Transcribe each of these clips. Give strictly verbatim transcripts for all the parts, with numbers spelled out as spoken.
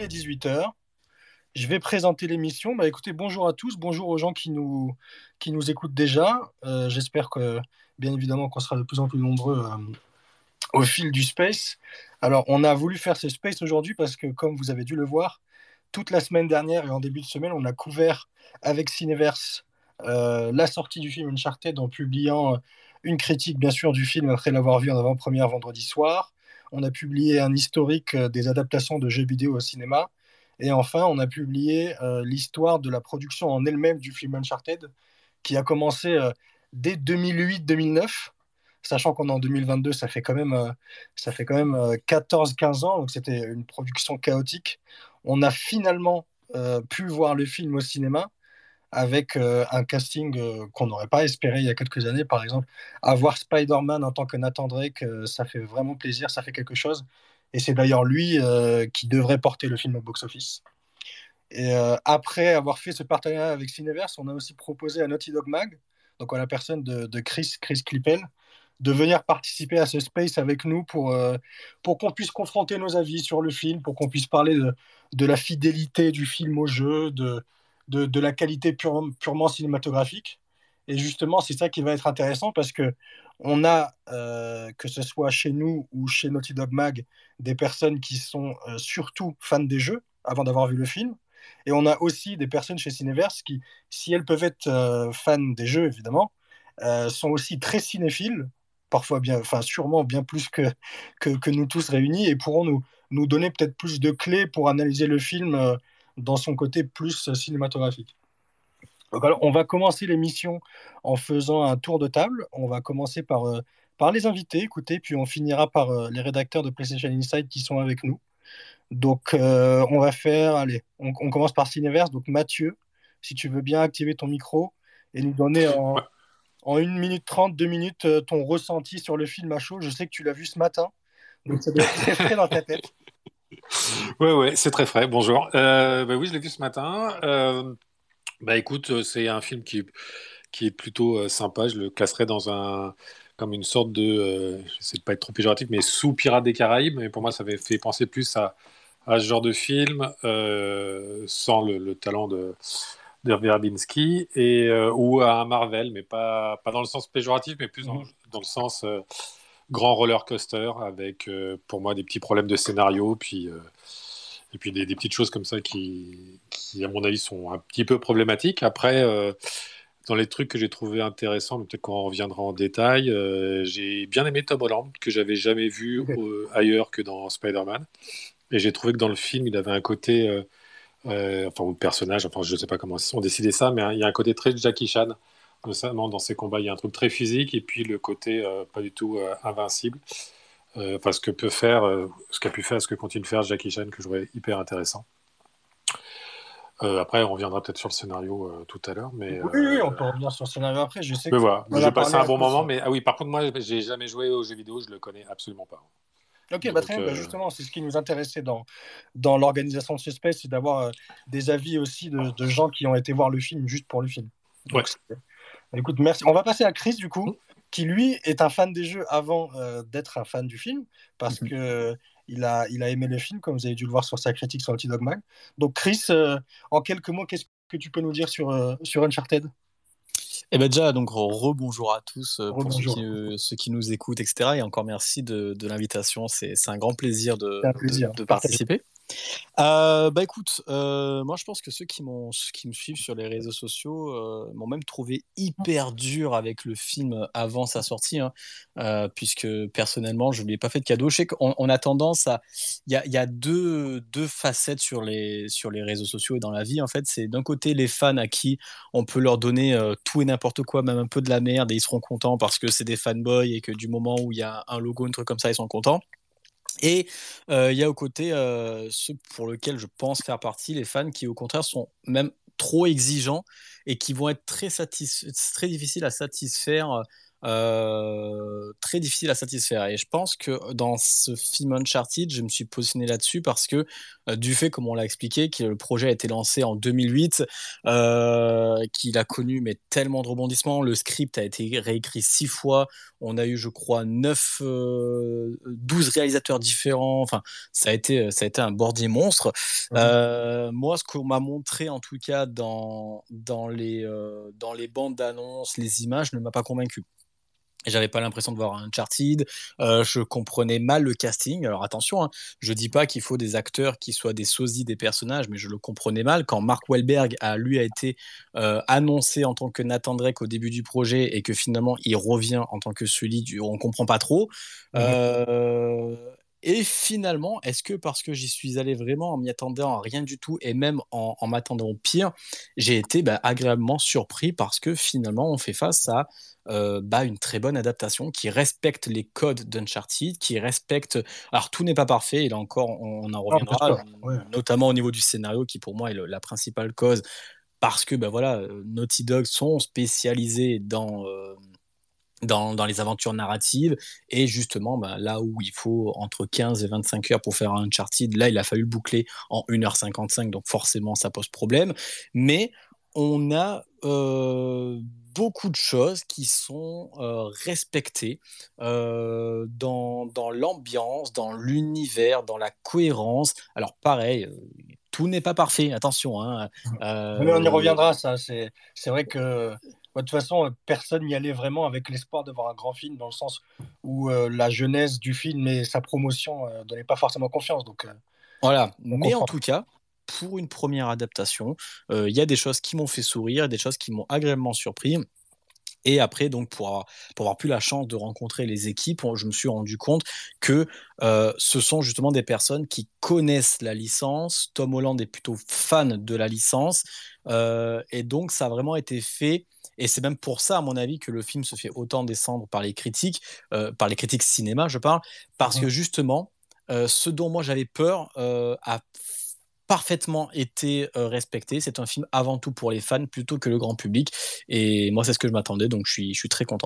il est dix-huit heures. Je vais présenter l'émission. Bah, écoutez, bonjour à tous, bonjour aux gens qui nous, qui nous écoutent déjà. Euh, j'espère que, bien évidemment, qu'on sera de plus en plus nombreux euh, au fil du Space. Alors, on a voulu faire ce Space aujourd'hui parce que, comme vous avez dû le voir, toute la semaine dernière et en début de semaine, on a couvert avec Cineverse euh, la sortie du film Uncharted en publiant euh, une critique, bien sûr, du film après l'avoir vu en avant-première vendredi soir. On a publié un historique euh, des adaptations de jeux vidéo au cinéma. Et enfin, on a publié euh, l'histoire de la production en elle-même du film Uncharted, qui a commencé euh, dès deux mille huit deux mille neuf, sachant qu'on est en deux mille vingt-deux, ça fait quand même, euh, ça fait quand même euh, quatorze quinze ans, donc c'était une production chaotique. On a finalement euh, pu voir le film au cinéma avec euh, un casting euh, qu'on n'aurait pas espéré il y a quelques années. Par exemple, avoir Spider-Man en tant que Nathan Drake, euh, ça fait vraiment plaisir, ça fait quelque chose. Et c'est d'ailleurs lui euh, qui devrait porter le film au box-office. Et euh, après avoir fait ce partenariat avec Cineverse, on a aussi proposé à Naughty Dog Mag, donc à la personne de, de Chris, Chris Klippel, de venir participer à ce space avec nous pour, euh, pour qu'on puisse confronter nos avis sur le film, pour qu'on puisse parler de, de la fidélité du film au jeu, de, de, de la qualité pure- purement cinématographique. Et justement, c'est ça qui va être intéressant parce que on a, euh, que ce soit chez nous ou chez Naughty Dog Mag, des personnes qui sont euh, surtout fans des jeux avant d'avoir vu le film. Et on a aussi des personnes chez Cineverse qui, si elles peuvent être euh, fans des jeux, évidemment, euh, sont aussi très cinéphiles, parfois bien, enfin sûrement bien plus que, que, que nous tous réunis, et pourront nous, nous donner peut-être plus de clés pour analyser le film euh, dans son côté plus euh, cinématographique. Donc alors, on va commencer l'émission en faisant un tour de table. On va commencer par, euh, par les invités, écoutez, puis on finira par euh, les rédacteurs de PlayStation Inside qui sont avec nous. Donc, euh, on va faire, allez, on, on commence par Cineverse. Donc, Mathieu, si tu veux bien activer ton micro et nous donner Ouais, en, en une minute trente, deux minutes, euh, ton ressenti sur le film à chaud. Je sais que tu l'as vu ce matin, donc ça doit être très frais dans ta tête. ouais, ouais, c'est très frais. Bonjour. Euh, bah oui, je l'ai vu ce matin. Euh, bah écoute, euh, c'est un film qui, qui est plutôt euh, sympa. Je le classerais dans un, comme une sorte de, euh, j'essaie de pas être trop péjoratif, mais sous Pirates des Caraïbes. Mais pour moi, ça avait fait penser plus à, à ce genre de film, euh, sans le, le talent de, de Verbinski, et euh, ou à un Marvel, mais pas, pas dans le sens péjoratif, mais plus dans, Mhm. dans le sens euh, grand roller coaster avec, euh, pour moi, des petits problèmes de scénario, puis euh, et puis des, des petites choses comme ça qui, qui, à mon avis, sont un petit peu problématiques. Après, euh, dans les trucs que j'ai trouvé intéressants, mais peut-être qu'on reviendra en détail, euh, j'ai bien aimé Tom Holland, que j'avais jamais vu Ok. euh, ailleurs que dans Spider-Man. Et j'ai trouvé que dans le film, il avait un côté, euh, euh, enfin, ou le personnage, enfin, je sais pas comment ils ont décidé ça, mais hein, il y a un côté très Jackie Chan, notamment dans ses combats. Il y a un truc très physique, et puis le côté euh, pas du tout euh, invincible. Euh, enfin, ce que peut faire, euh, ce qu'a pu faire, ce que continue de faire Jackie Chan, que je trouvais hyper intéressant. Euh, après, on reviendra peut-être sur le scénario euh, tout à l'heure, mais, Oui, oui, on euh, peut revenir sur le scénario après. Je sais mais que voilà. on en J'ai a passé parlé un à bon cause. moment, mais ah oui, par contre, moi, j'ai jamais joué aux jeux vidéo, je le connais absolument pas. Ok, bah très Donc, bien. Bah euh, justement, c'est ce qui nous intéressait dans, dans l'organisation de ce space, c'est d'avoir euh, des avis aussi de, de gens qui ont été voir le film juste pour le film. ouais. Donc, c'est- écoute, merci. On va passer à Chris, du coup, qui lui est un fan des jeux avant euh, d'être un fan du film, parce que euh, il a, il a aimé le film, comme vous avez dû le voir sur sa critique sur Naughty Dog Mag. Donc, Chris, euh, en quelques mots, qu'est-ce que tu peux nous dire sur, euh, sur Uncharted? Eh ben déjà, donc rebonjour à tous euh, pour ceux qui, Rebonjour. euh, ceux qui nous écoutent, et cetera. Et encore merci de, de l'invitation. C'est, c'est un grand plaisir C'est un de, de, plaisir. de Partagez. participer. Euh, bah écoute, euh, moi je pense que ceux qui m'ont, ceux qui me suivent sur les réseaux sociaux euh, m'ont même trouvé hyper dur avec le film avant sa sortie, hein, euh, puisque personnellement je lui ai pas fait de cadeau. Je sais qu'on on a tendance à, il y a, il y a deux, deux facettes sur les, sur les réseaux sociaux et dans la vie en fait. C'est d'un côté les fans à qui on peut leur donner euh, tout et n'importe quoi, même un peu de la merde et ils seront contents parce que c'est des fanboys et que du moment où il y a un logo, un truc comme ça, ils sont contents. Et euh, il y a au côté euh, ceux pour lesquels je pense faire partie, les fans qui au contraire sont même trop exigeants et qui vont être très, satisf- très difficiles à satisfaire euh, très difficile à satisfaire. Et je pense que dans ce film Uncharted, je me suis positionné là-dessus parce que euh, du fait, comme on l'a expliqué, que le projet a été lancé en deux mille huit, euh, qu'il a connu mais tellement de rebondissements, le script a été réécrit six fois, on a eu, je crois, neuf, euh, douze réalisateurs différents. Enfin, ça a été, ça a été un bordier monstre. Mhm. Euh, moi, ce qu'on m'a montré, en tout cas, dans, dans les, euh, dans les bandes d'annonces, les images, ne m'a pas convaincu. J'avais pas l'impression de voir un Uncharted. Euh, je comprenais mal le casting. Alors attention, hein, je dis pas qu'il faut des acteurs qui soient des sosies des personnages, mais je le comprenais mal quand Mark Wahlberg a lui a été euh, annoncé en tant que Nathan Drake au début du projet et que finalement il revient en tant que celui du, on comprend pas trop. Mhm. Euh, et finalement, est-ce que parce que j'y suis allé vraiment en m'y attendant à rien du tout et même en, en m'attendant au pire, j'ai été bah, agréablement surpris parce que finalement on fait face à euh, bah, une très bonne adaptation qui respecte les codes d'Uncharted, qui respecte. Alors, tout n'est pas parfait, et là encore, on, on en Non, bien reviendra, sûr. Ouais. notamment au niveau du scénario, qui pour moi est le- la principale cause, parce que bah, voilà, euh, Naughty Dog sont spécialisés dans. euh, dans, dans les aventures narratives et justement bah, là où il faut entre quinze et vingt-cinq heures pour faire un Uncharted, là il a fallu le boucler en une heure cinquante-cinq, donc forcément ça pose problème, mais on a euh, beaucoup de choses qui sont euh, respectées euh, dans, dans l'ambiance, dans l'univers, dans la cohérence. Alors pareil, euh, tout n'est pas parfait, attention, hein. Mais on y Euh, reviendra, ça. C'est, c'est vrai que, bah, de toute façon, euh, personne n'y allait vraiment avec l'espoir de voir un grand film, dans le sens où euh, la jeunesse du film et sa promotion ne donnaient pas forcément confiance. Donc, euh, Voilà, on mais en comprend. tout cas, pour une première adaptation, euh, il y a des choses qui m'ont fait sourire, des choses qui m'ont agréablement surpris. Et après, donc, pour avoir, pour avoir plus la chance de rencontrer les équipes, on- je me suis rendu compte que euh, ce sont justement des personnes qui connaissent la licence. Tom Holland est plutôt fan de la licence. Euh, et donc, ça a vraiment été fait. Et c'est même pour ça, à mon avis, que le film se fait autant descendre par les critiques, euh, par les critiques cinéma, je parle, parce Mhm. que justement, euh, ce dont moi j'avais peur euh, a parfaitement été euh, respecté. C'est un film avant tout pour les fans plutôt que le grand public. Et moi, c'est ce que je m'attendais, donc je suis, je suis très content.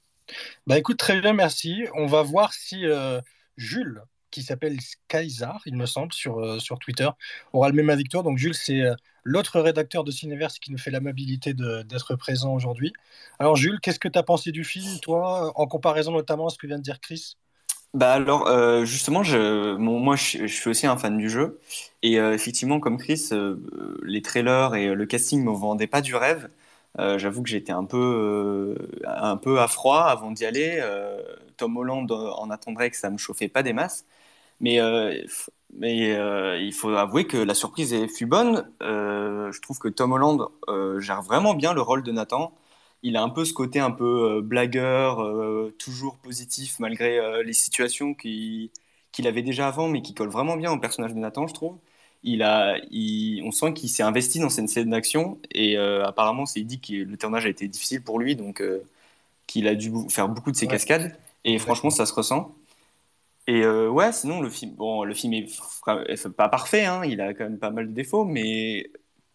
Bah écoute, très bien, merci. On va voir si euh, Jules, qui s'appelle Skyzar, il me semble, sur, euh, sur Twitter, aura le même avis que toi. Donc Jules, c'est euh, l'autre rédacteur de Cineverse qui nous fait l'amabilité de- d'être présent aujourd'hui. Alors Jules, qu'est-ce que tu as pensé du film, toi, en comparaison notamment à ce que vient de dire Chris? Bah alors euh, justement je bon, moi je, je suis aussi un fan du jeu et euh, effectivement comme Chris euh, les trailers et le casting me vendaient pas du rêve. Euh, j'avoue que j'étais un peu euh, un peu à froid avant d'y aller. Euh, Tom Holland en attendrait que ça me chauffait pas des masses mais euh, f- mais euh, il faut avouer que la surprise est- fut bonne. Euh, je trouve que Tom Holland euh, gère vraiment bien le rôle de Nathan. Il a un peu ce côté un peu euh, blagueur, euh, toujours positif malgré euh, les situations qui- qu'il avait déjà avant, mais qui colle vraiment bien au personnage de Nathan, je trouve. Il a, il- on sent qu'il s'est investi dans cette scène d'action et euh, apparemment, c'est il dit que le tournage a été difficile pour lui, donc euh, qu'il a dû bou- faire beaucoup de ses Ouais, cascades. Et franchement, exactement. ça se ressent. Et euh, ouais, sinon le film, bon, le film est fra- est pas parfait, hein, il a quand même pas mal de défauts, mais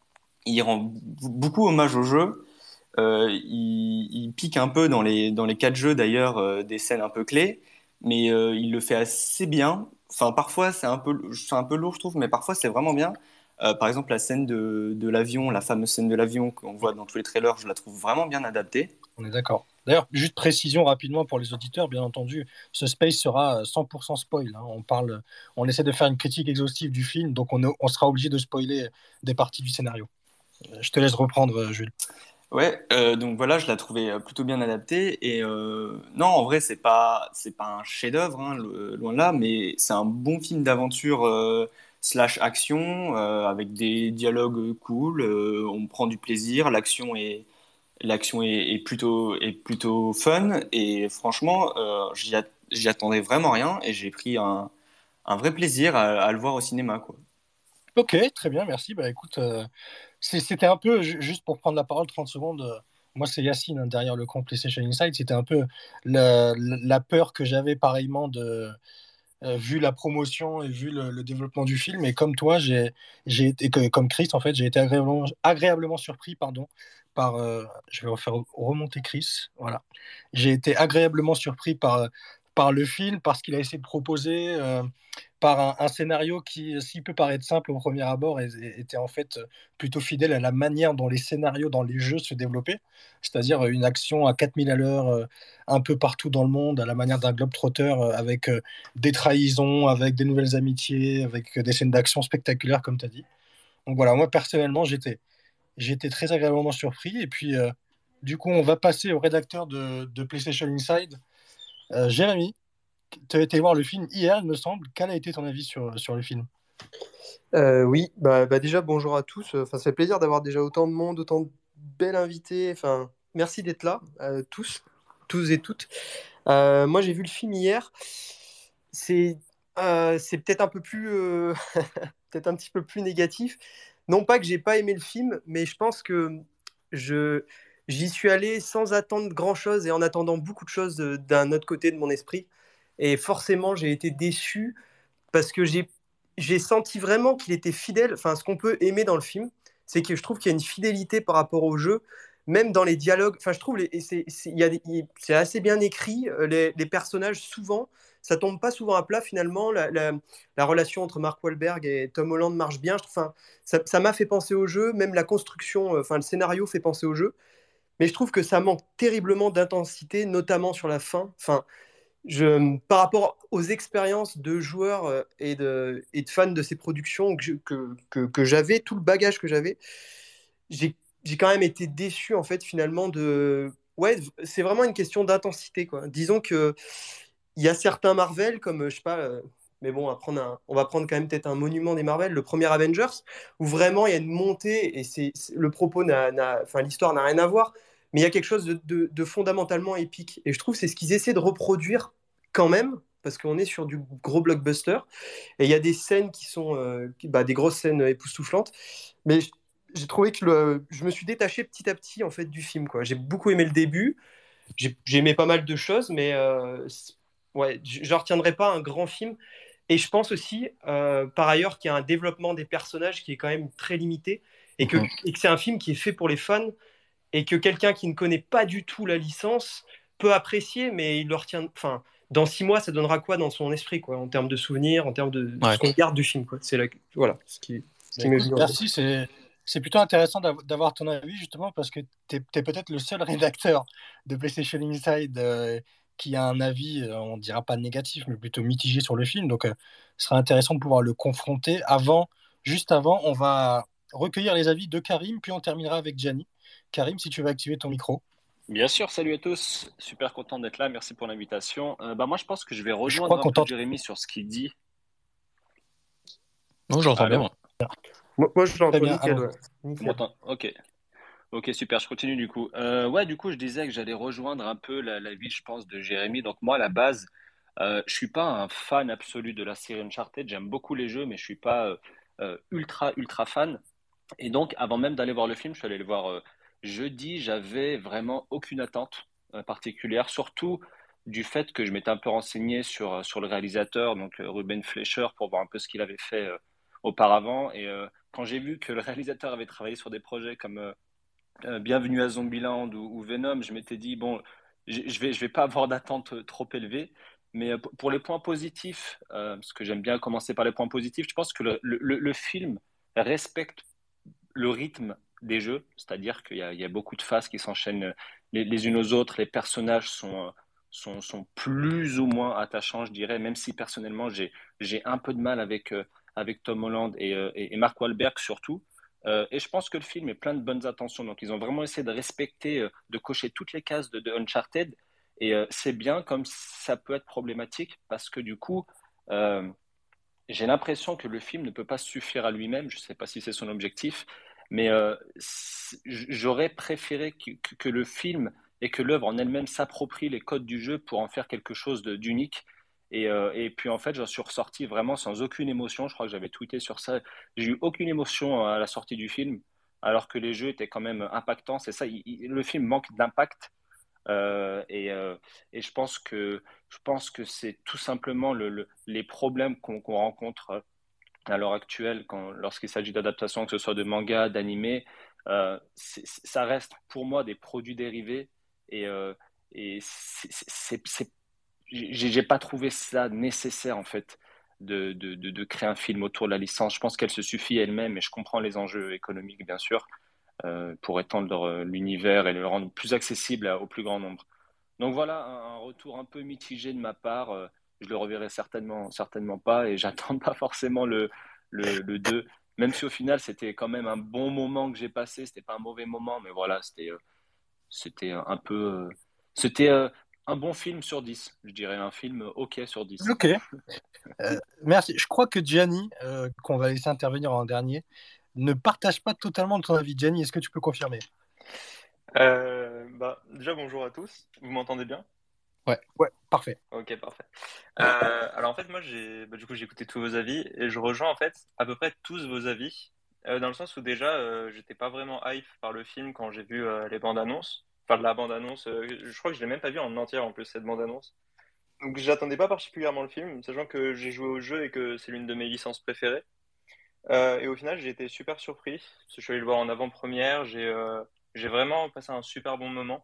il rend b- beaucoup hommage au jeu. Euh, il, il pique un peu dans les dans les quatre jeux d'ailleurs euh, des scènes un peu clés, mais euh, il le fait assez bien. Enfin, parfois c'est un peu c'est un peu lourd, je trouve, mais parfois c'est vraiment bien. Euh, par exemple, la scène de, de l'avion, la fameuse scène de l'avion qu'on voit dans tous les trailers, je la trouve vraiment bien adaptée. On est d'accord. D'ailleurs, juste précision rapidement pour les auditeurs, bien entendu, ce space sera cent pour cent spoil, hein. On parle, on essaie de faire une critique exhaustive du film, donc on, on sera obligé de spoiler des parties du scénario. Euh, Je te laisse reprendre, euh, Jules. Ouais, euh, donc voilà, je la trouvais euh, plutôt bien adaptée. Et euh, non, en vrai, c'est pas, c'est pas un chef-d'œuvre, hein, lo- loin de là, mais c'est un bon film d'aventure euh, slash action euh, avec des dialogues cool. Euh, on prend du plaisir, l'action est, l'action est, est plutôt, est plutôt fun. Et franchement, euh, j'y at- j'y attendais vraiment rien et j'ai pris un, un vrai plaisir à, à le voir au cinéma, quoi. Ok, très bien, merci. Bah écoute, euh, c'est- c'était un peu, ju- juste pour prendre la parole trente secondes, euh, moi c'est Yacine, hein, derrière le compte PlayStation Inside, c'était un peu la, la- la peur que j'avais pareillement de, euh, vu la promotion et vu le, le développement du film. Et comme toi, j'ai, j'ai été, que- comme Chris, en fait, j'ai été agréablement, agréablement surpris, pardon, par, euh, je vais refaire remonter Chris, voilà. J'ai été agréablement surpris par, par le film, par ce qu'il a essayé de proposer, euh, par un, un scénario qui, s'il peut paraître simple au premier abord, est- est- était en fait plutôt fidèle à la manière dont les scénarios dans les jeux se développaient, c'est-à-dire une action à quatre mille à l'heure, euh, un peu partout dans le monde, à la manière d'un globe-trotter, euh, avec euh, des trahisons, avec des nouvelles amitiés, avec euh, des scènes d'action spectaculaires, comme tu as dit. Donc voilà, moi personnellement, j'étais j'étais très agréablement surpris. Et puis, euh, du coup, on va passer au rédacteur de, de PlayStation Inside. Euh, Jérémy, tu as été voir le film hier, il me semble. Quel a été ton avis sur, sur le film? Euh, oui, bah, bah déjà bonjour à tous. Enfin, ça fait plaisir d'avoir déjà autant de monde, autant de belles invités. Enfin, merci d'être là, euh, tous, tous et toutes. Euh, moi, j'ai vu le film hier. C'est euh, c'est peut-être un peu plus, euh, peut-être un petit peu plus négatif. Non pas que j'ai pas aimé le film, mais je pense que je j'y suis allé sans attendre grand-chose et en attendant beaucoup de choses euh, d'un autre côté de mon esprit. Et forcément, j'ai été déçu parce que j'ai j'ai senti vraiment qu'il était fidèle. Enfin, ce qu'on peut aimer dans le film, c'est que je trouve qu'il y a une fidélité par rapport au jeu, même dans les dialogues. Enfin, je trouve les, et c'est c'est- il y a des- il- c'est assez bien écrit. euh, Les, les personnages, souvent, ça tombe pas souvent à plat finalement. La, la- la relation entre Mark Wahlberg et Tom Holland marche bien. Je trouve- Enfin, ça ça m'a fait penser au jeu. Même la construction, euh, enfin, le scénario fait penser au jeu. Mais je trouve que ça manque terriblement d'intensité, notamment sur la fin. Enfin, je, par rapport aux expériences de joueurs euh, et de, et de fans de ces productions que, je- que, que, que j'avais, tout le bagage que j'avais, j'ai, j'ai quand même été déçu en fait finalement de... Ouais, c'est vraiment une question d'intensité quoi. Disons que il y a certains Marvel comme, euh, je sais pas, euh, mais bon, on va prendre un- on va prendre quand même peut-être un monument des Marvel, le premier Avengers, où vraiment il y a une montée et c'est, c'est- le propos n'a, n'a- enfin l'histoire n'a rien à voir, mais il y a quelque chose de, de- de fondamentalement épique. Et je trouve que c'est ce qu'ils essaient de reproduire quand même, parce qu'on est sur du gros blockbuster, et il y a des scènes qui sont euh, qui- bah, des grosses scènes époustouflantes, mais j- j'ai trouvé que le- je me suis détaché petit à petit en fait du film, quoi. J'ai beaucoup aimé le début, j'ai j'ai aimé pas mal de choses, mais euh, c- ouais, j- je ne retiendrai pas un grand film. Et je pense aussi, euh, par ailleurs, qu'il y a un développement des personnages qui est quand même très limité et que, Mhm. et que c'est un film qui est fait pour les fans et que quelqu'un qui ne connaît pas du tout la licence peut apprécier, mais il le retient. Enfin, dans six mois, ça donnera quoi dans son esprit, quoi, en termes de souvenirs, en termes de, de Ouais. ce qu'on garde du film, quoi. C'est la, voilà, ce qui, ce Bah, qui m'est écoute, venu en tête. merci, c'est c'est plutôt intéressant d'av- d'avoir ton avis justement parce que tu es, peut-être le seul rédacteur de PlayStation Inside euh, qui a un avis, euh, on dira pas négatif, mais plutôt mitigé sur le film. Donc, euh, ce sera intéressant de pouvoir le confronter. Avant, juste avant, on va recueillir les avis de Karim, puis on terminera avec Gianni. Karim, si tu veux activer ton micro. Bien sûr, salut à tous. Super content d'être là. Merci pour l'invitation. Euh, bah, moi, je pense que je vais Je crois rejoindre un qu'on peu t'entend. Jérémy sur ce qu'il dit. Non, j'entends bien, Allô? moi. Moi, moi, je Très l'entends bien, nickel, allons-y. ouais. Vous Nickel. m'entendez? Ok. Ok, super. Je continue du coup. Euh, ouais, du coup, je disais que j'allais rejoindre un peu la, la vie, je pense, de Jérémy. Donc moi, à la base, euh, je suis pas un fan absolu de la série Uncharted. J'aime beaucoup les jeux, mais je suis pas euh, euh, ultra, ultra fan. Et donc, avant même d'aller voir le film, je suis allé le voir euh, jeudi. J'avais vraiment aucune attente euh, particulière, surtout du fait que je m'étais un peu renseigné sur, euh, sur le réalisateur, donc euh, Ruben Fleischer, pour voir un peu ce qu'il avait fait euh, auparavant. Et euh, quand j'ai vu que le réalisateur avait travaillé sur des projets comme euh, euh, Bienvenue à Zombieland ou, ou Venom, je m'étais dit, bon, je je vais, je vais pas avoir d'attente euh, trop élevée. Mais euh, pour les points positifs, euh, parce que j'aime bien commencer par les points positifs, je pense que le, le, le le film respecte le rythme des jeux, c'est-à-dire qu'il y a, il y a beaucoup de phases qui s'enchaînent les, les unes aux autres, les personnages sont, euh, sont, sont plus ou moins attachants, je dirais, même si personnellement j'ai, j'ai un peu de mal avec, euh, avec Tom Holland et, euh, et, et Mark Wahlberg surtout. Euh, et je pense que le film est plein de bonnes intentions, donc ils ont vraiment essayé de respecter, euh, de cocher toutes les cases de, de Uncharted, et euh, c'est bien comme ça peut être problématique, parce que du coup, euh, j'ai l'impression que le film ne peut pas suffire à lui-même. Je ne sais pas si c'est son objectif, mais euh, c- j'aurais préféré que, que- que le film et que l'œuvre en elle-même s'approprie les codes du jeu pour en faire quelque chose de- d'unique. Et, euh, et puis en fait, j'en suis ressorti vraiment sans aucune émotion. Je crois que j'avais tweeté sur ça. J'ai eu aucune émotion à la sortie du film, alors que les jeux étaient quand même impactants. C'est ça, il- il- le film manque d'impact. Euh, et, euh, et je pense que je pense que c'est tout simplement le, le- les problèmes qu'on qu'on rencontre à l'heure actuelle quand, lorsqu'il s'agit d'adaptation, que ce soit de manga, d'animé. Euh, c'est- c'est- ça reste pour moi des produits dérivés et, euh, et c'est, c'est, c'est- j'ai j'ai pas trouvé ça nécessaire en fait de, de, de, de créer un film autour de la licence. Je pense qu'elle se suffit elle-même et je comprends les enjeux économiques bien sûr euh, pour étendre leur, euh, l'univers et le rendre plus accessible à- au plus grand nombre. Donc voilà, un, un retour un peu mitigé de ma part. Euh, je le reverrai certainement, certainement pas et j'attends pas forcément le, le, le deux. Même si au final c'était quand même un bon moment que j'ai passé, c'était pas un mauvais moment, mais voilà, c'était euh, c'était un peu, euh, c'était euh, un bon film sur dix, je dirais, un film ok sur dix. Ok, euh, merci. Je crois que Gianni, euh, qu'on va laisser intervenir en dernier, ne partage pas totalement ton avis. Gianni, est-ce que tu peux confirmer? Euh, bah, déjà, bonjour à tous. Vous m'entendez bien? Ouais. Ouais, parfait. Ok, parfait. Euh, alors en fait, moi, j'ai, bah, du coup, j'ai écouté tous vos avis et je rejoins en fait à peu près tous vos avis, euh, dans le sens où déjà, euh, j'étais pas vraiment hype par le film quand j'ai vu euh, les bandes annonces. Enfin, la bande annonce, euh, je crois que je l'ai même pas vu en entière en plus cette bande annonce. Donc, j'attendais pas particulièrement le film, sachant que j'ai joué au jeu et que c'est l'une de mes licences préférées. Euh, et au final, j'ai été super surpris. Parce que je suis allé le voir en avant-première, j'ai euh, j'ai vraiment passé un super bon moment.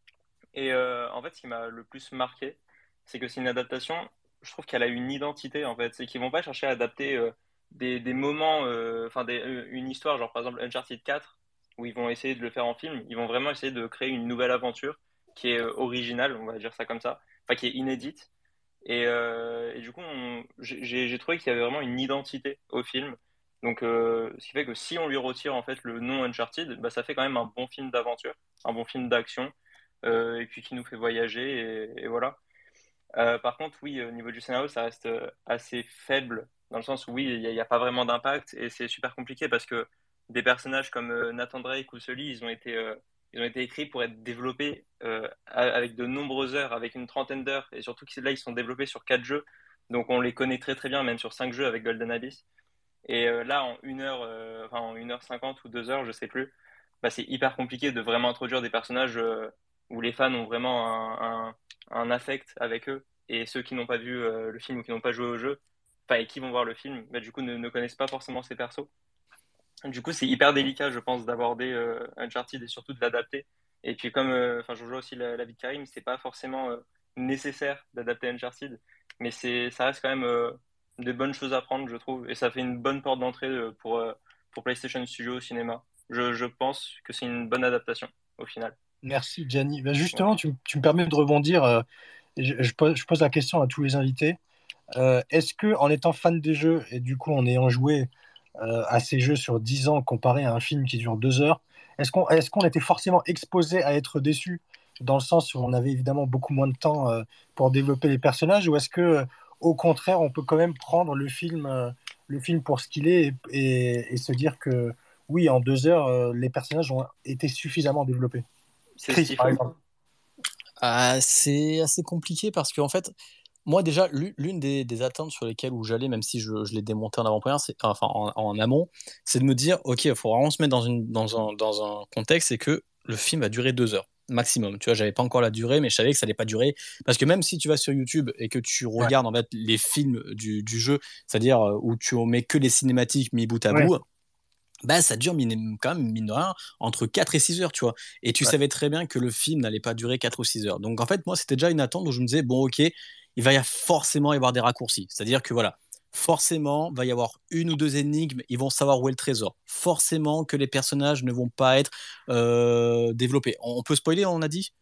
Et euh, en fait, ce qui m'a le plus marqué, c'est que c'est une adaptation, je trouve qu'elle a une identité en fait. C'est qu'ils vont pas chercher à adapter euh, des, des moments, euh, enfin des, euh, une histoire, genre par exemple Uncharted quatre, où ils vont essayer de le faire en film. Ils vont vraiment essayer de créer une nouvelle aventure qui est euh, originale, on va dire ça comme ça, enfin qui est inédite. Et, euh, et du coup, on- j'ai j'ai trouvé qu'il y avait vraiment une identité au film. Donc, euh, ce qui fait que si on lui retire en fait le nom Uncharted, bah, ça fait quand même un bon film d'aventure, un bon film d'action, euh, et puis qui nous fait voyager, et, et voilà. Euh, par contre, oui, au niveau du scénario, ça reste euh, assez faible, dans le sens où oui, il n'y a, il y a pas vraiment d'impact, et c'est super compliqué parce que des personnages comme euh, Nathan Drake ou Sully, ils ont été, euh, ils ont été écrits pour être développés euh, a- avec de nombreuses heures, avec une trentaine d'heures, et surtout que là, ils sont développés sur quatre jeux, donc on les connaît très très bien, même sur cinq jeux avec Golden Abyss. Et euh, là, en une heure, euh, enfin en une heure cinquante ou deux heures, je sais plus, bah, c'est hyper compliqué de vraiment introduire des personnages euh, où les fans ont vraiment un, un, un affect avec eux. Et ceux qui n'ont pas vu euh, le film ou qui n'ont pas joué au jeu, enfin, et qui vont voir le film, bah, du coup, ne, ne connaissent pas forcément ces persos. Du coup, c'est hyper délicat, je pense, d'aborder euh, Uncharted et surtout de l'adapter. Et puis, comme euh, enfin, je rejoins aussi la, la vie de Karim, c'est pas forcément euh, nécessaire d'adapter Uncharted, mais c'est, ça reste quand même euh, des bonnes choses à prendre, je trouve. Et ça fait une bonne porte d'entrée euh, pour, euh, pour PlayStation Studio au cinéma. Je, je pense que c'est une bonne adaptation au final. Merci, Gianni. Ben, justement, Voilà. tu, tu me permets de rebondir. euh, je, je pose, je pose la question à tous les invités. Euh, est-ce que, en étant fan des jeux et du coup en ayant joué euh, à ces jeux sur dix ans comparé à un film qui dure deux heures, est-ce qu'on est-ce qu'on était forcément exposé à être déçu dans le sens où on avait évidemment beaucoup moins de temps euh, pour développer les personnages, ou est-ce que euh, au contraire on peut quand même prendre le film, euh, le film pour ce qu'il est et, et- et se dire que oui, en deux heures euh, les personnages ont été suffisamment développés. C'est ce Chris, qu'il par faut. exemple. Ah, c'est assez compliqué parce qu'en fait, moi déjà, l'u- l'une des, des attentes sur lesquelles où j'allais, même si je, je l'ai démonté en avant-première, c'est, enfin en, en amont, c'est de me dire, ok, il faut vraiment se mettre dans, une, dans, un, dans un contexte, c'est que le film va durer deux heures maximum. Tu vois, j'avais pas encore la durée, mais je savais que ça allait pas durer parce que même si tu vas sur YouTube et que tu Ouais. regardes en fait les films du, du jeu, c'est-à-dire euh, où tu mets que les cinématiques mis bout à Ouais. bout, bah, ça dure mine- quand même, mine de rien, entre quatre et six heures, tu vois. Et tu Ouais. savais très bien que le film n'allait pas durer quatre ou six heures. Donc, en fait, moi, c'était déjà une attente où je me disais, bon, ok, il va y a forcément y avoir des raccourcis. C'est-à-dire que, voilà, forcément, il va y avoir une ou deux énigmes, ils vont savoir où est le trésor. Forcément que les personnages ne vont pas être euh, développés. On on peut spoiler, on a dit?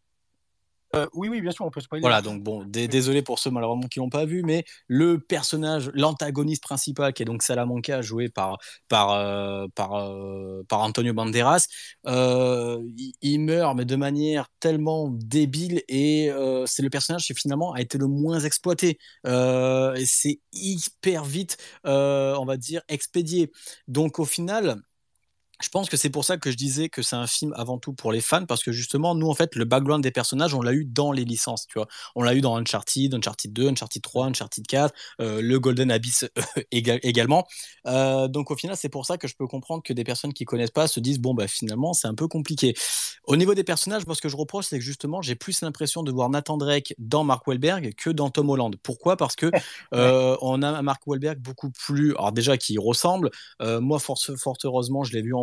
Euh, oui, oui, bien sûr, on peut spoiler. Voilà, donc bon, dé- désolé pour ceux malheureusement qui l'ont pas vu, mais le personnage, l'antagoniste principal, qui est donc Salamanca, joué par par euh, par, euh, par Antonio Banderas, euh, il, il meurt mais de manière tellement débile et euh, c'est le personnage qui finalement a été le moins exploité. Euh, et c'est hyper vite, euh, on va dire, expédié. Donc au final. Je pense que c'est pour ça que je disais que c'est un film avant tout pour les fans, parce que justement, nous, en fait, le background des personnages, on l'a eu dans les licences, tu vois. On l'a eu dans Uncharted, Uncharted deux, Uncharted trois, Uncharted quatre, euh, le Golden Abyss éga- également. Euh, donc, au final, c'est pour ça que je peux comprendre que des personnes qui connaissent pas se disent, bon, bah, finalement, c'est un peu compliqué. Au niveau des personnages, moi, ce que je reproche, c'est que justement, j'ai plus l'impression de voir Nathan Drake dans Mark Wahlberg que dans Tom Holland. Pourquoi? Parce que Ouais. euh, on a un Mark Wahlberg beaucoup plus, alors déjà, qui y ressemble. Euh, moi, fort, fort heureusement, je l'ai vu en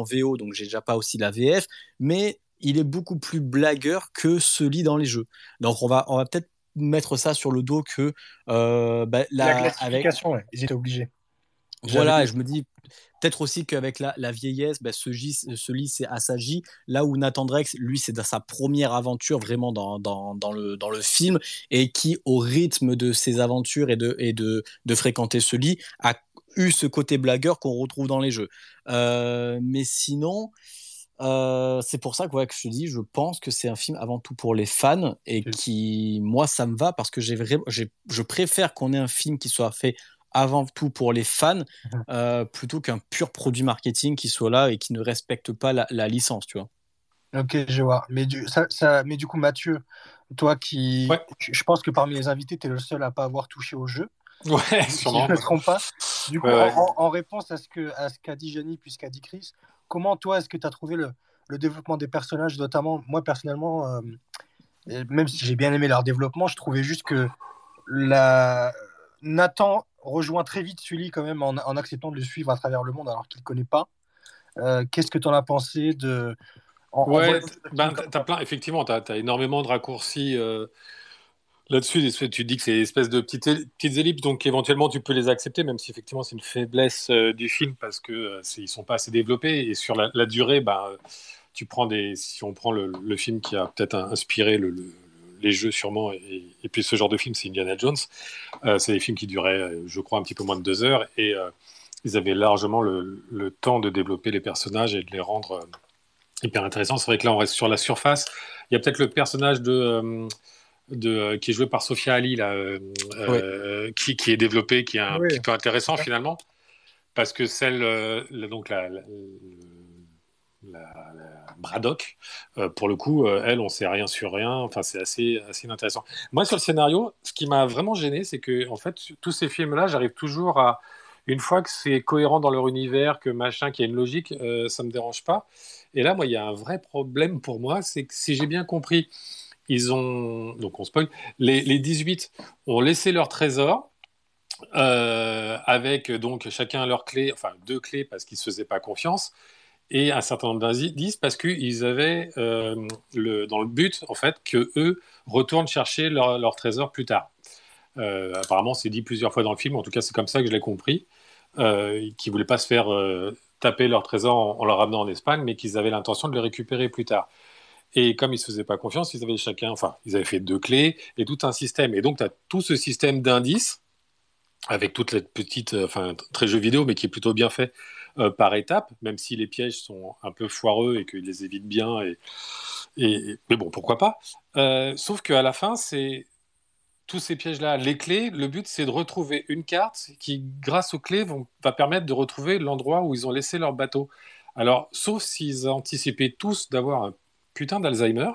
V O, donc j'ai déjà pas aussi la V F, mais il est beaucoup plus blagueur que Sully dans les jeux. Donc on va, on va peut-être mettre ça sur le dos que euh, bah, La là, avec classification, ouais, ils étaient obligés. J'avais voilà, et je me dis peut-être aussi qu'avec la, la vieillesse, bah, ce, J, ce lit c'est assagi, là où Nathan Drake, lui, c'est dans sa première aventure vraiment dans, dans, dans, le, dans le film, et qui, au rythme de ses aventures et de, et de, de fréquenter ce lit, a eu ce côté blagueur qu'on retrouve dans les jeux. Euh, mais sinon, euh, c'est pour ça que, ouais, que je te dis, je pense que c'est un film avant tout pour les fans et qui, moi, ça me va parce que j'ai vraiment, j'ai, je préfère qu'on ait un film qui soit fait avant tout pour les fans euh, plutôt qu'un pur produit marketing qui soit là et qui ne respecte pas la, la licence, tu vois. Ok, je vois. Mais du, ça, ça, mais du coup, Mathieu, toi qui. Ouais, Je je pense que parmi les invités, tu es le seul à pas avoir touché au jeu, ouais, si je sûrement. ne me trompe pas. Du coup, Ouais, en, ouais. en- en réponse à ce que, à ce qu'a dit Jenny puis ce qu'a dit Chris, comment toi, est-ce que tu as trouvé le, le développement des personnages, notamment, moi personnellement, euh, et même si j'ai bien aimé leur développement, je trouvais juste que la... Nathan rejoint très vite Sully quand même en, en acceptant de le suivre à travers le monde alors qu'il ne le connaît pas. Euh, qu'est-ce que tu en as pensé de... en, en Ouais, voyant t- le film ben, comme t'as t'as ça? plein, effectivement, t'as, t'as énormément de raccourcis euh, là-dessus. Des- Tu te dis que c'est une espèce de petites, éli- petites ellipses, donc éventuellement tu peux les accepter, même si effectivement c'est une faiblesse euh, du film parce que euh, c'est- ils sont pas assez développés. Et sur la, la durée, ben, euh, tu prends des, si on prend le, le film qui a peut-être inspiré le, le- les jeux sûrement, et, et puis ce genre de film, c'est Indiana Jones. Euh, c'est des films qui duraient, euh, je crois, un petit peu moins de deux heures, et euh, ils avaient largement le, le temps de développer les personnages et de les rendre euh, hyper intéressants. C'est vrai que là, on reste sur la surface. Il y a peut-être le personnage de, euh, de, euh, qui est joué par Sophia Ali, là, euh, Ouais. euh, qui, qui est développé, qui est un Oui, petit peu intéressant finalement, parce que celle, euh, la- donc la, la, la- la Braddock, euh, pour le coup, euh, elle, on sait rien sur rien. Enfin, c'est assez, assez intéressant. Moi, sur le scénario, ce qui m'a vraiment gêné, c'est que, en fait, tous ces films-là, j'arrive toujours à, une fois que c'est cohérent dans leur univers, que machin, qu'il y a une logique, euh, ça me dérange pas. Et là, moi, il y a un vrai problème pour moi, c'est que si j'ai bien compris, ils ont, donc on spoil, les, les dix-huit ont laissé leur trésor. Euh, avec donc chacun leur clé, enfin deux clés parce qu'ils se faisaient pas confiance, et un certain nombre d'indices parce qu'ils avaient euh, le, dans le but en fait que eux retournent chercher leur, leur trésor plus tard. Euh, apparemment, c'est dit plusieurs fois dans le film, en tout cas c'est comme ça que je l'ai compris, euh, qu'ils voulaient pas se faire euh, taper leur trésor en, en le ramenant en Espagne, mais qu'ils avaient l'intention de le récupérer plus tard. Et comme ils se faisaient pas confiance, ils avaient chacun, enfin, ils avaient fait deux clés et tout un système. Et donc, tu as tout ce système d'indices avec toute la petite, euh, enfin, très jeu vidéo, mais qui est plutôt bien fait euh, par étapes, même si les pièges sont un peu foireux et qu'ils les évitent bien. Et, et- mais bon, pourquoi pas. Euh, sauf qu'à la fin, c'est tous ces pièges-là, les clés, le but, c'est de retrouver une carte qui, grâce aux clés, vont, va permettre de retrouver l'endroit où ils ont laissé leur bateau. Alors, sauf s'ils anticipaient tous d'avoir un putain d'Alzheimer,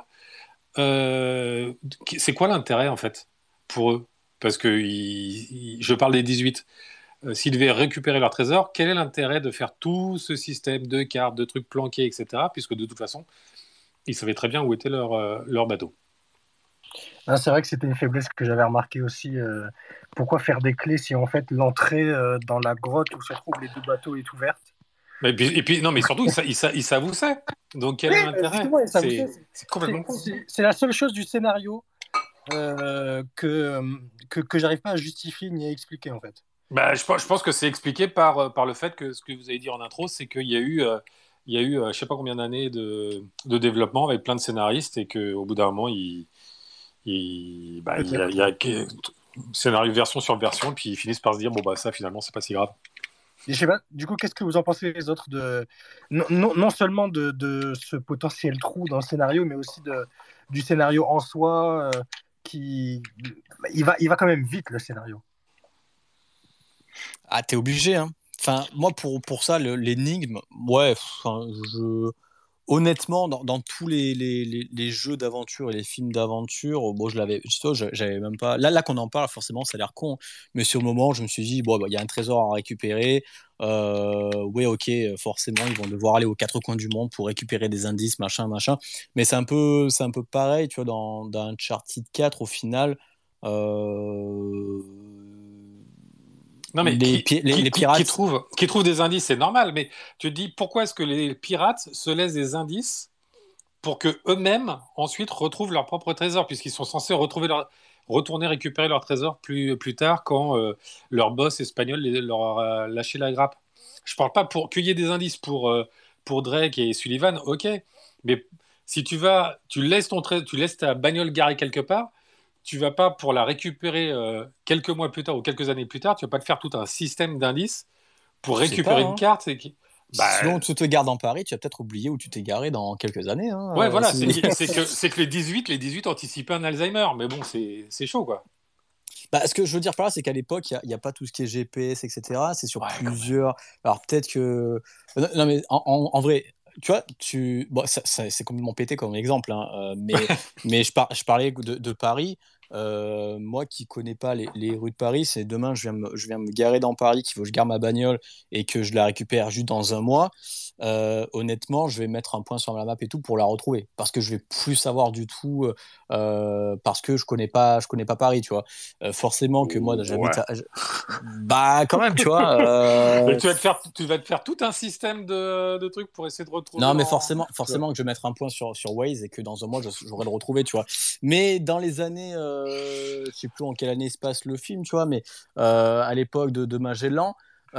euh, c'est quoi l'intérêt, en fait, pour eux? Parce que ils- ils- je parle des dix-huit. Euh, s'ils devaient récupérer leur trésor, quel est l'intérêt de faire tout ce système de cartes, de trucs planqués, et cetera, puisque de toute façon, ils savaient très bien où était leur, euh, leur bateau. Ah, c'est vrai que c'était une faiblesse que j'avais remarqué aussi. euh, pourquoi faire des clés si en fait l'entrée euh, dans la grotte où se trouvent les deux bateaux est ouverte? Et puis, et puis non, mais surtout, ils, sa- ils, sa- ils savent où c'est. Donc, quel Oui, est mais l'intérêt? justement, ça vous sait, C'est c'est c'est c'est- complètement con. c'est- c'est la seule chose du scénario euh, que, euh, que, que j'arrive pas à justifier ni à expliquer en fait. Bah, je, pense- je pense que c'est expliqué par, euh, par le fait que ce que vous avez dit en intro, c'est qu'il y a eu, euh, il y a eu euh, je sais pas combien d'années de, de développement avec plein de scénaristes et qu'au bout d'un moment, il, il, bah, il y a, Peut-être. il y a que- scénario version sur version, puis ils finissent par se dire, bon, bah, ça, finalement, c'est pas si grave. Et je sais pas, du coup, qu'est-ce que vous en pensez les autres de non, non, non seulement de, de ce potentiel trou dans le scénario, mais aussi de, du scénario en soi euh, qui il va, il va quand même vite le scénario. Ah, t'es obligé, hein. Enfin, moi, pour, pour ça, le- l'énigme, ouais, enfin, je... honnêtement, dans, dans tous les, les, les, les jeux d'aventure et les films d'aventure, bon, je l'avais, je sais, j'avais même pas. Là, là qu'on en parle, forcément, ça a l'air con, hein. Mais sur le moment, je me suis dit, bon, bah, il y a un trésor à récupérer. Euh, ouais, ok, forcément, ils vont devoir aller aux quatre coins du monde pour récupérer des indices, machin, machin. Mais c'est un peu, c'est un peu pareil, tu vois, dans, dans Uncharted quatre, au final. Euh Non, mais Les, qui, pi- les, qui, les qui, qui pirates, trouve, qui trouve des indices, c'est normal, mais tu te dis pourquoi est-ce que les pirates se laissent des indices pour que eux-mêmes ensuite retrouvent leur propre trésor, puisqu'ils sont censés retrouver leur, retourner récupérer leur trésor plus, plus tard quand euh, leur boss espagnol les- leur a lâché la grappe. Je parle pas pour qu'il y ait des indices pour, euh, pour Drake et Sullivan, ok, mais si tu vas, tu laisses ton tré- tu laisses ta bagnole garée quelque part, tu vas pas pour la récupérer euh, quelques mois plus tard ou quelques années plus tard, tu vas pas te faire tout un système d'indices pour tu sais pas, récupérer une hein. carte. C'est qui... Bah, Selon où tu te gardes en Paris, tu vas peut-être oublier où tu t'es garé dans quelques années, hein, ouais, euh, voilà, c'est si- que, c'est que, c'est que les dix-huit, les dix-huit anticipaient un Alzheimer, mais bon, c'est, c'est chaud, quoi. Bah, ce que je veux dire par là, c'est qu'à l'époque, il n'y a, a pas tout ce qui est G P S, et cetera. C'est sur Ouais, quand même. plusieurs. Alors peut-être que. Non, non, mais en, en- en vrai, tu vois, tu... bon, ça, ça- c'est complètement pété comme exemple, hein, euh, mais, mais je, par- je parlais de, de Paris. Euh, moi qui connais pas les, les rues de Paris, c'est demain, je viens me, je viens me garer dans Paris, qu'il faut que je gare ma bagnole et que je la récupère juste dans un mois. Euh, honnêtement, je vais mettre un point sur la map et tout pour la retrouver parce que je vais plus savoir du tout euh, parce que je connais pas, je connais pas Paris, tu vois. Euh, forcément que moi j'habite Ouais. à... bah quand même tu vois Et euh, tu vas te faire, tu vas te faire tout un système de, de trucs pour essayer de retrouver non mais dans. forcément forcément que je vais mettre un point sur, sur Waze et que dans un mois je- j'aurai le retrouvé, tu vois, mais dans les années euh, je sais plus en quelle année se passe le film, tu vois, mais euh, à l'époque de, de Magellan,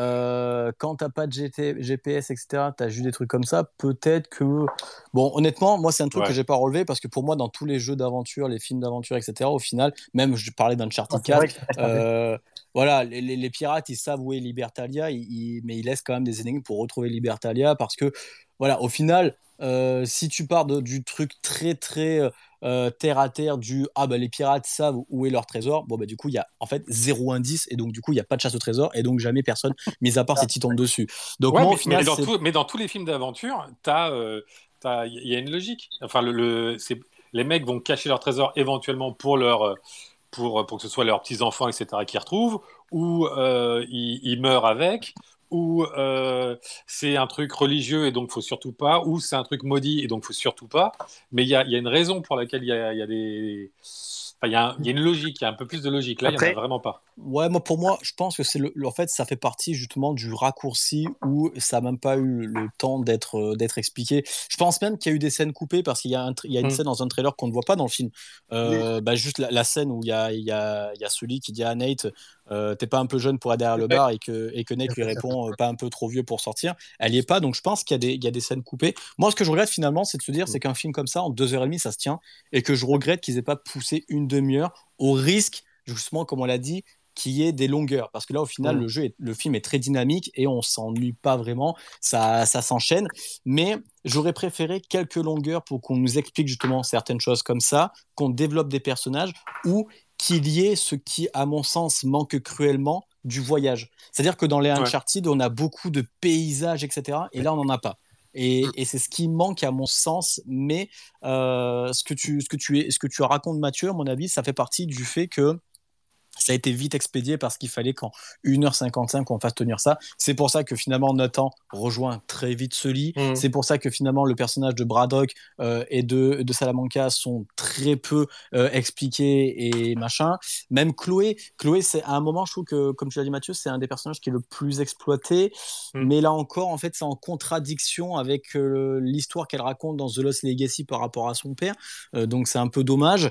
euh, quand t'as pas de G T G P S, etc., t'as juste des trucs comme ça, peut-être que bon, honnêtement moi c'est un truc que Ouais. j'ai pas relevé parce que pour moi dans tous les jeux d'aventure, les films d'aventure, etc., au final, même je parlais Non, d'Uncharted c'est vrai quatre, que ça reste un peu. euh, voilà, les, les- les pirates, ils savent où est Libertalia, ils- ils- mais ils laissent quand même des énigmes pour retrouver Libertalia parce que, voilà, au final, euh, si tu pars de- du truc très, très euh, terre à terre, du ah bah les pirates savent où est leur trésor, bon bah du coup, il y a en fait zéro indice et donc du coup, il n'y a pas de chasse au trésor et donc jamais personne, mis à part Ah, si tu tombes dessus. Donc Ouais, moi, au mais, mais, final, dans c'est. tout, mais dans tous les films d'aventure, t'as, euh, t'as, il y a une logique. Enfin, le, le- c'est, les mecs vont cacher leur trésor éventuellement pour leur, euh, pour, pour que ce soit leurs petits-enfants, et cetera, qui retrouvent, ou euh, ils, ils meurent avec, ou euh, c'est un truc religieux et donc faut surtout pas, ou c'est un truc maudit et donc faut surtout pas. Mais il y a, il y a une raison pour laquelle il y a, il y a des. Enfin, il y a, un- il y a une logique, il y a un peu plus de logique. Là, il y en a Après, vraiment pas. Ouais, moi, pour moi, je pense que c'est le, le- en fait, ça fait partie justement du raccourci où ça n'a même pas eu le temps d'être euh, d'être expliqué. Je pense même qu'il y a eu des scènes coupées parce qu'il y a, un, tra- il y a une Hmm. scène dans un trailer qu'on ne voit pas dans le film. oui, Euh, bah, juste la, la scène où il y a, il y a, il y a celui qui dit à Nate, euh, t'es pas un peu jeune pour aller derrière le Ouais. bar, et que, et que Nate lui répond, euh, pas un peu trop vieux pour sortir. Elle y est pas, donc je pense qu'il y a des, il y a des scènes coupées. Moi, ce que je regrette finalement, c'est de se dire, c'est qu'un film comme ça, en deux heures et demie, ça se tient, et que je regrette qu'ils aient pas poussé une demi-heure au risque, justement, comme on l'a dit, qu'il y ait des longueurs. Parce que là, au final, Hmm. le jeu, est- le film est très dynamique et on s'ennuie pas vraiment. Ça, ça s'enchaîne. Mais j'aurais préféré quelques longueurs pour qu'on nous explique justement certaines choses comme ça, qu'on développe des personnages ou qu'il y ait ce qui, à mon sens, manque cruellement du voyage. C'est-à-dire que dans les Ouais. Uncharted, on a beaucoup de paysages, et cetera. Et là, on n'en a pas. Et, et c'est ce qui manque à mon sens, mais euh, ce, que tu, ce, que tu es, ce que tu racontes, Mathieu, à mon avis, ça fait partie du fait que ça a été vite expédié parce qu'il fallait qu'en une heure cinquante-cinq on fasse tenir ça. C'est pour ça que finalement Nathan rejoint très vite Sully. Hmm. C'est pour ça que finalement le personnage de Braddock euh, et de, de Salamanca sont très peu euh, expliqués et machin. Même Chloé, Chloé c'est à un moment, je trouve que, comme tu l'as dit Mathieu, c'est un des personnages qui est le plus exploité. Hmm. Mais là encore, en fait, c'est en contradiction avec euh, l'histoire qu'elle raconte dans The Lost Legacy par rapport à son père. Euh, donc c'est un peu dommage.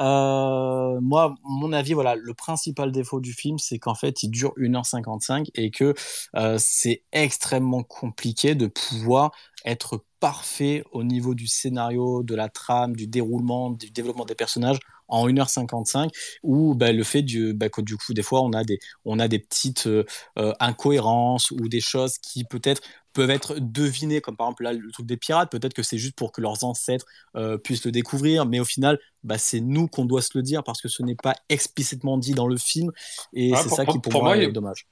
Euh, moi, mon avis, voilà, le principal défaut du film, c'est qu'en fait, il dure une heure cinquante-cinq et que euh, c'est extrêmement compliqué de pouvoir être parfait au niveau du scénario, de la trame, du déroulement, du développement des personnages en une heure cinquante-cinq, ou bah, le fait du, bah, que du coup, des fois, on a des, on a des petites euh, euh, incohérences ou des choses qui peut-être peuvent être devinées, comme par exemple là, le truc des pirates, peut-être que c'est juste pour que leurs ancêtres euh, puissent le découvrir, mais au final, bah, c'est nous qu'on doit se le dire parce que ce n'est pas explicitement dit dans le film et Ah, c'est pour, ça qui pour, pour pour moi, moi il est y dommage.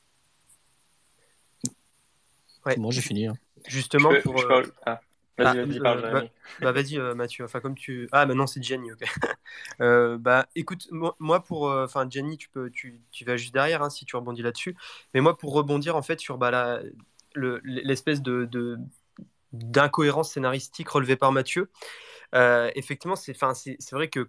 ouais. Moi j'ai Ju- fini, hein. Je Justement peux, pour. je euh, parle. Ah, Ah, vas-y, vas-y, parle, euh, bah, Jérémy. bah vas-y euh, Mathieu. Enfin comme tu. Ah bah non c'est Jenny. Ok. Euh, bah écoute moi, moi pour. euh, Enfin Jenny tu peux tu, tu vas juste derrière hein, si tu rebondis là-dessus. Mais moi pour rebondir en fait sur bah la le- l'espèce de, de d'incohérence scénaristique relevée par Mathieu. Euh, effectivement c'est enfin c'est c'est vrai que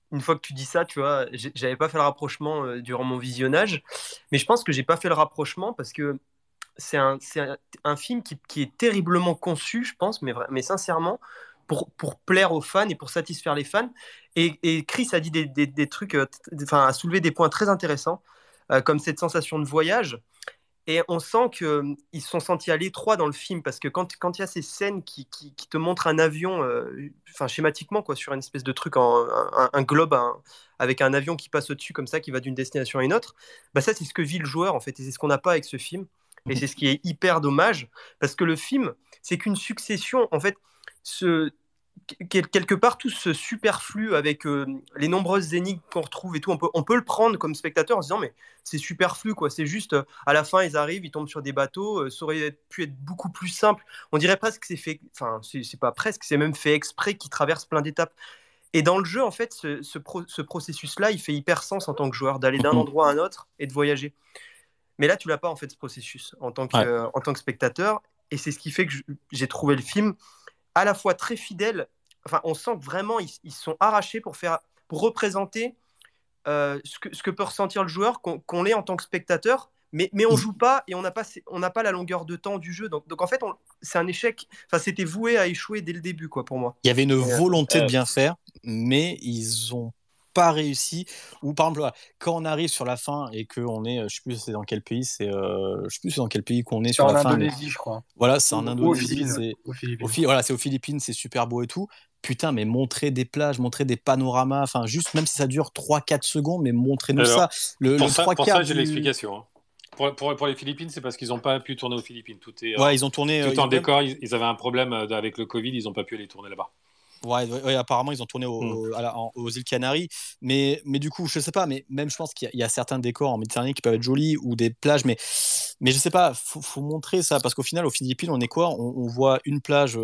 une fois que tu dis ça, tu vois, j'ai- j'avais pas fait le rapprochement euh, durant mon visionnage, mais je pense que j'ai pas fait le rapprochement parce que c'est un, c'est un, un film qui, qui est terriblement conçu, je pense, mais, vra- mais sincèrement, pour, pour plaire aux fans et pour satisfaire les fans. Et, et Chris a dit des, des, des trucs, euh, t- enfin, a soulevé des points très intéressants, euh, comme cette sensation de voyage. Et on sent qu'ils se sont sentis à l'étroit dans le film, parce que quand quand il y a ces scènes qui, qui, qui te montrent un avion, euh, enfin schématiquement, quoi, sur une espèce de truc, en, un, un globe un- avec un avion qui passe au-dessus, comme ça, qui va d'une destination à une autre, bah ça, c'est ce que vit le joueur, en fait, et c'est ce qu'on n'a pas avec ce film. Et c'est ce qui est hyper dommage, parce que le film, c'est qu'une succession, en fait, ce, quel- quelque part tout ce superflu avec euh, les nombreuses énigmes qu'on retrouve et tout, on peut, on peut le prendre comme spectateur en se disant mais c'est superflu quoi, c'est juste euh, à la fin ils arrivent, ils tombent sur des bateaux, euh, ça aurait pu être beaucoup plus simple. On dirait presque que c'est fait, enfin c'est c'est pas presque, c'est même fait exprès qu'ils traversent plein d'étapes. Et dans le jeu en fait, ce, ce, pro- ce processus-là, il fait hyper sens en tant que joueur d'aller d'un endroit à un autre et de voyager. Mais là tu l'as pas en fait ce processus en tant que, Ouais. euh, en tant que spectateur. Et c'est ce qui fait que je- j'ai trouvé le film à la fois très fidèle. Enfin, on sent que vraiment ils, ils sont arrachés pour faire, pour représenter euh, ce, que, ce que peut ressentir le joueur, qu'on qu'on l'est en tant que spectateur. Mais, mais on Il joue pas et on n'a pas, on n'a pas la longueur de temps du jeu. Donc, donc en fait, on- c'est un échec. Enfin, c'était voué à échouer dès le début, quoi, pour moi. il y avait une Et, euh, volonté de Euh, bien faire, mais ils ont pas réussi. Ou par exemple, voilà, quand on arrive sur la fin et qu'on est, euh, je sais plus c'est dans quel pays, c'est, euh, je sais plus c'est dans quel pays qu'on est C'est sur en la fin, mais Indonésie, je crois. voilà, c'est en Ou, ou aux Indonésie, Philippines. Ouais. c'est Aux au Philippines. Fi- voilà, c'est aux Philippines, c'est super beau et tout. Putain, mais montrer des plages, montrer des panoramas, enfin juste même si ça dure trois quatre secondes, mais montrez-nous ça. Alors, Le, pour le ça, trois pour quarts ça, j'ai du. l'explication, hein. Pour, pour, pour les Philippines, c'est parce qu'ils n'ont pas pu tourner aux Philippines. Tout est Ouais, en, ils ont tourné, euh, tout ils en ont même. décor. Ils, ils avaient un problème euh, avec le Covid. Ils n'ont pas pu aller tourner là-bas. Ouais, ouais, ouais, apparemment, ils ont tourné au- Hmm. au- à la- en- aux îles Canaries. Mais, mais du coup, je sais pas, mais même je pense qu'il y, a il y a certains décors en Méditerranée qui peuvent être jolis ou des plages, mais, mais je sais pas, faut, faut montrer ça parce qu'au final, aux Philippines, on est quoi? On, on voit une plage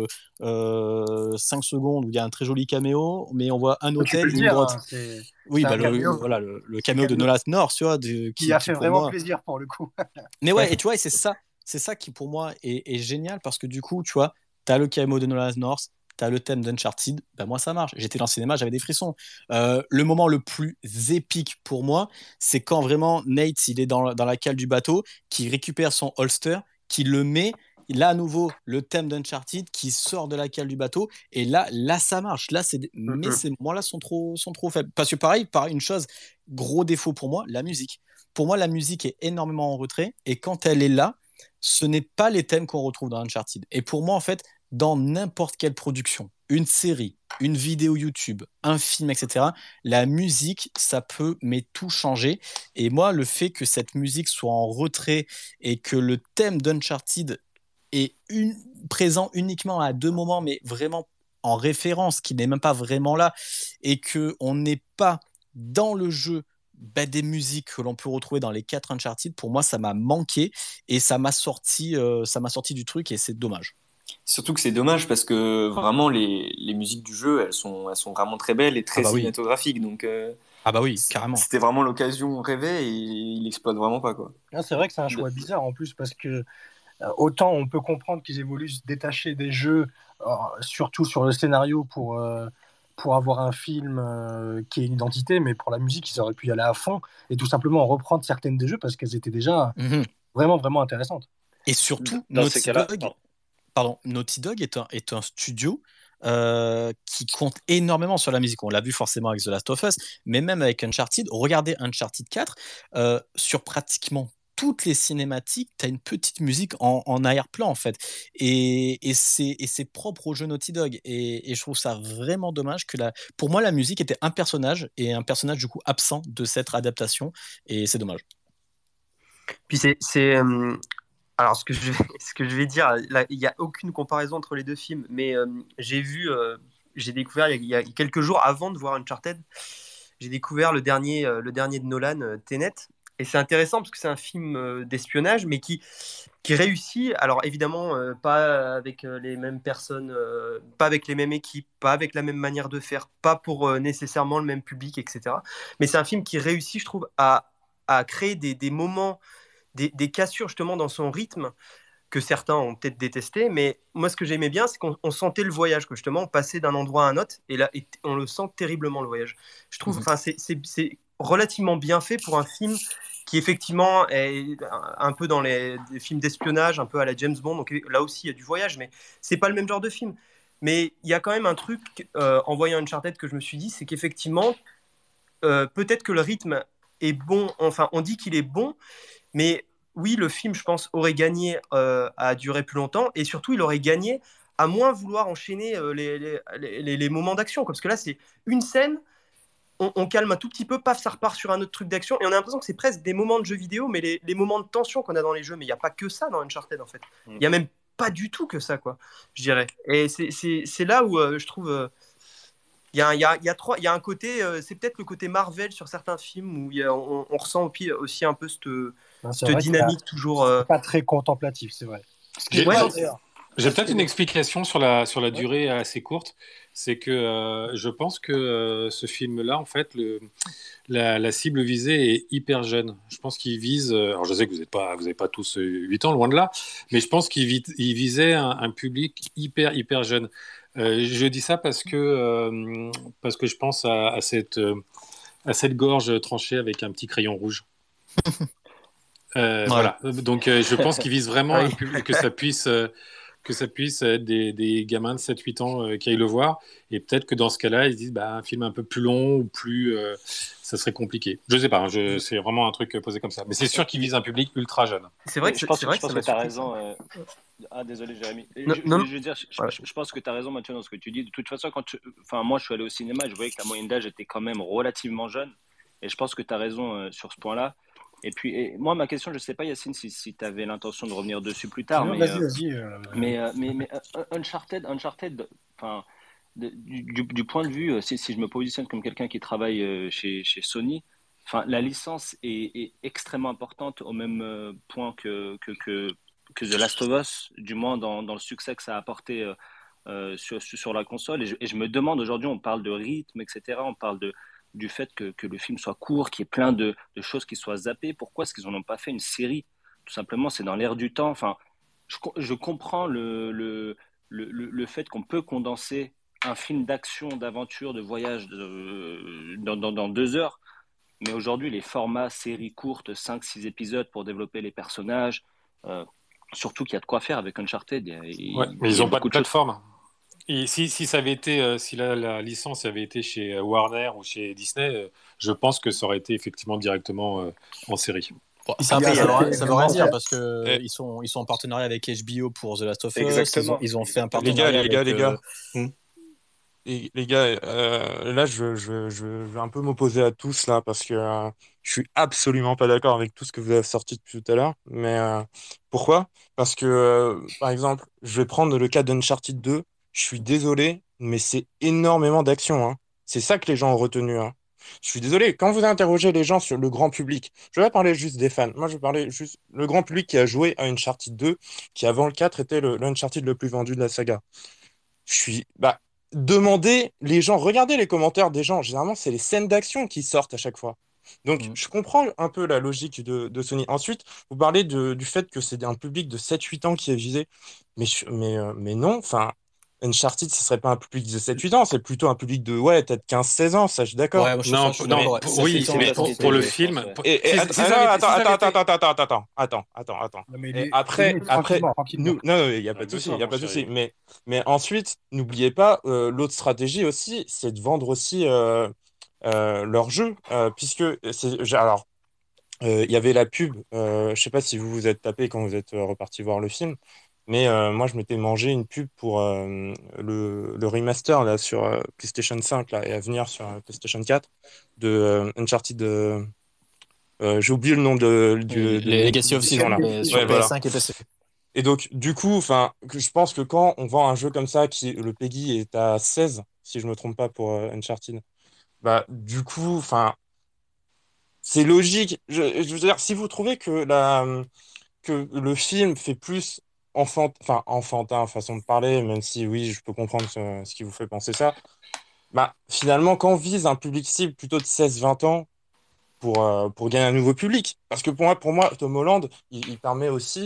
euh, cinq secondes où il y a un très joli caméo, mais on voit un Oh, tu peux hôtel le et une dire, grotte. hein, c'est Oui, c'est bah un le, caméo. voilà, le, le C'est un caméo de caméo Nolan North, tu vois, de- qui qui, a qui fait pour vraiment moi. plaisir pour le coup. Mais Ouais. ouais, et tu vois, et c'est ça, c'est ça qui pour moi est, est génial parce que du coup, tu vois, t'as le caméo de Nolan North, t'as le thème d'Uncharted, ben moi ça marche. J'étais dans le cinéma, j'avais des frissons. Euh, le moment le plus épique pour moi, c'est quand vraiment Nate, il est dans, dans la cale du bateau, qui récupère son holster, qui le met. Là, à nouveau, le thème d'Uncharted qui sort de la cale du bateau. Et là, là, ça marche. Là, c'est... Mais Mhm. ces moments-là sont trop, sont trop faibles. Parce que pareil, par une chose, gros défaut pour moi, la musique. Pour moi, la musique est énormément en retrait. Et quand elle est là, ce n'est pas les thèmes qu'on retrouve dans Uncharted. Et pour moi, en fait, dans n'importe quelle production, une série, une vidéo YouTube, un film, et cetera, la musique, ça peut mais tout changer. Et moi, le fait que cette musique soit en retrait et que le thème d'Uncharted est une, présent uniquement à deux moments, mais vraiment en référence, qui n'est même pas vraiment là, et qu'on n'est pas dans le jeu bah, des musiques que l'on peut retrouver dans les quatre Uncharted, pour moi, ça m'a manqué et ça m'a sorti, euh, ça m'a sorti du truc et c'est dommage. Surtout que c'est dommage parce que vraiment les, les musiques du jeu, elles sont, elles sont vraiment très belles et Ah très bah oui, cinématographiques. Donc euh, ah bah oui, c- carrément. c'était vraiment l'occasion rêvée et il exploite vraiment pas quoi. Ah, c'est vrai que c'est un De- choix bizarre en plus parce que euh, autant on peut comprendre qu'ils aient voulu se détacher des jeux, euh, surtout sur le scénario pour, euh, pour avoir un film euh, qui ait une identité, mais pour la musique, ils auraient pu y aller à fond et tout simplement reprendre certaines des jeux parce qu'elles étaient déjà Mhm. vraiment, vraiment intéressantes. Et D- surtout, Dans ces Naughty cas-là, Dog, pardon. pardon, Naughty Dog est un, est un studio euh, qui compte énormément sur la musique. On l'a vu forcément avec The Last of Us, mais même avec Uncharted. Regardez Uncharted quatre, euh, sur pratiquement toutes les cinématiques, tu as une petite musique en, en arrière-plan, en fait. Et, et c'est et c'est propre au jeu Naughty Dog. Et, et je trouve ça vraiment dommage que la, pour moi, la musique était un personnage, et un personnage, du coup, absent de cette adaptation. Et c'est dommage. Puis c'est, c'est, euh, alors ce que je vais, ce que je vais dire, là, il n'y a aucune comparaison entre les deux films, mais euh, j'ai vu, euh, j'ai découvert il y, a, il y a quelques jours avant de voir Uncharted, j'ai découvert le dernier, euh, le dernier de Nolan, euh, Tenet, et c'est intéressant parce que c'est un film euh, d'espionnage, mais qui, qui réussit. Alors évidemment, euh, pas avec euh, les mêmes personnes, euh, pas avec les mêmes équipes, pas avec la même manière de faire, pas pour euh, nécessairement le même public, et cetera. Mais c'est un film qui réussit, je trouve, à, à créer des, des moments, des, des cassures justement dans son rythme que certains ont peut-être détesté. Mais moi, ce que j'aimais bien, c'est qu'on on sentait le voyage, que justement, on passait d'un endroit à un autre, et là, et on le sent terriblement, le voyage. Je trouve, enfin, c'est, c'est, c'est relativement bien fait pour un film qui, effectivement, est un peu dans les, des films d'espionnage, un peu à la James Bond. Donc là aussi, il y a du voyage, mais c'est pas le même genre de film. Mais il y a quand même un truc, euh, en voyant Uncharted, que je me suis dit, c'est qu'effectivement, euh, peut-être que le rythme est bon, enfin, on dit qu'il est bon, mais oui, le film, je pense, aurait gagné euh, à durer plus longtemps, et surtout, il aurait gagné à moins vouloir enchaîner euh, les, les, les, les moments d'action, parce que là, c'est une scène, on, on calme un tout petit peu, paf, ça repart sur un autre truc d'action, et on a l'impression que c'est presque des moments de jeux vidéo, mais les, les moments de tension qu'on a dans les jeux, mais il n'y a pas que ça dans Uncharted, en fait. Il n'y a même pas du tout que ça, quoi, je dirais. Et c'est, c'est, c'est là où euh, je trouve... Euh, il y a, il y a, il y a trois, il y a un côté, euh, c'est peut-être le côté Marvel sur certains films où il y a, on, on ressent aussi un peu cette, Non, c'est cette vrai dynamique que toujours. Euh... c'est pas très contemplatif, c'est vrai. Ce qui est J'ai Ouais, pas, non, d'ailleurs. j'ai peut-être une explication sur la, sur la Ouais. durée assez courte. C'est que euh, je pense que euh, ce film-là, en fait, le, la, la cible visée est hyper jeune. Je pense qu'il vise. euh, Alors, je sais que vous n'êtes pas, vous n'avez pas tous euh, huit ans, loin de là, mais je pense qu'il vi- il visait un, un public hyper, hyper jeune. Euh, je dis ça parce que, euh, parce que je pense à, à cette, euh, à cette gorge tranchée avec un petit crayon rouge. Euh, Ouais. Voilà. Donc, euh, je pense qu'il vise vraiment Ah un oui. public, que ça puisse, euh, que ça puisse être des, des gamins de sept huit ans euh, qui aillent le voir. Et peut-être que dans ce cas-là, ils se disent bah, un film un peu plus long ou plus. euh, ça serait compliqué. Je sais pas, hein, je, c'est vraiment un truc euh, posé comme ça. Mais c'est sûr qu'il vise un public ultra jeune. C'est vrai Mais que je c'est pense, c'est que- vrai je que ça pense que m'a tu as surpris. raison. euh, Ah, désolé, Jérémy. Et Non, Je, je non, voulais juste dire, je, voilà. je- je pense que tu as raison, Mathieu, dans ce que tu dis. De toute façon, quand tu- enfin, moi, je suis allé au cinéma et je voyais que la moyenne d'âge était quand même relativement jeune. Et je pense que tu as raison euh, sur ce point-là. Et puis, et moi, ma question, je sais pas, Yacine, si, si tu avais l'intention de revenir dessus plus tard, Non, mais, vas-y, euh, vas-y. euh, mais, euh, mais, mais euh, Uncharted, Uncharted, enfin, de- du, du- du point de vue, euh, si, si je me positionne comme quelqu'un qui travaille euh, chez, chez Sony, enfin, la licence est, est extrêmement importante au même euh, point que, que, que, que The Last of Us, du moins dans, dans le succès que ça a apporté euh, euh, sur, sur la console. Et je, et je me demande aujourd'hui, on parle de rythme, et cetera. On parle de, du fait que, que le film soit court, qu'il y ait plein de, de choses qui soient zappées. Pourquoi est-ce qu'ils n'en ont pas fait une série? Tout simplement, c'est dans l'air du temps. Enfin, je, co- je comprends le, le, le, le- le fait qu'on peut condenser un film d'action, d'aventure, de voyage de- dans, dans, dans deux heures. Mais aujourd'hui, les formats séries courtes, cinq six épisodes pour développer les personnages, euh, surtout qu'il y a de quoi faire avec Uncharted. Il y a, Ouais, il mais y ils a n'ont pas de beaucoup de choses. plateforme. Et si, si ça avait été, euh, si la, la licence avait été chez euh, Warner ou chez Disney, euh, je pense que ça aurait été effectivement directement euh, en série. Bon, Il ça, y après, a- ça il y a- veut, ça veut rien dire après- parce que Eh, ils sont, ils sont en partenariat avec H B O pour The Last of Us. Ils ont, Exactement. ils ont fait un Exactement. les gars, partenariat les gars, avec. les euh, gars, hmm. les, les gars, euh, là, je, je, je, je vais un peu m'opposer à tous là parce que euh, je suis absolument pas d'accord avec tout ce que vous avez sorti depuis tout à l'heure. Mais euh, pourquoi? Parce que, euh, par exemple, je vais prendre le cas d'Uncharted deux. Je suis désolé, mais c'est énormément d'action, hein. C'est ça que les gens ont retenu, hein. Je suis désolé, quand vous interrogez les gens sur le grand public, je vais pas parler juste des fans. Moi, je vais parler juste le grand public qui a joué à Uncharted deux, qui avant le quatre était le, l'Uncharted le plus vendu de la saga. Je suis, bah, demandez les gens, regardez les commentaires des gens. Généralement, c'est les scènes d'action qui sortent à chaque fois. Donc, Hmm. je comprends un peu la logique de, de Sony. Ensuite, vous parlez de- du fait que c'est un public de sept huit ans qui est visé. Mais, je- mais, euh, mais non, enfin, Uncharted, ce serait pas un public de sept huit ans, c'est plutôt un public de, ouais, peut-être quinze seize ans, ça, je suis d'accord. Ouais, moi, je, Non, enfin, je pour- suis non, d'accord. Ouais. pour- Ça oui, fait C'est mais pas ce qui pour, était pour le dit, je film, pense, ouais. pour- Et, et si, att- si ah, ça non, avait été, attends, si ça avait attends, été, attends, attends, attends, attends, attends, attends, attends. Non, mais Et les- après, dis-nous après, tranquillement, tranquillement. nous, non, il n'y a pas de souci, il calme-toi, n'y a mon pas de souci. chéri. Mais, mais ensuite, n'oubliez pas, euh, l'autre stratégie aussi, c'est de vendre aussi euh, euh, leur jeu, euh, puisque c'est, j'ai- alors, euh, il y avait la pub, euh, je sais pas si vous vous êtes tapé quand vous êtes euh, reparti voir le film, mais euh, moi, je m'étais mangé une pub pour euh, le, le remaster là, sur euh, PlayStation cinq là, et à venir sur euh, PlayStation quatre de euh, Uncharted. euh, euh, j'ai oublié le nom de, Les, du- de les Legacy of l'édition Sin là. les- sur Ouais, voilà. P S cinq et P C. Et donc, du coup, enfin, que je pense que quand on vend un jeu comme ça, qui le PEGI est à seize, si je me trompe pas pour euh, Uncharted, bah, du coup, enfin, c'est logique. Je, je veux dire, si vous trouvez que la, que le film fait plus enfant, enfin, enfantin, façon de parler, même si oui, je peux comprendre ce, ce qui vous fait penser ça, bah, finalement, quand on vise un public cible plutôt de seize vingt ans pour, euh, pour gagner un nouveau public, parce que pour moi, pour moi, Tom Holland, il, il permet aussi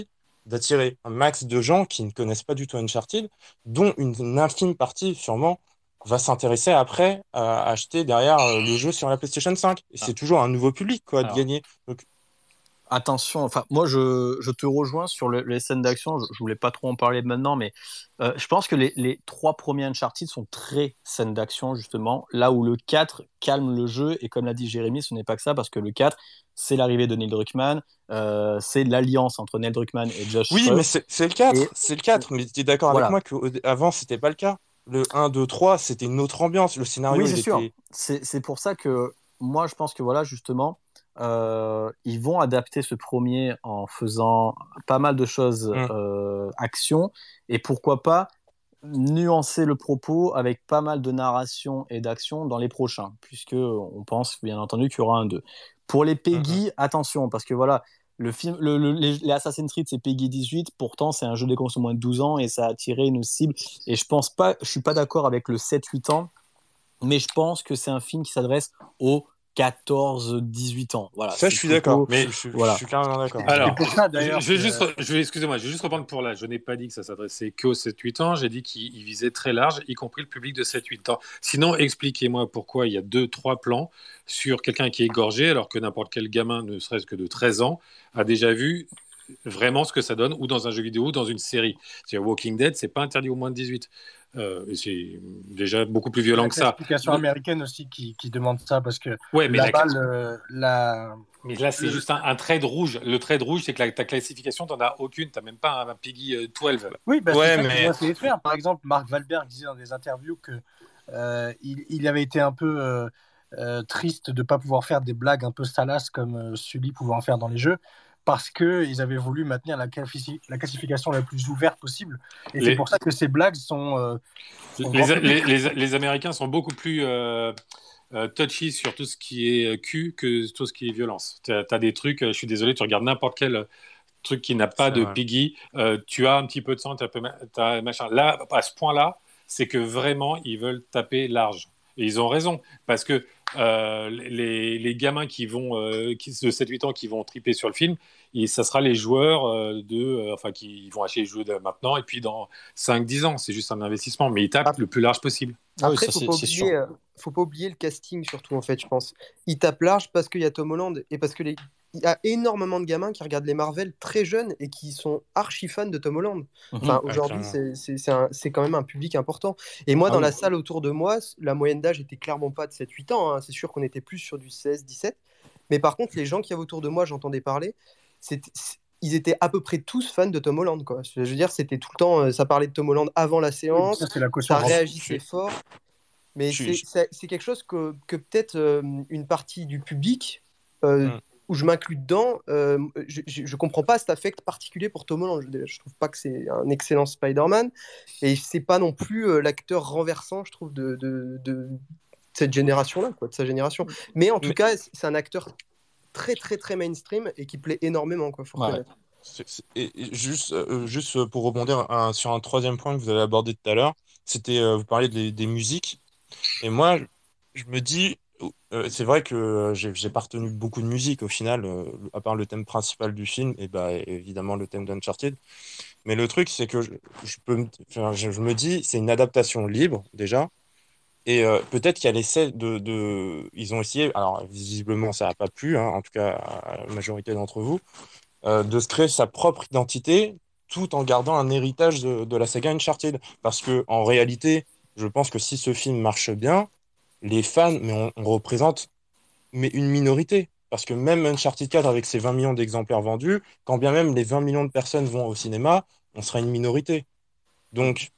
d'attirer un max de gens qui ne connaissent pas du tout Uncharted, dont une, une infime partie, sûrement, va s'intéresser après à acheter derrière euh, le jeu sur la PlayStation cinq. Et Ah, c'est toujours un nouveau public, quoi, de alors, gagner. Donc, Attention, enfin, moi je, je te rejoins sur le- les scènes d'action. Je, je voulais pas trop en parler maintenant, mais euh, je pense que les, les trois premiers Uncharted sont très scènes d'action, justement. Là où le quatre calme le jeu, et comme l'a dit Jérémy, ce n'est pas que ça, parce que le quatre, c'est l'arrivée de Neil Druckmann, euh, c'est l'alliance entre Neil Druckmann et Josh oui, mais Schreier. c'est c'est le Et quatre, c'est le quatre. Mais tu es d'accord avec voilà. moi qu'avant, c'était pas le cas. Le un, deux, trois, c'était une autre ambiance. Le scénario, Oui, c'est il sûr. était. C'est c'est pour ça que moi, je pense que voilà, justement, euh, ils vont adapter ce premier en faisant pas mal de choses Hmm. euh, action et pourquoi pas nuancer le propos avec pas mal de narration et d'action dans les prochains, puisque on pense bien entendu qu'il y aura un deux. Pour les Hmm, hmm. Peggy, attention, parce que voilà, le film, le, le- les, les Assassin's Creed, c'est Peggy dix-huit, pourtant c'est un jeu des consommateurs moins de douze ans et ça a attiré une cible. Et je pense pas, je suis pas d'accord avec le sept huit ans, mais je pense que c'est un film qui s'adresse aux quatorze dix-huit ans. Voilà, Ça, je c'est suis d'accord. plutôt. Je, Mais je- je Voilà. suis carrément d'accord. C'est alors, pour je, ça je- d'ailleurs je vais que juste, re- je vais, excusez-moi, je vais juste reprendre pour là. Je n'ai pas dit que ça s'adressait qu'aux sept huit ans. J'ai dit qu'il il visait très large, y compris le public de sept huit ans. Sinon, expliquez-moi pourquoi il y a deux, trois plans sur quelqu'un qui est égorgé, alors que n'importe quel gamin, ne serait-ce que de treize ans, a déjà vu vraiment ce que ça donne, ou dans un jeu vidéo, ou dans une série. C'est-à-dire, Walking Dead, c'est pas interdit aux moins de dix-huit. Euh, et c'est déjà beaucoup plus violent la que ça. classification Donc, américaine aussi qui, qui demande ça parce que ouais, mais la, là-bas, le, la, mais là, c'est le- juste un, un trait de rouge. Le trait de rouge, c'est que la, ta classification, tu n'en as aucune. Tu n'as même pas un, un Peggy euh, douze. Oui, bah, c'est Ouais, ça qu'ils ont mais essayé de faire. Par exemple, Mark Wahlberg disait dans des interviews que euh, il, il avait été un peu euh, euh, triste de ne pas pouvoir faire des blagues un peu salaces comme euh, Sully pouvait en faire dans les jeux, parce qu'ils avaient voulu maintenir la, qualifi- la classification la plus ouverte possible. Et c'est Les, pour ça que ces blagues sont, euh, sont grand les, public. les, les, les Américains sont beaucoup plus euh, euh, touchy sur tout ce qui est euh, cul que tout ce qui est violence. Tu as des trucs, euh, je suis désolé, tu regardes n'importe quel euh, truc qui n'a pas c'est de vrai. Piggy, euh, tu as un petit peu de sang, tu as, peu- t'as machin. Là, à ce point-là, c'est que vraiment, ils veulent taper large. Et ils ont raison, parce que euh, les, les gamins qui vont, euh, qui, de sept huit ans qui vont triper sur le film, et ça sera les joueurs euh, de, euh, enfin, qui vont acheter les jeux de maintenant, et puis dans cinq dix ans, c'est juste un investissement, mais ils tapent Ap- le plus large possible. Ah oui, Après, ça faut c'est pas c'est sûr. oublier, euh, faut pas oublier le casting surtout en fait, je pense. Il tape large parce qu'il y a Tom Holland et parce que les... il y a énormément de gamins qui regardent les Marvel très jeunes et qui sont archi fans de Tom Holland. Mhm. Enfin, Ouais, aujourd'hui, clairement. c'est c'est c'est un- c'est quand même un public important. Et moi, Ah dans oui. la salle autour de moi, la moyenne d'âge était clairement pas de sept huit ans, hein. C'est sûr qu'on était plus sur du seize dix-sept. Mais par contre, les gens qui avaient autour de moi, j'entendais parler, c'était- c'est- ils étaient à peu près tous fans de Tom Holland, quoi. Je veux dire, c'était tout le temps, euh, ça parlait de Tom Holland avant la Oui, mais ça, séance, c'est la caution ça grand Je, public. je réagissait suis, fort. Mais je suis- c'est je- c'est- c'est quelque chose que, que peut-être euh, une partie du public, euh, hmm. où je m'inclus dedans, euh, je, je, je comprends pas cet affect particulier pour Tom Holland. Je, je trouve pas que c'est un excellent Spider-Man, et c'est pas non plus euh, l'acteur renversant, je trouve, de, de, de cette génération-là, quoi, de sa génération. Mais en tout Mais cas, c'est un acteur très très très mainstream et qui plaît énormément, quoi, faut Ouais. reconnaître. c'est- c'est- et- et juste, euh, juste pour rebondir un- sur un troisième point que vous avez abordé tout à l'heure, c'était, euh, vous parliez des, des musiques. Et moi, je me dis, euh, c'est vrai que euh, j'ai j'ai pas retenu beaucoup de musique au final, euh, à part le thème principal du film, et bah évidemment le thème d'Uncharted. Mais le truc, c'est que je, je peux, me- enfin, je, je me dis, c'est une adaptation libre déjà. Et euh, peut-être qu'il y a l'essai de, de... Ils ont essayé, alors visiblement ça n'a pas plu, hein, en tout cas à la majorité d'entre vous, euh, de se créer sa propre identité tout en gardant un héritage de, de la saga Uncharted. Parce que en réalité, je pense que si ce film marche bien, les fans, mais on, on représente mais une minorité. Parce que même Uncharted quatre, avec ses vingt millions d'exemplaires vendus, quand bien même les vingt millions de personnes vont au cinéma, on sera une minorité. Donc,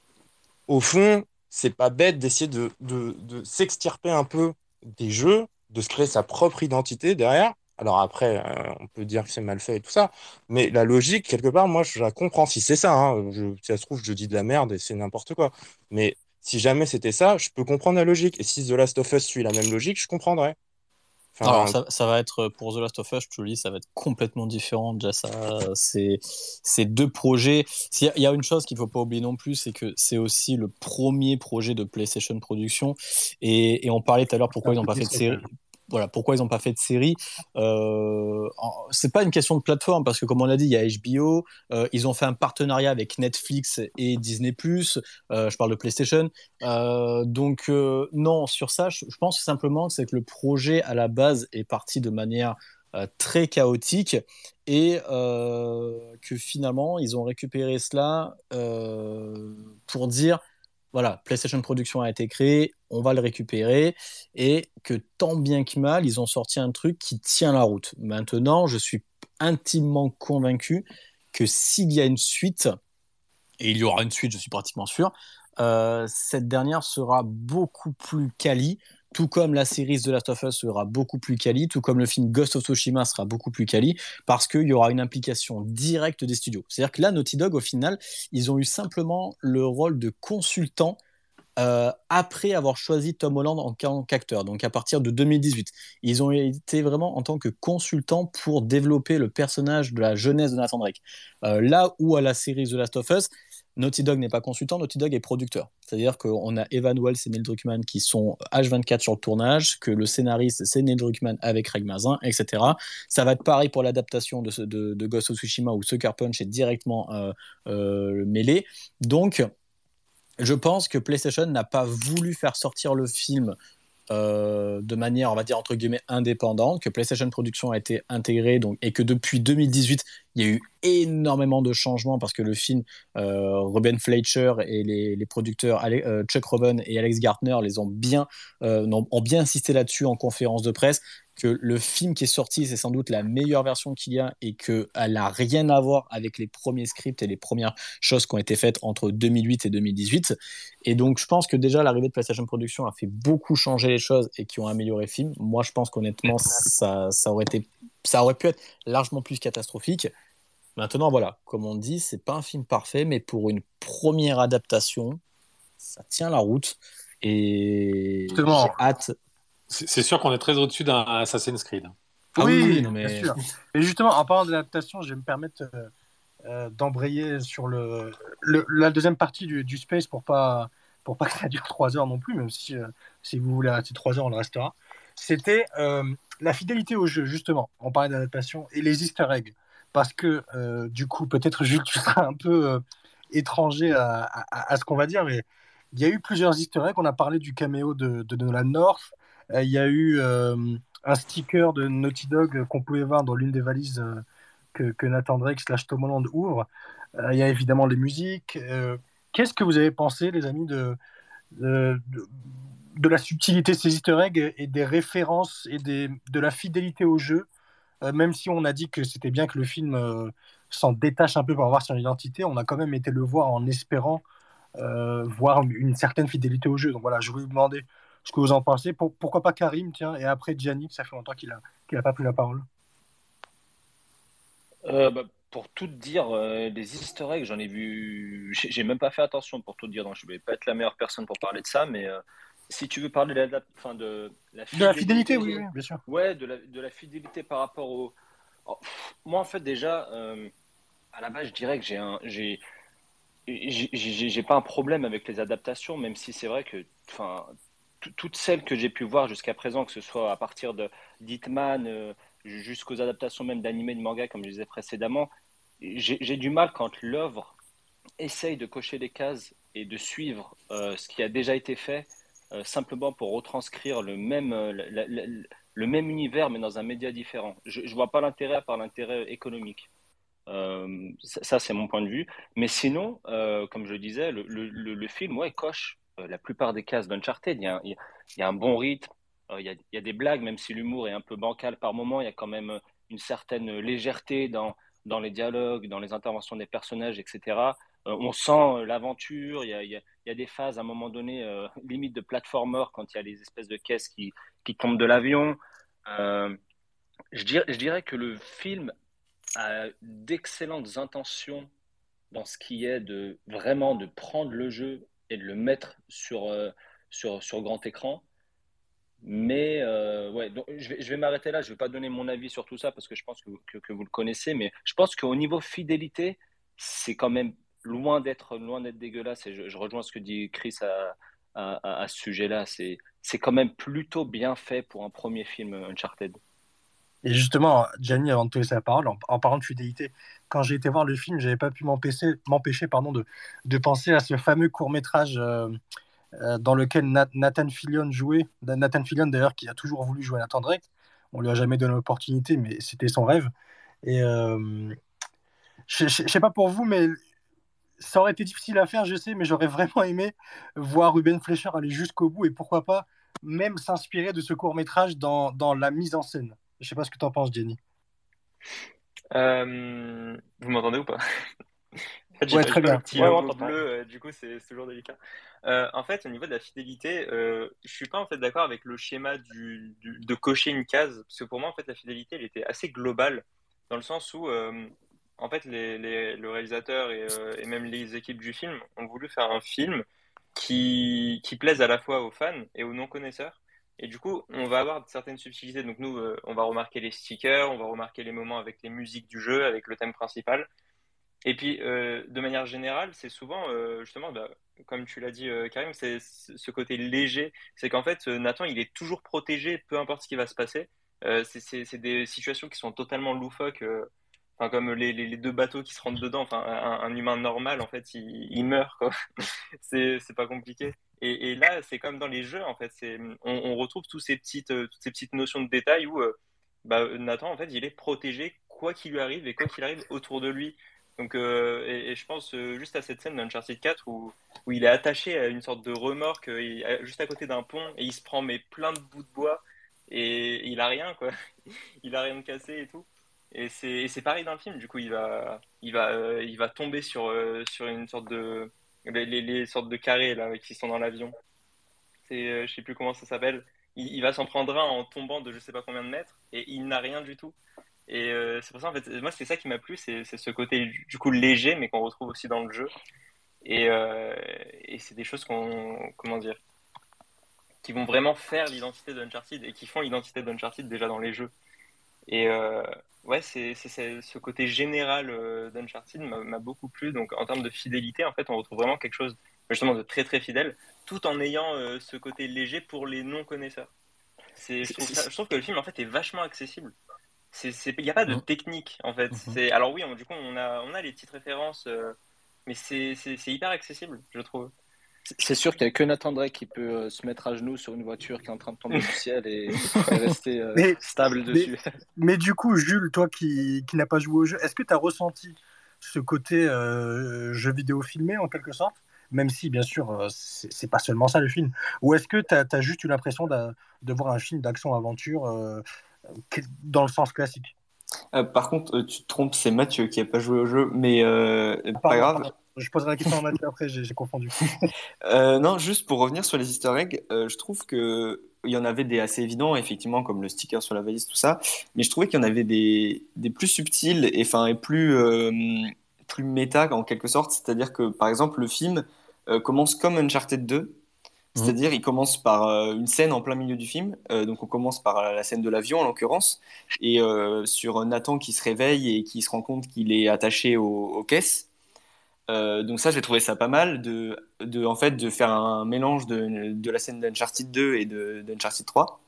au fond, c'est pas bête d'essayer de, de, de s'extirper un peu des jeux, de se créer sa propre identité derrière. Alors après, euh, on peut dire que c'est mal fait et tout ça, mais la logique, quelque part, moi, je la comprends. Si c'est ça, hein, je, si ça se trouve, je dis de la merde et c'est n'importe quoi. Mais si jamais c'était ça, je peux comprendre la logique. Et si The Last of Us suit la même logique, je comprendrais. Alors, Enfin, ça, ça va être, pour The Last of Us, je te le dis, ça va être complètement différent. Déjà, ça, c'est, c'est deux projets. S'il y a- Il y a une chose qu'il faut pas oublier non plus, c'est que c'est aussi le premier projet de PlayStation Production. Et, et on parlait tout à l'heure pourquoi ils n'ont pas fait de série. voilà, pourquoi ils n'ont pas fait de série. Euh, en- c'est pas une question de plateforme parce que comme on l'a dit, il y a H B O, euh, ils ont fait un partenariat avec Netflix et Disney+. Euh, je parle de PlayStation. Euh, donc euh, non, sur ça, je, je pense simplement que c'est que le projet à la base est parti de manière euh, très chaotique et euh, que finalement ils ont récupéré cela euh, pour dire voilà, PlayStation Production a été créé, on va le récupérer, et que tant bien que mal, ils ont sorti un truc qui tient la route. Maintenant, je suis intimement convaincu que s'il y a une suite, et il y aura une suite, je suis pratiquement sûr, euh, cette dernière sera beaucoup plus quali, tout comme la série The Last of Us sera beaucoup plus quali, tout comme le film Ghost of Tsushima sera beaucoup plus quali, parce qu'il y aura une implication directe des studios. C'est-à-dire que là, Naughty Dog, au final, ils ont eu simplement le rôle de consultant euh, après avoir choisi Tom Holland en tant qu'acteur, donc à partir de deux mille dix-huit. Ils ont été vraiment en tant que consultants pour développer le personnage de la jeunesse de Nathan Drake. Euh, là où à la série The Last of Us, Naughty Dog n'est pas consultant, Naughty Dog est producteur. C'est-à-dire qu'on a Evan Wells et Neil Druckmann qui sont H vingt-quatre sur le tournage, que le scénariste c'est Neil Druckmann avec Craig Mazin, et cetera. Ça va être pareil pour l'adaptation de, ce, de, de Ghost of Tsushima où Sucker Punch est directement euh, euh, mêlé. Donc, je pense que PlayStation n'a pas voulu faire sortir le film euh, de manière, on va dire, entre guillemets, indépendante, que PlayStation Production a été intégrée donc, et que depuis deux mille dix-huit, il y a eu énormément de changements parce que le film, euh, Ruben Fleischer et les, les producteurs Ale- euh, Chuck Roban et Alex Gartner les ont bien, euh, ont, ont bien insisté là-dessus en conférence de presse, que le film qui est sorti, c'est sans doute la meilleure version qu'il y a et qu'elle n'a rien à voir avec les premiers scripts et les premières choses qui ont été faites entre deux mille huit et deux mille dix-huit. Et donc, je pense que déjà, l'arrivée de PlayStation Production a fait beaucoup changer les choses et qui ont amélioré le film. Moi, je pense qu'honnêtement, ça, ça aurait été, ça aurait pu être largement plus catastrophique. Maintenant, voilà, comme on dit, c'est pas un film parfait, mais pour une première adaptation, ça tient la route. Et Justement. j'ai hâte. C'est c'est sûr qu'on est très au-dessus d'un Assassin's Creed. Ah oui, oui, Oui, non, bien mais sûr. Et justement, en parlant d'adaptation, je vais me permettre euh, euh, d'embrayer sur le, le- la deuxième partie du, du Space pour pas, pour pas que ça dure trois heures non plus, même si, euh, si vous voulez arrêter trois heures, on le restera. C'était euh, la fidélité au jeu, justement. On parlait d'adaptation et les Easter eggs. Parce que, euh, du coup, peut-être, Jules, tu seras un peu euh, étranger à, à- à ce qu'on va dire, mais il y a eu plusieurs Easter eggs. On a parlé du caméo de, de Nolan North. Euh, Il y a eu euh, un sticker de Naughty Dog qu'on pouvait voir dans l'une des valises euh, que, que Nathan Drake slash Tom Holland ouvre. Euh, il y a évidemment les musiques. Euh, qu'est-ce que vous avez pensé, les amis, de, de, de, de la subtilité de ces easter eggs et des références et des, de la fidélité au jeu, euh, même si on a dit que c'était bien que le film euh, s'en détache un peu pour avoir son identité, on a quand même été le voir en espérant euh, voir une certaine fidélité au jeu. Donc voilà, je voulais vous demander ce que vous en pensez. Pour, pourquoi pas Karim, tiens, et après Gianni, ça fait longtemps qu'il a, qu'il a pas pris la parole. Euh, bah, pour tout te dire, euh, des Easter eggs, j'en ai vu. J'ai j'ai même pas fait attention pour tout te dire, donc je vais pas être la meilleure personne pour parler de ça, mais euh, si tu veux parler de la, enfin, de la De la fidélité, oui, fidélité, oui, bien sûr. ouais, de la, de la fidélité par rapport au. Oh, pff, moi, en fait, déjà, euh, à la base, je dirais que j'ai un, j'ai, j'ai j'ai- j'ai pas un problème avec les adaptations, même si c'est vrai que, enfin, tout- toutes celles que j'ai pu voir jusqu'à présent, que ce soit à partir de d'Hitman euh, jusqu'aux adaptations même d'animés, de manga, comme je disais précédemment, j'ai j'ai du mal quand l'œuvre essaye de cocher des cases et de suivre euh, ce qui a déjà été fait, euh, simplement pour retranscrire le même, euh, la- la- la- le même univers, mais dans un média différent. Je ne vois pas l'intérêt à part l'intérêt économique. Euh, ça, ça, c'est mon point de vue. Mais sinon, euh, comme je le disais, le, le, le- le film, ouais, coche euh, la plupart des cases d'Uncharted. Il y a, un- il y a un bon rythme, euh, il y a, il y a des blagues, même si l'humour est un peu bancal par moment, il y a quand même une certaine légèreté dans, dans les dialogues, dans les interventions des personnages, et cetera. Euh, on sent euh, l'aventure, il y a, il y a, il y a des phases à un moment donné, euh, limite de platformer, quand il y a les espèces de caisses qui, qui tombent de l'avion. Euh, je dirais, je dirais que le film a d'excellentes intentions dans ce qui est de vraiment de prendre le jeu et de le mettre sur, euh, sur, sur grand écran. Mais euh, ouais, donc, je vais, je vais m'arrêter là. Je ne vais pas donner mon avis sur tout ça parce que je pense que, que, que vous le connaissez. Mais je pense qu'au niveau fidélité, c'est quand même loin d'être loin d'être dégueulasse. Et je, je rejoins ce que dit Chris à, à, à, à ce sujet-là. C'est, c'est quand même plutôt bien fait pour un premier film Uncharted. Et justement, Gianni, avant de te laisser la parole, en, en parlant de fidélité, quand j'ai été voir le film, j'avais pas pu m'empêcher, m'empêcher pardon, de, de penser à ce fameux court-métrage euh, euh, dans lequel Nat- Nathan Fillion jouait. Nathan Fillion, d'ailleurs, qui a toujours voulu jouer Nathan Drake. On lui a jamais donné l'opportunité, mais c'était son rêve. Et euh, je ne sais pas pour vous, mais ça aurait été difficile à faire, je sais, mais j'aurais vraiment aimé voir Ruben Fleischer aller jusqu'au bout et pourquoi pas même s'inspirer de ce court-métrage dans, dans la mise en scène. Je sais pas ce que tu en penses, Jenny. Euh, vous m'entendez ou pas? En fait, j'ai Ouais, pas, j'ai très pas le bien. petit Ouais, on logo t'entend. bleu, euh, du coup, c'est c'est toujours délicat. Euh, en fait, au niveau de la fidélité, euh, je suis pas en fait d'accord avec le schéma du, du- de cocher une case, parce que pour moi, en fait, la fidélité, elle était assez globale, dans le sens où, euh, en fait, les, les- le réalisateur et, euh, et même les équipes du film ont voulu faire un film qui, qui plaise à la fois aux fans et aux non-connaisseurs. Et du coup, on va avoir certaines subtilités. Donc nous, euh, on va remarquer les stickers, on va remarquer les moments avec les musiques du jeu, avec le thème principal. Et puis, euh, de manière générale, c'est souvent, euh, justement, bah, comme tu l'as dit, euh, Karim, c'est c'est ce côté léger. C'est qu'en fait, euh, Nathan, il est toujours protégé, peu importe ce qui va se passer. Euh, c'est c'est- c'est des situations qui sont totalement loufoques, euh, enfin, comme les, les- les deux bateaux qui se rentrent dedans. Enfin, un, un humain normal, en fait, il, il meurt, quoi. C'est c'est pas compliqué. Et, et là, c'est comme dans les jeux, en fait. C'est, on, on retrouve tous ces petites, euh, toutes ces petites notions de détail où euh, bah, Nathan, en fait, il est protégé quoi qu'il lui arrive et quoi qu'il arrive autour de lui. Donc, euh, et, et je pense euh, juste à cette scène d'Uncharted quatre où, où il est attaché à une sorte de remorque euh, il- à- juste à côté d'un pont et il se prend mais plein de bouts de bois et, et il a rien quoi. Il a rien de cassé et tout. Et c'est et c'est pareil dans le film. Du coup, il va il va euh, il va tomber sur euh, sur une sorte de les, les, les sortes de carrés là qui sont dans l'avion. C'est euh, je sais plus comment ça s'appelle. Il, il va s'en prendre un en tombant de je sais pas combien de mètres et il n'a rien du tout. Et euh, c'est pour ça, en fait, moi, c'est ça qui m'a plu, c'est c'est ce côté du du coup léger, mais qu'on retrouve aussi dans le jeu. Et, euh, et c'est des choses qu'on, comment dire, qui vont vraiment faire l'identité d'Uncharted et qui font l'identité d'Uncharted déjà dans les jeux. Et euh, ouais, c'est c'est- c'est- ce côté général euh, d'Uncharted m'a m'a beaucoup plu. Donc en termes de fidélité, en fait, on retrouve vraiment quelque chose justement de très très fidèle, tout en ayant euh, ce côté léger pour les non connaisseurs. C'est, je C'est- trouve ça, c'est- je trouve que le film en fait est vachement accessible. C'est, c'est, il n'y a pas de Mhm, technique en fait. mhm. C'est, alors oui, on- du coup, on a, on a les petites références, euh, mais c'est, c'est, c'est hyper accessible, je trouve. C'est sûr qu'il n'y a que Nathan Drake qui peut euh, se mettre à genoux sur une voiture qui est en train de tomber du ciel et, et rester euh, Mais, stable mais, dessus. mais du coup, Jules, toi qui, qui n'as pas joué au jeu, est-ce que tu as ressenti ce côté euh, jeu vidéo filmé en quelque sorte? Même si, bien sûr, euh, c'est c'est pas seulement ça le film. Ou est-ce que tu as juste eu l'impression de, de voir un film d'action-aventure euh, que- dans le sens classique? Euh, par contre, euh, tu te trompes, c'est Mathieu qui a pas joué au jeu, mais euh, Ah, pas pardon, grave. pardon. Je poserai la question à Mathieu après, j'ai j'ai confondu. Euh, non, juste pour revenir sur les Easter eggs, euh, je trouve que il y en avait des assez évidents, effectivement, comme le sticker sur la valise, tout ça. Mais je trouvais qu'il y en avait des, des plus subtils et enfin et plus euh, plus méta en quelque sorte. C'est-à-dire que par exemple, le film euh, commence comme Uncharted deux. Mhm. C'est-à-dire, il commence par euh, une scène en plein milieu du film. Euh, donc, on commence par la scène de l'avion, en l'occurrence, et euh, sur Nathan qui se réveille et qui se rend compte qu'il est attaché aux, aux caisses. Euh, donc ça, j'ai trouvé ça pas mal de, de, en fait, de faire un mélange de, de la scène d'Uncharted deux et de, d'Uncharted trois.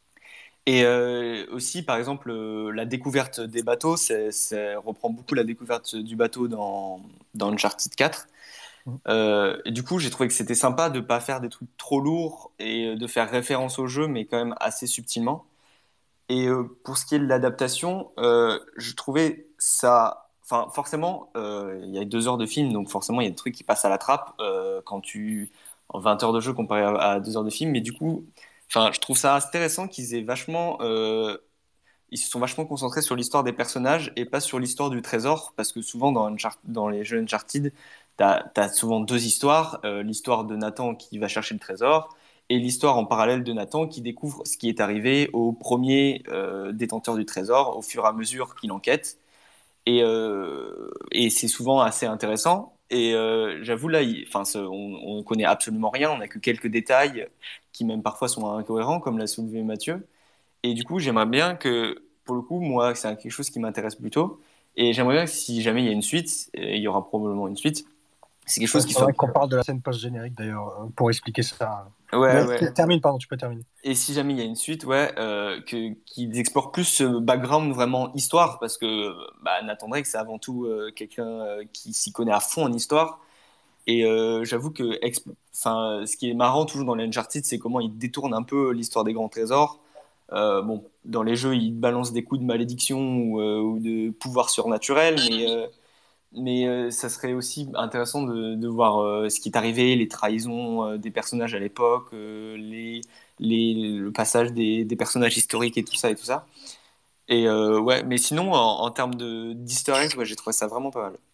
Et euh, aussi, par exemple, euh, la découverte des bateaux, c'est, c'est- reprend beaucoup la découverte du bateau dans, dans Uncharted quatre. Mhm. Euh, et du coup, j'ai trouvé que c'était sympa de pas faire des trucs trop lourds et de faire référence au jeu, mais quand même assez subtilement. Et euh, pour ce qui est de l'adaptation, euh, je trouvais ça. Enfin, forcément, euh, il y a deux heures de film, donc forcément, il y a des trucs qui passent à la trappe euh, quand tu. En vingt heures de jeu comparé à, à deux heures de film. Mais du coup, enfin, je trouve ça intéressant qu'ils aient vachement. Euh, ils se sont vachement concentrés sur l'histoire des personnages et pas sur l'histoire du trésor, parce que souvent dans, Unchart- dans les jeux Uncharted, t'as, t'as souvent deux histoires, euh, l'histoire de Nathan qui va chercher le trésor et l'histoire en parallèle de Nathan qui découvre ce qui est arrivé au premier euh, détenteur du trésor au fur et à mesure qu'il enquête. Et, euh, et c'est souvent assez intéressant. Et euh, j'avoue, là, il- enfin, ce- on, on connaît absolument rien, on n'a que quelques détails qui même parfois sont incohérents, comme l'a soulevé Mathieu. Et du coup, j'aimerais bien que, pour le coup, moi, c'est quelque chose qui m'intéresse plutôt. Et j'aimerais bien que si jamais il y a une suite, et il y aura probablement une suite, c'est quelque Ouais, chose qui faudrait soit. qu'on parle de la scène post-générique d'ailleurs, euh, pour expliquer ça. Ouais, Mais ouais. termine, pardon, tu peux terminer. Et si jamais il y a une suite, ouais, euh, que, qu'ils explorent plus ce background vraiment histoire, parce que bah, Nathan Drake, c'est avant tout euh, quelqu'un euh, qui s'y connaît à fond en histoire. Et euh, j'avoue que exp- enfin, ce qui est marrant toujours dans les Uncharted, c'est comment ils détournent un peu l'histoire des grands trésors. Euh, bon, dans les jeux, ils balancent des coups de malédiction ou, euh, ou de pouvoir surnaturel, mais, euh, mais euh, ça serait aussi intéressant de, de voir euh, ce qui est arrivé, les trahisons euh, des personnages à l'époque, euh, les, les, le passage des, des personnages historiques et tout ça et tout ça. Et euh, ouais, mais sinon, en, en termes de d'easter eggs, ouais, j'ai trouvé ça vraiment pas mal.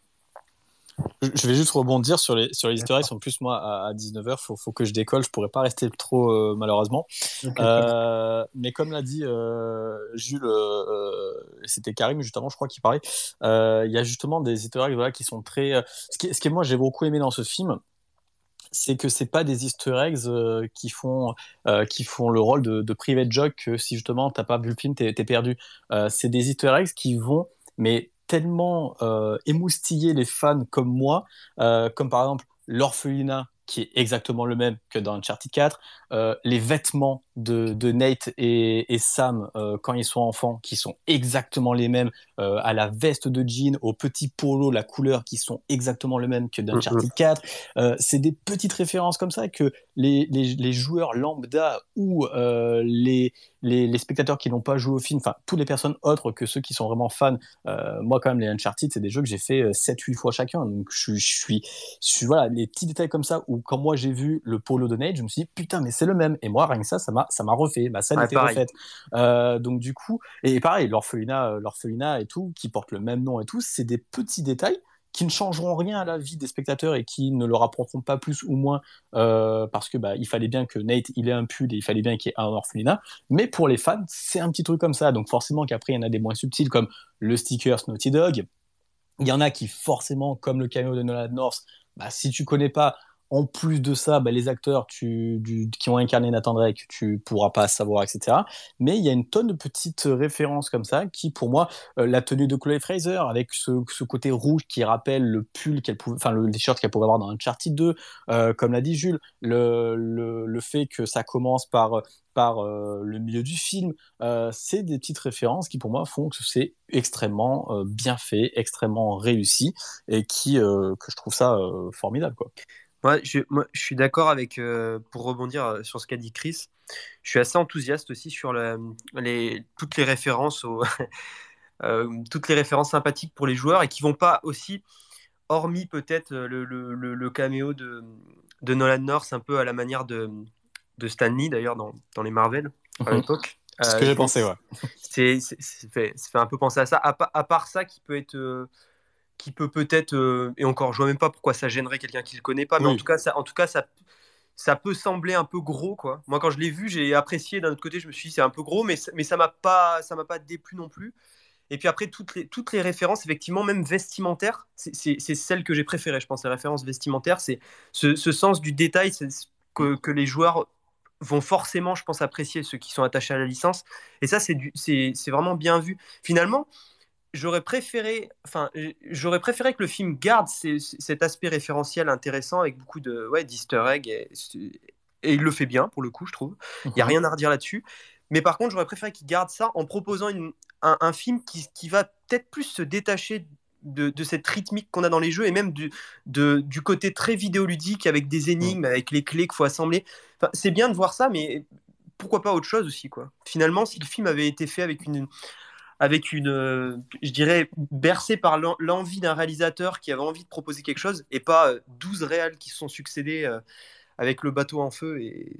Je je vais juste rebondir sur les, sur les easter eggs. En plus, moi, à, à dix-neuf heures, il faut, faut que je décolle. Je pourrais pas rester trop, euh, malheureusement. Ok, très bien. Euh, mais comme l'a dit euh, Jules, euh, c'était Karim, justement, je crois, qui parlait. euh, Il y a justement des easter eggs voilà, qui sont très. euh, Ce qui, ce qui, moi, j'ai beaucoup aimé dans ce film, c'est que c'est pas des easter eggs euh, qui font euh, qui font le rôle de, de private joke que si justement t'as pas vu le film t'es, t'es perdu. Euh, c'est des easter eggs qui vont mais tellement euh, émoustiller les fans comme moi, euh, comme par exemple l'orphelinat qui est exactement le même que dans Uncharted quatre, euh, les vêtements de, de Nate et, et Sam euh, quand ils sont enfants qui sont exactement les mêmes, euh, à la veste de jean, au petit polo, la couleur qui sont exactement le même que Mm, mm. d'Uncharted quatre. Euh, c'est des petites références comme ça que les, les, les joueurs lambda ou euh, les, les, les spectateurs qui n'ont pas joué au film, enfin, toutes les personnes autres que ceux qui sont vraiment fans, euh, moi, quand même, les Uncharted, c'est des jeux que j'ai fait sept huit fois chacun. Donc, je, je suis, je suis, voilà, les petits détails comme ça où, quand moi j'ai vu le polo de Nate, je me suis dit, putain, mais c'est le même. Et moi, rien que ça, ça m'a, ça m'a refait. Ma scène Ouais, était pareil. refaite. Euh, donc, du coup, et pareil, l'orphelinat, euh, l'orphelinat et tout, qui porte le même nom et tout, c'est des petits détails qui ne changeront rien à la vie des spectateurs et qui ne leur apporteront pas plus ou moins euh, parce que bah, il fallait bien que Nate il ait un pull et il fallait bien qu'il y ait un orphelinat. Mais pour les fans, c'est un petit truc comme ça. Donc forcément qu'après il y en a des moins subtils comme le sticker Naughty Dog. Il y en a qui forcément, comme le cameo de Nolan North, bah, si tu connais pas, en plus de ça, bah, les acteurs tu, du, qui ont incarné Nathan Drake, tu pourras pas savoir, et cetera. Mais il y a une tonne de petites références comme ça qui, pour moi, euh, la tenue de Chloé Fraser avec ce, ce côté rouge qui rappelle le pull qu'elle pouvait, enfin le t-shirt qu'elle pouvait avoir dans Uncharted deux, euh, comme l'a dit Jules, le, le, le fait que ça commence par par euh, le milieu du film, euh, c'est des petites références qui pour moi font que c'est extrêmement euh, bien fait, extrêmement réussi et qui euh, que je trouve ça euh, formidable quoi. Moi, je, moi, je suis d'accord avec, euh, pour rebondir euh, sur ce qu'a dit Chris, je suis assez enthousiaste aussi sur la- les, toutes les références au, euh, toutes les références sympathiques pour les joueurs et qui vont pas aussi, hormis peut-être euh, le, le, le, le caméo de, de Nolan North, un peu à la manière de, de Stan Lee d'ailleurs dans, dans les Marvel à Mhm. l'époque. C'est ce que Euh, j'ai bon, pensé, ouais. c'est, c'est, c'est fait, ça fait un peu penser à ça. À, pa- à part ça, qui peut être, euh, qui peut peut-être, euh, et encore, je vois même pas pourquoi ça gênerait quelqu'un qui le connaît pas, mais en Oui. tout cas, ça, en tout cas, ça, ça peut sembler un peu gros, quoi. Moi, quand je l'ai vu, j'ai apprécié. D'un autre côté, je me suis dit c'est un peu gros, mais, mais ça m'a pas, ça m'a pas déplu non plus. Et puis après, toutes les, toutes les références, effectivement, même vestimentaires, c'est, c'est, c'est celle que j'ai préférée, je pense, les références vestimentaires. C'est ce, ce sens du détail c'est ce que, que les joueurs vont forcément, je pense, apprécier, ceux qui sont attachés à la licence. Et ça, c'est, du, c'est, c'est vraiment bien vu. Finalement, j'aurais préféré, enfin, j'aurais préféré que le film garde ces- cet aspect référentiel intéressant avec beaucoup de, ouais, d'easter eggs. Et, et il le fait bien, pour le coup, je trouve. Il n'y a Mhm. rien à redire là-dessus. Mais par contre, j'aurais préféré qu'il garde ça en proposant une, un, un film qui, qui va peut-être plus se détacher de, de cette rythmique qu'on a dans les jeux et même du, de, du côté très vidéoludique avec des énigmes, Mhm. avec les clés qu'il faut assembler. Enfin, c'est bien de voir ça, mais pourquoi pas autre chose aussi, quoi. Finalement, si le film avait été fait avec une, avec une, euh, je dirais, bercé par l'en- l'envie d'un réalisateur qui avait envie de proposer quelque chose et pas euh, douze réals qui se sont succédés euh, avec le bateau en feu et,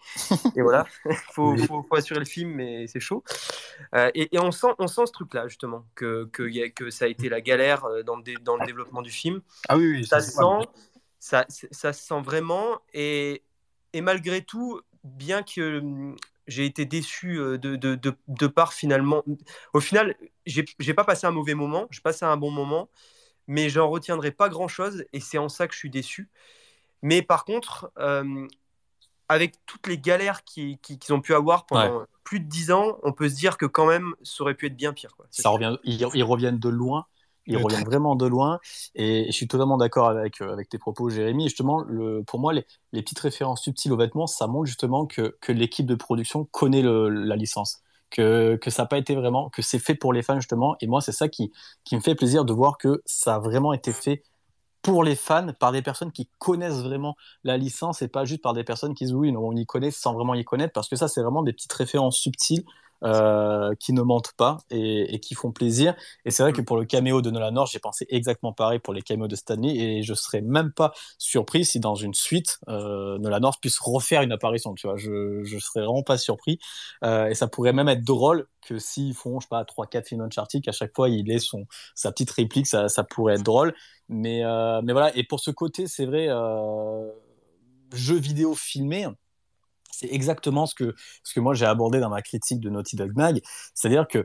et voilà, faut, Oui. faut, faut assurer le film, mais c'est chaud. Euh, et, et on sent, on sent ce truc-là justement, que, que, y a- que ça a été la galère euh, dans le, dé- dans le développement du film. Ah oui, oui, ça Ça se se voit. sent, ça, ça se sent vraiment, et, et malgré tout, bien que hum, j'ai été déçu euh, de, de, de, de part finalement, au final, j'ai j'ai pas passé un mauvais moment, j'ai passé un bon moment, mais j'en retiendrai pas grand-chose, et c'est en ça que je suis déçu. Mais par contre, euh, avec toutes les galères qu'ils qui, qu'ils ont pu avoir Ouais. pendant plus de dix ans, on peut se dire que quand même, ça aurait pu être bien pire, quoi. Ça, Ça je suis revient, ils, ils reviennent de loin Ils Le reviennent trait. vraiment de loin. Et je suis totalement d'accord avec, euh, avec tes propos, Jérémy. Et justement, le, pour moi, les, les petites références subtiles aux vêtements, ça montre justement que, que l'équipe de production connaît le- la licence. Que, que ça n'a pas été vraiment, que c'est fait pour les fans, justement. Et moi, c'est ça qui, qui me fait plaisir de voir que ça a vraiment été fait pour les fans, par des personnes qui connaissent vraiment la licence et pas juste par des personnes qui disent oui, non, on y connaît sans vraiment y connaître, parce que ça, c'est vraiment des petites références subtiles euh, qui ne mentent pas et, et qui font plaisir. Et c'est vrai que Mm. pour le caméo de Nolan North, j'ai pensé exactement pareil pour les caméos de Stanley et je serais même pas surpris si dans une suite, euh, Nolan North puisse refaire une apparition, tu vois. Je, je serais vraiment pas surpris. Euh, et ça pourrait même être drôle que s'ils font, je sais pas, trois quatre films Uncharted, qu'à chaque fois il ait son, sa petite réplique, ça, ça pourrait être drôle. Mais, euh, mais voilà, et pour ce côté, c'est vrai, euh, jeu vidéo filmé, c'est exactement ce que, ce que moi j'ai abordé dans ma critique de Naughty Dog Mag. C'est-à-dire que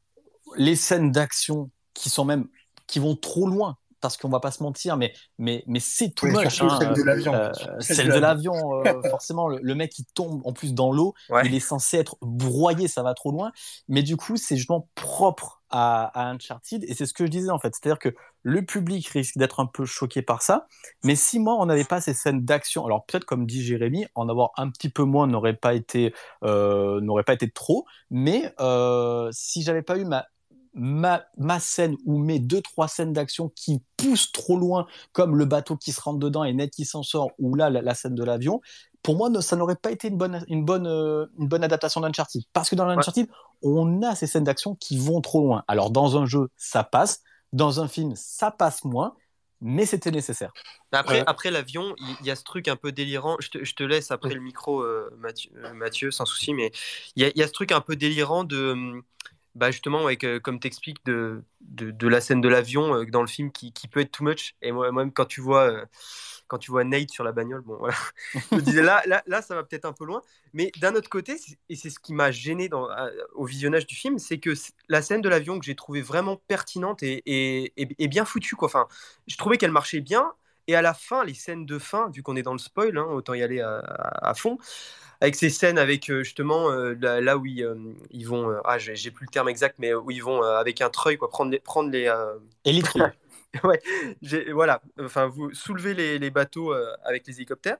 les scènes d'action qui sont même, qui vont trop loin, parce qu'on va pas se mentir, mais, mais, mais c'est too Oui, much. surtout celle Hein. de l'avion. Euh, Surtout celle de celle de l'avion. l'avion, euh, forcément, le, le mec il tombe en plus dans l'eau, Ouais. il est censé être broyé, ça va trop loin. Mais du coup, c'est justement propre à, à Uncharted, et c'est ce que je disais en fait. C'est-à-dire que le public risque d'être un peu choqué par ça, mais si moi on n'avait pas ces scènes d'action, alors peut-être comme dit Jérémy, en avoir un petit peu moins n'aurait pas été, euh, n'aurait pas été trop, mais euh, si j'avais pas eu ma ma, ma scène ou mes deux trois scènes d'action qui poussent trop loin, comme le bateau qui se rentre dedans et Ned qui s'en sort, ou là la, la scène de l'avion, pour moi ça n'aurait pas été une bonne, une bonne, euh, une bonne adaptation d'Uncharted. Parce que dans Ouais. l'Uncharted, on a ces scènes d'action qui vont trop loin. Alors dans un jeu, ça passe, dans un film, ça passe moins, mais c'était nécessaire. Après, Euh, après l'avion, il il y, a ce truc un peu délirant. Je te, je te laisse après le micro, euh, Mathieu, euh, Mathieu, sans souci, mais il y a, il y a ce truc un peu délirant de, hum, bah justement, ouais, que- comme t'expliques, de, de, de la scène de l'avion euh, dans le film qui, qui peut être too much. Et moi, même quand tu vois, euh, quand tu vois Nate sur la bagnole, bon, voilà, je me disais là, là, là, ça va peut-être un peu loin. Mais d'un autre côté, c'est- et c'est ce qui m'a gêné dans, à- au visionnage du film, c'est que c- la scène de l'avion que j'ai trouvée vraiment pertinente et, et, et- et bien foutue, quoi. Enfin, je trouvais qu'elle marchait bien. Et à la fin, les scènes de fin, vu qu'on est dans le spoil, hein, autant y aller à, à- à fond, avec ces scènes avec euh, justement euh, là, là où ils, euh, ils vont, euh, ah j'ai j'ai plus le terme exact, mais où ils vont euh, avec un treuil quoi, prendre les, prendre les, euh, Elytral. ouais, j'ai- voilà, enfin vous soulevez les, les bateaux euh, avec les hélicoptères.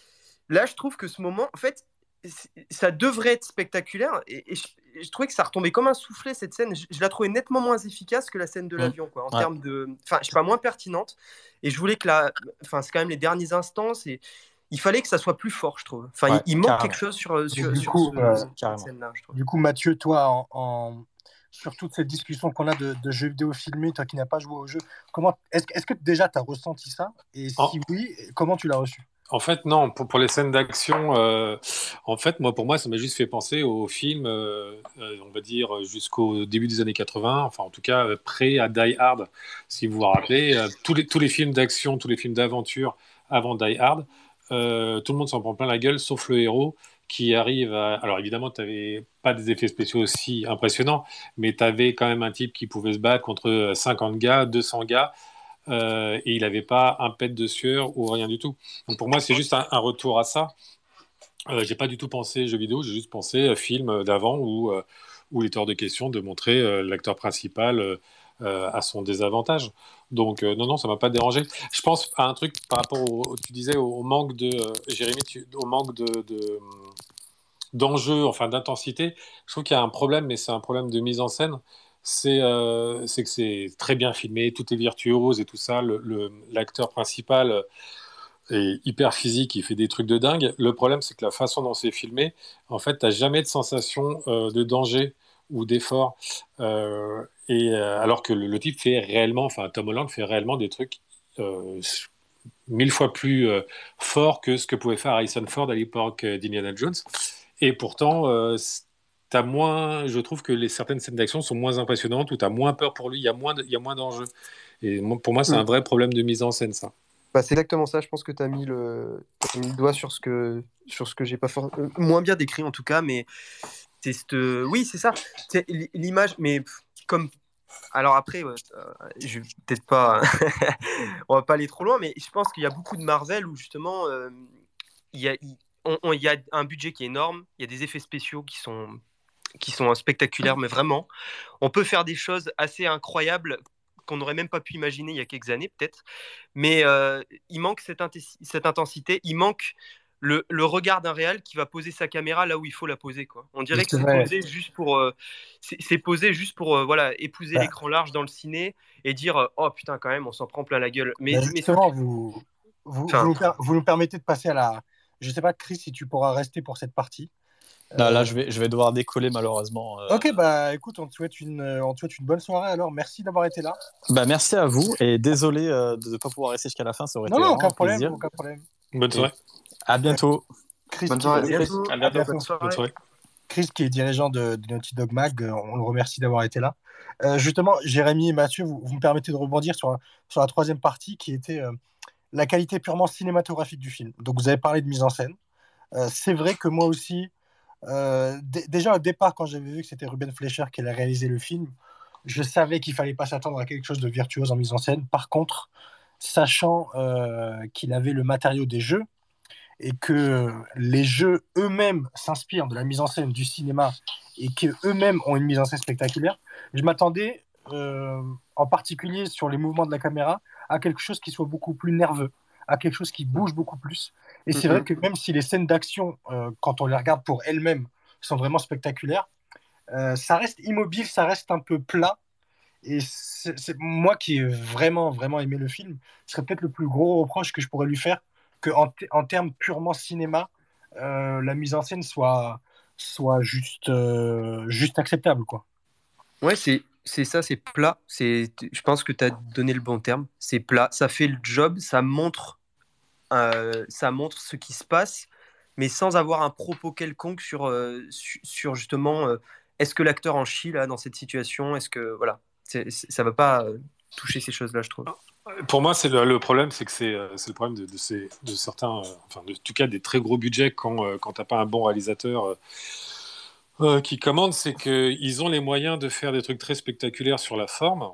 Là, je trouve que ce moment, en fait, c'est- ça devrait être spectaculaire et, et je, et je trouvais que ça retombait comme un soufflet cette scène. Je, je la trouvais nettement moins efficace que la scène de Mmh. l'avion, quoi, en Ouais. termes de, enfin, je sais pas, moins pertinente. Et je voulais que la, enfin, c'est quand même les derniers instants, et il fallait que ça soit plus fort, je trouve. Enfin, Ouais, il, il manque carrément. quelque chose sur, Donc, sur, du sur coup, ce- euh, cette Carrément. scène-là, je trouve. du coup, Mathieu, toi, en, en- sur toute cette discussion qu'on a de, de jeux vidéo filmés, toi qui n'as pas joué au jeu, comment est-ce, que- est-ce que déjà tu as ressenti ça? Et en, si oui, comment tu l'as reçu? en fait, non, pour, pour les scènes d'action, euh, en fait, moi, pour moi, ça m'a juste fait penser au film, euh, euh, on va dire, jusqu'au début des années quatre-vingts, enfin, en tout cas, euh, près à Die Hard, si vous vous rappelez. Euh, tous les, tous les films d'action, tous les films d'aventure avant Die Hard, euh, tout le monde s'en prend plein la gueule, sauf le héros qui arrive à... Alors, évidemment, tu n'avais pas des effets spéciaux aussi impressionnants, mais tu avais quand même un type qui pouvait se battre contre cinquante gars, deux cents gars, euh, et il n'avait pas un pet de sueur ou rien du tout. Donc pour moi, c'est juste un, un retour à ça. Euh, j'ai pas du tout pensé jeu vidéo, j'ai juste pensé euh, film d'avant où, euh, où il était hors de question de montrer euh, l'acteur principal euh, euh, à son désavantage. Donc euh, non, non, ça m'a pas dérangé. Je pense à un truc par rapport au, tu disais au, au manque de euh, Jérémy, tu- au manque de, de d'enjeu, enfin d'intensité. Je trouve qu'il y a un problème, mais c'est un problème de mise en scène. C'est euh, c'est que c'est très bien filmé, tout est virtuose et tout ça. Le, le- l'acteur principal est hyper physique, il fait des trucs de dingue. Le problème, c'est que la façon dont c'est filmé, en fait, t'as jamais de sensation euh, de danger ou d'effort. Euh, et euh, alors que le, le type fait réellement, enfin Tom Holland fait réellement des trucs euh, mille fois plus euh, forts que ce que pouvait faire Harrison Ford à l'époque euh, d'Indiana Jones. Et pourtant, euh, t'as moins, je trouve que les certaines scènes d'action sont moins impressionnantes, ou t'as moins peur pour lui, il y a moins, de- il y a moins d'enjeux. Et moi, pour moi, c'est un Mm. vrai problème de mise en scène, ça. Bah, c'est exactement ça. Je pense que tu as mis le, t'as mis le doigt sur ce que, sur ce que j'ai pas for- euh, moins bien décrit en tout cas, mais c'est cette... oui, c'est ça. C'est l- l'image, mais pff, comme. Alors après, ouais, euh, je vais peut-être pas, on va pas aller trop loin, mais je pense qu'il y a beaucoup de Marvel où justement euh, il y a, il on- on- il y a un budget qui est énorme, il y a des effets spéciaux qui sont qui sont spectaculaires, mais vraiment, on peut faire des choses assez incroyables qu'on n'aurait même pas pu imaginer il y a quelques années, peut-être. Mais euh, il manque cette, inten- cette intensité, il manque le, le regard d'un réal qui va poser sa caméra là où il faut la poser, quoi. On dirait que C'est c'est vrai. posé juste pour, euh, c'est, c'est posé juste pour euh, voilà, épouser Bah, l'écran large dans le ciné et dire euh, oh putain, quand même, on s'en prend plein la gueule. Mais, bah, mais justement, vous, vous, vous, enfin, nous, per- vous nous permettez de passer à la. Je sais pas, Chris, si tu pourras rester pour cette partie. Là, Euh, là je, vais, je vais devoir décoller malheureusement. Euh, Ok, bah écoute, on te souhaite une, euh, on te souhaite une bonne soirée alors. Merci d'avoir été là. Bah, merci à vous et désolé euh, de ne pas pouvoir rester jusqu'à la fin, ça aurait Non, été non, vraiment aucun un problème, plaisir. aucun problème. Bonne Et soirée. à bientôt. Chris, Bonne qui, soirée, à Chris. bientôt. À à bientôt. Bonne bientôt. Bonne soirée. soirée. Chris, qui est dirigeant de, de Naughty Dog Mag, euh, on le remercie d'avoir été là. Euh, justement, Jérémy et Mathieu, vous, vous me permettez de rebondir sur, sur la troisième partie qui était euh, la qualité purement cinématographique du film. Donc, vous avez parlé de mise en scène. Euh, c'est vrai que moi aussi, euh, d- déjà au départ, quand j'avais vu que c'était Ruben Fleischer qui allait réaliser le film, je savais qu'il fallait pas s'attendre à quelque chose de virtuose en mise en scène. Par contre, sachant euh, qu'il avait le matériau des jeux et que les jeux eux-mêmes s'inspirent de la mise en scène du cinéma et qu'eux-mêmes ont une mise en scène spectaculaire, je m'attendais, euh, en particulier sur les mouvements de la caméra, à quelque chose qui soit beaucoup plus nerveux, à quelque chose qui bouge beaucoup plus. Et c'est vrai Mhm. que même si les scènes d'action, euh, quand on les regarde pour elles-mêmes, sont vraiment spectaculaires, euh, ça reste immobile, ça reste un peu plat. Et c'est c'est- moi qui ai vraiment, vraiment aimé le film, ce serait peut-être le plus gros reproche que je pourrais lui faire, que en, te- en termes purement cinéma, euh, la mise en scène soit, soit juste, euh, juste acceptable, quoi. Ouais, c'est c'est ça, c'est plat. C'est, je pense que tu as donné le bon terme. C'est plat. Ça fait le job, ça montre, euh, ça montre ce qui se passe, mais sans avoir un propos quelconque sur, euh, su- sur justement, euh, est-ce que l'acteur en chie là dans cette situation? Est-ce que voilà, c'est, c'est- ça va pas euh, toucher ces choses-là, je trouve. Pour moi, c'est le, le problème, c'est que c'est, euh, c'est le problème de, de, ces, de certains, euh, enfin, de, en tout cas, des très gros budgets quand, euh, quand t'as pas un bon réalisateur euh, euh, qui commande, c'est qu'ils ont les moyens de faire des trucs très spectaculaires sur la forme,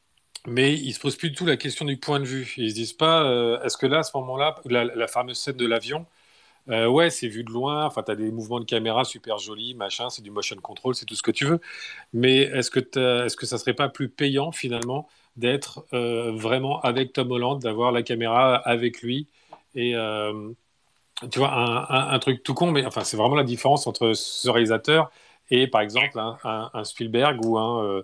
mais ils se posent plus du tout la question du point de vue. Ils se disent pas, euh, est-ce que là, à ce moment-là, la, la fameuse scène de l'avion, euh, ouais, c'est vu de loin, enfin, t'as des mouvements de caméra super jolis, machin, c'est du motion control, c'est tout ce que tu veux. Mais est-ce que, t'as- est-ce que ça serait pas plus payant finalement d'être euh, vraiment avec Tom Holland, d'avoir la caméra avec lui et euh, tu vois un, un- un truc tout con, mais enfin c'est vraiment la différence entre ce réalisateur et par exemple un, un- un Spielberg ou un euh,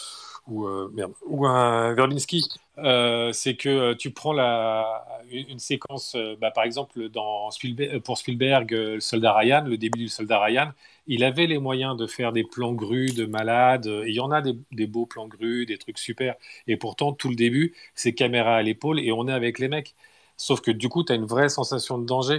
ou, euh, merde, ou un Verbinski. Euh, c'est que euh, tu prends la, une, une séquence, euh, bah, par exemple dans Spielberg, pour Spielberg, euh, le soldat Ryan, le début du soldat Ryan, il avait les moyens de faire des plans grus de malades. Et il y en a des, des beaux plans grus, des trucs super. Et pourtant, tout le début, c'est caméra à l'épaule et on est avec les mecs. Sauf que du coup, tu as une vraie sensation de danger.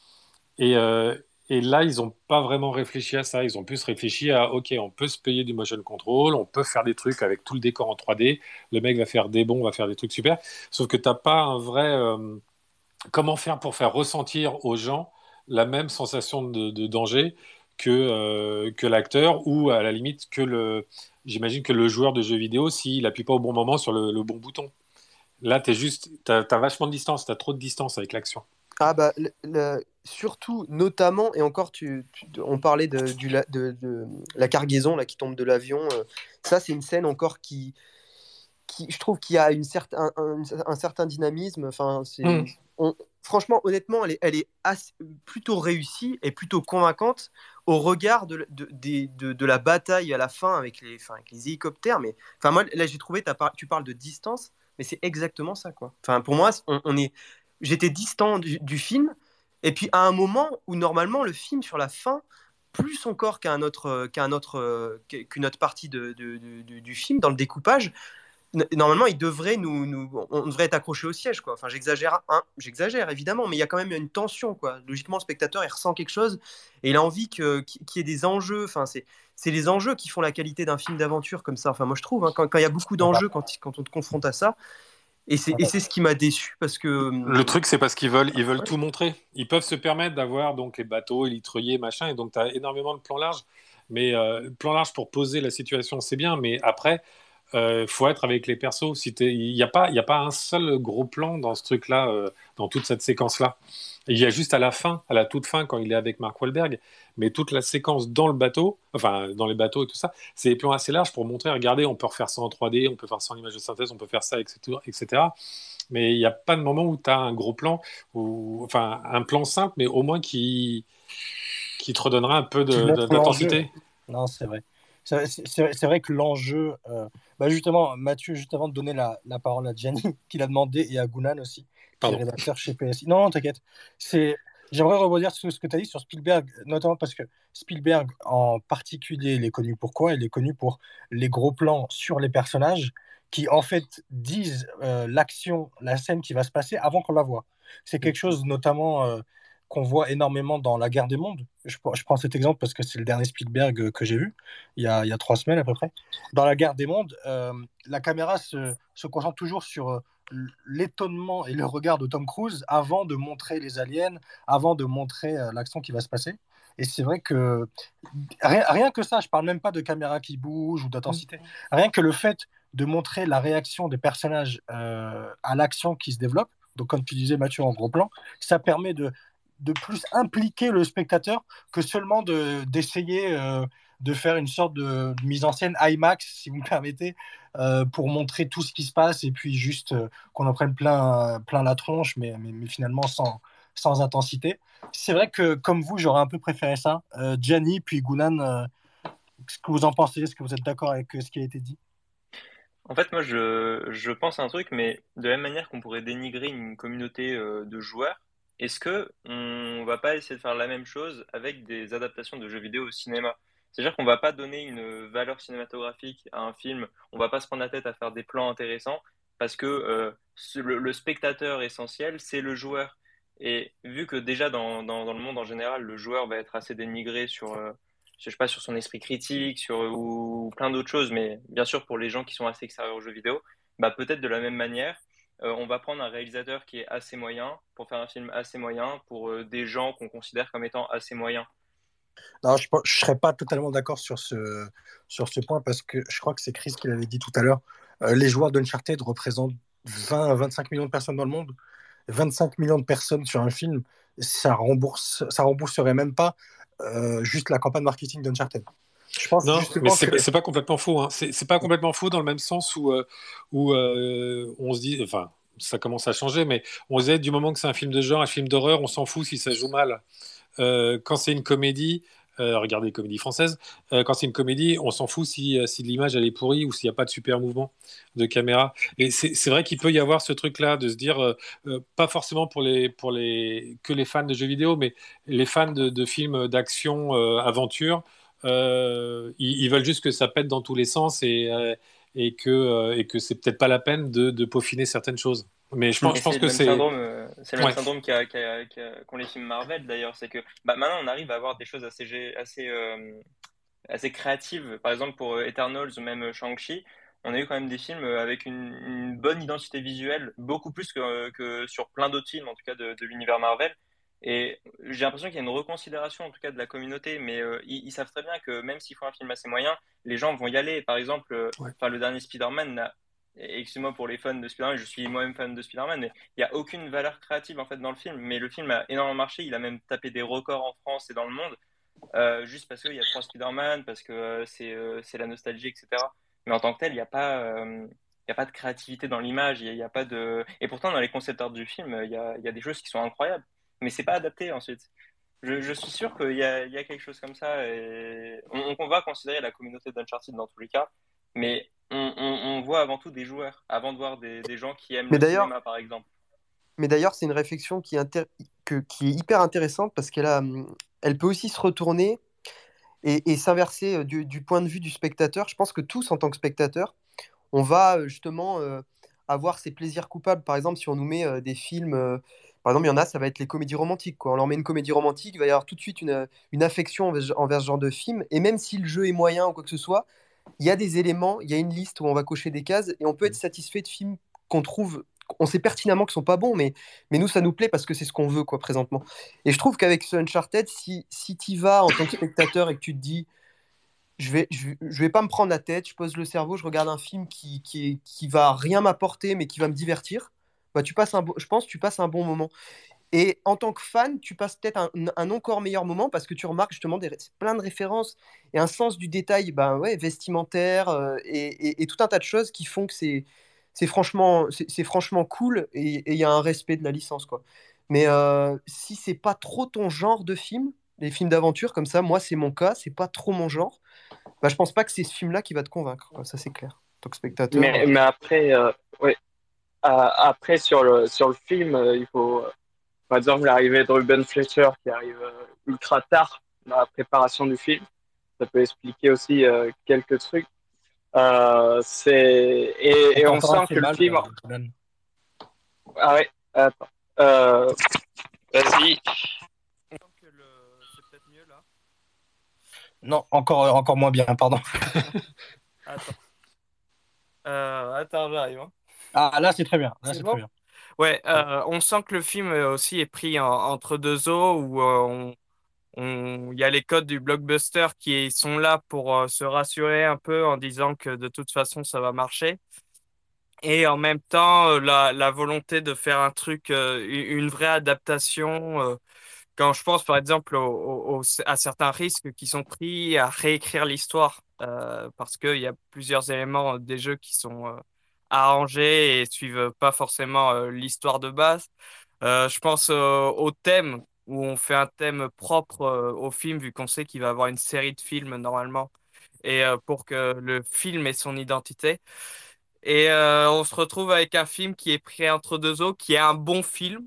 Et, euh, et là, ils n'ont pas vraiment réfléchi à ça. Ils ont plus réfléchi à, OK, on peut se payer du motion control, on peut faire des trucs avec tout le décor en trois D. Le mec va faire des bons, va faire des trucs super. Sauf que tu n'as pas un vrai... euh, comment faire pour faire ressentir aux gens la même sensation de, de danger que, euh, que l'acteur ou à la limite que le... J'imagine que le joueur de jeu vidéo, s'il n'appuie pas au bon moment sur le, le bon bouton. Là, t'es juste, t'as, t'as vachement de distance, t'as trop de distance avec l'action. Ah bah le- le- surtout, notamment, et encore, tu, tu- on parlait de, du, la, de, de la cargaison là, qui tombe de l'avion. euh, ça, c'est une scène encore qui, qui, je trouve qu'il y a une certain, un, un- un certain dynamisme. Enfin, Mm. c'est, on- franchement, honnêtement, elle est, elle est assez- plutôt réussie et plutôt convaincante au regard de, de, des- de- de la bataille à la fin avec les, enfin, avec les hélicoptères. Mais enfin, moi, là, j'ai trouvé, t'as par- tu parles de distance, mais c'est exactement ça, quoi. Enfin, pour moi, on, on est, j'étais distant du, du film, et puis à un moment où normalement le film sur la fin, plus encore qu'un autre, qu'un autre, euh, qu'une autre partie de, de- de- de- du film dans le découpage normalement, il devrait nous, nous, on devrait être accroché au siège, quoi. Enfin, j'exagère, hein, j'exagère évidemment, mais il y a quand même une tension, quoi. Logiquement, le spectateur, il ressent quelque chose et il a envie que, qu'il y ait des enjeux. Enfin, c'est, c'est les enjeux qui font la qualité d'un film d'aventure comme ça. Enfin, moi, je trouve, hein, quand, quand il y a beaucoup d'enjeux, quand, quand on te confronte à ça, et c'est, et c'est ce qui m'a déçu parce que, Le hum, truc, c'est parce qu'ils veulent, ils veulent ouais, tout montrer. Ils peuvent se permettre d'avoir donc les bateaux élitreuillés, machin, et donc tu as énormément de plans larges. Mais euh, plan large pour poser la situation, c'est bien, mais après, euh, faut être avec les persos. Si t'es- il n'y a pas, il y a pas un seul gros plan dans ce truc-là, euh, dans toute cette séquence-là. Il y a juste à la fin, à la toute fin, quand il est avec Mark Wahlberg, mais toute la séquence dans le bateau, enfin dans les bateaux et tout ça, c'est des plans assez larges pour montrer, regardez, on peut refaire ça en trois D, on peut faire ça en image de synthèse, on peut faire ça, et cetera, et cetera. Mais il n'y a pas de moment où tu as un gros plan, ou, enfin un plan simple, mais au moins qui, qui te redonnera un peu Qui de- de- montre l'enjeu. d'intensité. Non, c'est vrai. C'est c'est- c'est- c'est vrai que l'enjeu. euh, bah justement, Mathieu, juste avant de donner la, la parole à Gianni, qui l'a demandé, et à Gounan aussi, qui est Pardon. rédacteur chez P S I. Non, non, t'inquiète. C'est... J'aimerais rebondir sur ce que tu as dit sur Spielberg, notamment parce que Spielberg, en particulier, il est connu pour quoi? Il est connu pour les gros plans sur les personnages qui, en fait, disent euh, l'action, la scène qui va se passer avant qu'on la voit. C'est quelque chose, notamment, euh, qu'on voit énormément dans La Guerre des Mondes. Je, je prends cet exemple parce que c'est le dernier Spielberg euh, que j'ai vu, il y a, il y a trois semaines à peu près. Dans La Guerre des Mondes, euh, la caméra se, se concentre toujours sur euh, l'étonnement et le regard de Tom Cruise avant de montrer les aliens, avant de montrer euh, l'action qui va se passer. Et c'est vrai que rien, rien que ça, je parle même pas de caméra qui bouge ou d'intensité, rien que le fait de montrer la réaction des personnages euh, à l'action qui se développe, donc comme tu disais Mathieu en gros plan, ça permet de, de plus impliquer le spectateur que seulement de, d'essayer euh, de faire une sorte de mise en scène IMAX, si vous me permettez, euh, pour montrer tout ce qui se passe et puis juste euh, qu'on en prenne plein, plein la tronche, mais, mais, mais finalement sans, sans intensité. C'est vrai que, comme vous, j'aurais un peu préféré ça. Euh, Gianni, puis Gounan, euh, ce que vous en pensez? Est-ce que vous êtes d'accord avec euh, ce qui a été dit? En fait, moi, je, je pense à un truc, mais de la même manière qu'on pourrait dénigrer une communauté euh, de joueurs, est-ce que on va pas essayer de faire la même chose avec des adaptations de jeux vidéo au cinéma? C'est-à-dire qu'on va pas donner une valeur cinématographique à un film, on va pas se prendre la tête à faire des plans intéressants, parce que euh, ce- le, le spectateur essentiel, c'est le joueur. Et vu que déjà dans, dans, dans le monde en général, le joueur va être assez dénigré sur, euh, je sais pas, sur son esprit critique, sur ou plein d'autres choses, mais bien sûr pour les gens qui sont assez extérieurs aux jeux vidéo, bah peut-être de la même manière, euh, on va prendre un réalisateur qui est assez moyen pour faire un film assez moyen pour euh, des gens qu'on considère comme étant assez moyens. Non, je ne serais pas totalement d'accord sur ce, sur ce point parce que je crois que c'est Chris qui l'avait dit tout à l'heure. Euh, les joueurs d'Uncharted représentent vingt à vingt-cinq millions de personnes dans le monde. vingt-cinq millions de personnes sur un film, ça rembourse, ça rembourserait même pas euh, juste la campagne marketing d'Uncharted. Je pense Non, mais justement c'est que c'est pas complètement faux. Hein. C'est c'est pas complètement faux dans le même sens où, euh, où euh, on se dit, enfin, ça commence à changer, mais on se dit du moment que c'est un film de genre, un film d'horreur, on s'en fout si ça joue mal. Euh, quand c'est une comédie, euh, regardez les comédies françaises, euh, quand c'est une comédie, on s'en fout si, euh, si l'image elle est pourrie ou s'il n'y a pas de super mouvement de caméra. Et c'est c'est vrai qu'il peut y avoir ce truc-là de se dire, euh, euh, pas forcément pour les, pour les, que les fans de jeux vidéo, mais les fans de, de films d'action, euh, aventure, euh, ils, ils veulent juste que ça pète dans tous les sens et, euh, et que, euh, et que c'est peut-être pas la peine de, de peaufiner certaines choses. Mais je pense, Et je pense c'est le que même c'est. syndrome, euh, c'est le même Ouais. syndrome qu'a- qu'a- qu'a- qu'ont les films Marvel d'ailleurs, c'est que bah, maintenant on arrive à avoir des choses assez, gé- assez, euh, assez créatives. Par exemple, pour euh, Eternals ou même euh, Shang-Chi, on a eu quand même des films euh, avec une, une bonne identité visuelle, beaucoup plus que, euh, que sur plein d'autres films, en tout cas de, de l'univers Marvel. Et j'ai l'impression qu'il y a une reconsidération, en tout cas, de la communauté, mais euh, ils, ils savent très bien que même s'ils font un film assez moyen, les gens vont y aller. Par exemple, euh, Ouais. enfin, le dernier Spider-Man n'a- et excuse-moi pour les fans de Spider-Man, je suis moi-même fan de Spider-Man, mais il n'y a aucune valeur créative en fait dans le film. Mais le film a énormément marché, il a même tapé des records en France et dans le monde euh, juste parce qu'il y a trois Spider-Man, parce que euh, c'est euh, c'est la nostalgie, et cetera. Mais en tant que tel, il n'y a pas, euh, il y a pas de créativité dans l'image, il y a, il y a pas de... Et pourtant, dans les concept art du film, il y a, il y a des choses qui sont incroyables, mais c'est pas adapté ensuite. Je, je suis sûr qu'il y a, il y a quelque chose comme ça, et on, on va considérer la communauté d'Uncharted dans tous les cas, mais on, on, on voit avant tout des joueurs, avant de voir des, des gens qui aiment Mais le d'ailleurs, cinéma, par exemple. mais d'ailleurs, c'est une réflexion qui est, intér- que- qui est hyper intéressante parce qu'elle a, hum, elle peut aussi se retourner et, et s'inverser euh, du, du point de vue du spectateur. Je pense que tous, en tant que spectateurs, on va euh, justement euh, avoir ces plaisirs coupables. Par exemple, si on nous met euh, des films, euh, par exemple, il y en a, ça va être les comédies romantiques, quoi. On leur met une comédie romantique, il va y avoir tout de suite une, une affection envers, envers ce genre de film. Et même si le jeu est moyen ou quoi que ce soit, il y a des éléments, il y a une liste où on va cocher des cases et on peut être satisfait de films qu'on trouve, on sait pertinemment qu'ils sont pas bons, mais, mais nous, ça nous plaît parce que c'est ce qu'on veut, quoi, présentement. Et je trouve qu'avec ce Uncharted, si, si tu y vas en tant que spectateur et que tu te dis, je vais, je, je vais pas me prendre la tête, je pose le cerveau, je regarde un film qui, qui, est- qui va rien m'apporter, mais qui va me divertir. Bah, tu passes un bon- je pense que tu passes un bon moment. Et en tant que fan, tu passes peut-être un, un encore meilleur moment parce que tu remarques justement des, plein de références et un sens du détail ben ouais, vestimentaire euh, et, et- et tout un tas de choses qui font que c'est c'est franchement, c'est c'est franchement cool et et il y a un respect de la licence, quoi. Mais euh, si c'est pas trop ton genre de film, les films d'aventure comme ça, moi c'est mon cas, c'est pas trop mon genre, bah, je pense pas que c'est ce film-là qui va te convaincre, quoi. Ça c'est clair. En tant que spectateur. Mais, euh. mais après, euh, ouais, Euh, après sur le, sur le film, euh, il faut, euh, par exemple, l'arrivée de Ruben Fletcher qui arrive euh, ultra tard dans la préparation du film. Ça peut expliquer aussi euh, quelques trucs. Euh, c'est On et, et on t'entend sent assez que le mal, film. euh, Dylan. Ah ouais, attends. Euh, vas-y. On sent que le- C'est peut-être mieux là. Non, encore, euh, encore moins bien, pardon. Attends. Euh, attends, j'arrive, hein. Ah, là, c'est très bien. Là, C'est c'est très bon? bien. Ouais, euh, on sent que le film euh, aussi est pris en- entre deux eaux où euh, on, on- il y a les codes du blockbuster qui sont là pour euh, se rassurer un peu en disant que de toute façon ça va marcher. Et en même temps, euh, la, la volonté de faire un truc, euh, une une vraie adaptation. euh, quand je pense par exemple au- au- au- à certains risques qui sont pris à réécrire l'histoire, euh, parce qu'il y a plusieurs éléments des jeux qui sont euh, arrangés et suivent pas forcément euh, l'histoire de base. Euh, je pense euh, au thème, où on fait un thème propre euh, au film, vu qu'on sait qu'il va avoir une série de films normalement, et euh, pour que le film ait son identité. Et euh, on se retrouve avec un film qui est pris entre deux eaux, qui est un bon film.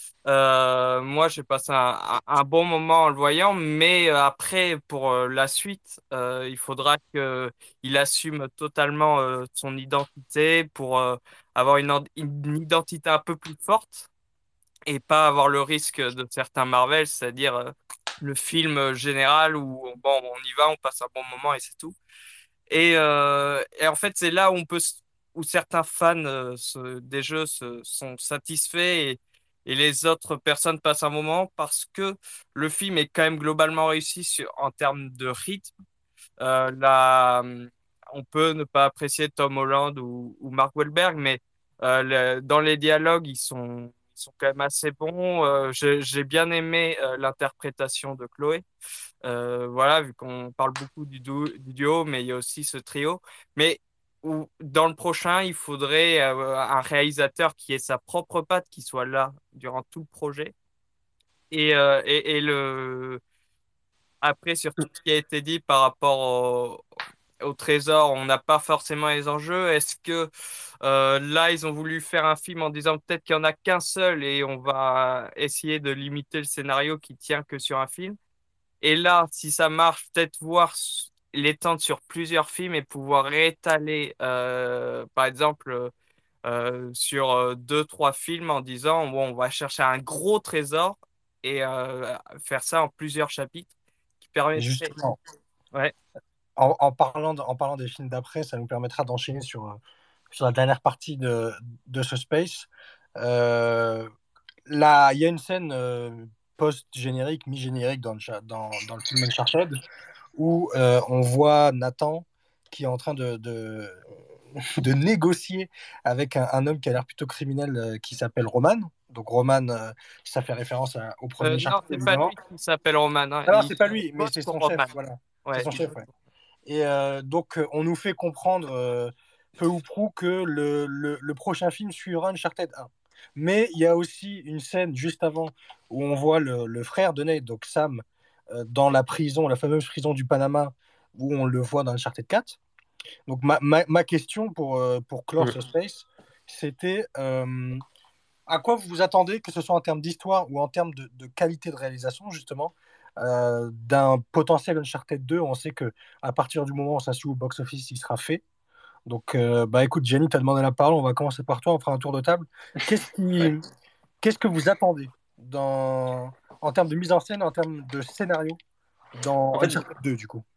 Euh, moi, j'ai passé un, un- un bon moment en le voyant, mais euh, après, pour euh, la suite, euh, il faudra que il assume totalement euh, son identité pour euh, avoir une, en- une identité un peu plus forte et pas avoir le risque de certains Marvel, c'est-à-dire euh, le film général où bon, on y va, on passe un bon moment et c'est tout. Et, euh, et en fait, c'est là où on peut, s- où certains fans euh, se- des jeux se, sont satisfaits et, et les autres personnes passent un moment parce que le film est quand même globalement réussi sur, en termes de rythme. Euh, là, on peut ne pas apprécier Tom Holland ou, ou Mark Wahlberg, mais euh, le- dans les dialogues, ils sont, ils sont quand même assez bons. Euh, j'ai, j'ai bien aimé euh, l'interprétation de Chloé. Euh, voilà, vu qu'on parle beaucoup du, duo, du duo, mais il y a aussi ce trio. Mais où, dans le prochain, il faudrait euh, un réalisateur qui ait sa propre patte, qui soit là durant tout le projet. Et, euh, et, et le... après, sur tout ce qui a été dit par rapport au, au trésor, on n'a pas forcément les enjeux. Est-ce que euh, là, ils ont voulu faire un film en disant peut-être qu'il n'y en a qu'un seul et on va essayer de limiter le scénario qui tient que sur un film? Et là, si ça marche, peut-être voir s- l'étendre sur plusieurs films et pouvoir réétaler, euh, par exemple, euh, sur euh, deux, trois films en disant, bon, on va chercher un gros trésor et euh, faire ça en plusieurs chapitres qui Et permettrait. justement, Ouais. en, en parlant de- en parlant des films d'après, ça nous permettra d'enchaîner sur, euh, sur la dernière partie de, de ce space. Euh, là, il y a une scène euh, post-générique, mi-générique dans le, cha- dans, dans le film Uncharted où euh, on voit Nathan qui est en train de, de, de négocier avec un, un homme qui a l'air plutôt criminel euh, qui s'appelle Roman. Donc Roman, euh, ça fait référence à- au premier Euh, non, Uncharted, c'est pas évidemment. lui qui s'appelle Roman, hein. Ah non, Il, c'est pas il lui, mais bosse c'est pour son chef, Roman. voilà. C'est Ouais. son chef, ouais. Et euh, donc, euh, on nous fait comprendre euh, peu ou prou que le, le, le prochain film suivra Uncharted un. Mais il y a aussi une scène juste avant où on voit le, le frère de Nate, donc Sam, euh, dans la prison, la fameuse prison du Panama, où on le voit dans Uncharted quatre. Donc, ma, ma, ma question pour, euh, pour clore Mm. ce space, c'était euh, à quoi vous vous attendez, que ce soit en termes d'histoire ou en termes de, de qualité de réalisation, justement, euh, d'un potentiel Uncharted deux. On sait que à partir du moment où ça se joue au box-office, il sera fait. Donc, euh, bah écoute, Jenny, tu as demandé la parole. On va commencer par toi. On fera un tour de table. Qu'est-ce qui, Ouais. qu'est-ce que vous attendez dans, en termes de mise en scène, en termes de scénario, dans En fait, Uncharted deux, du coup?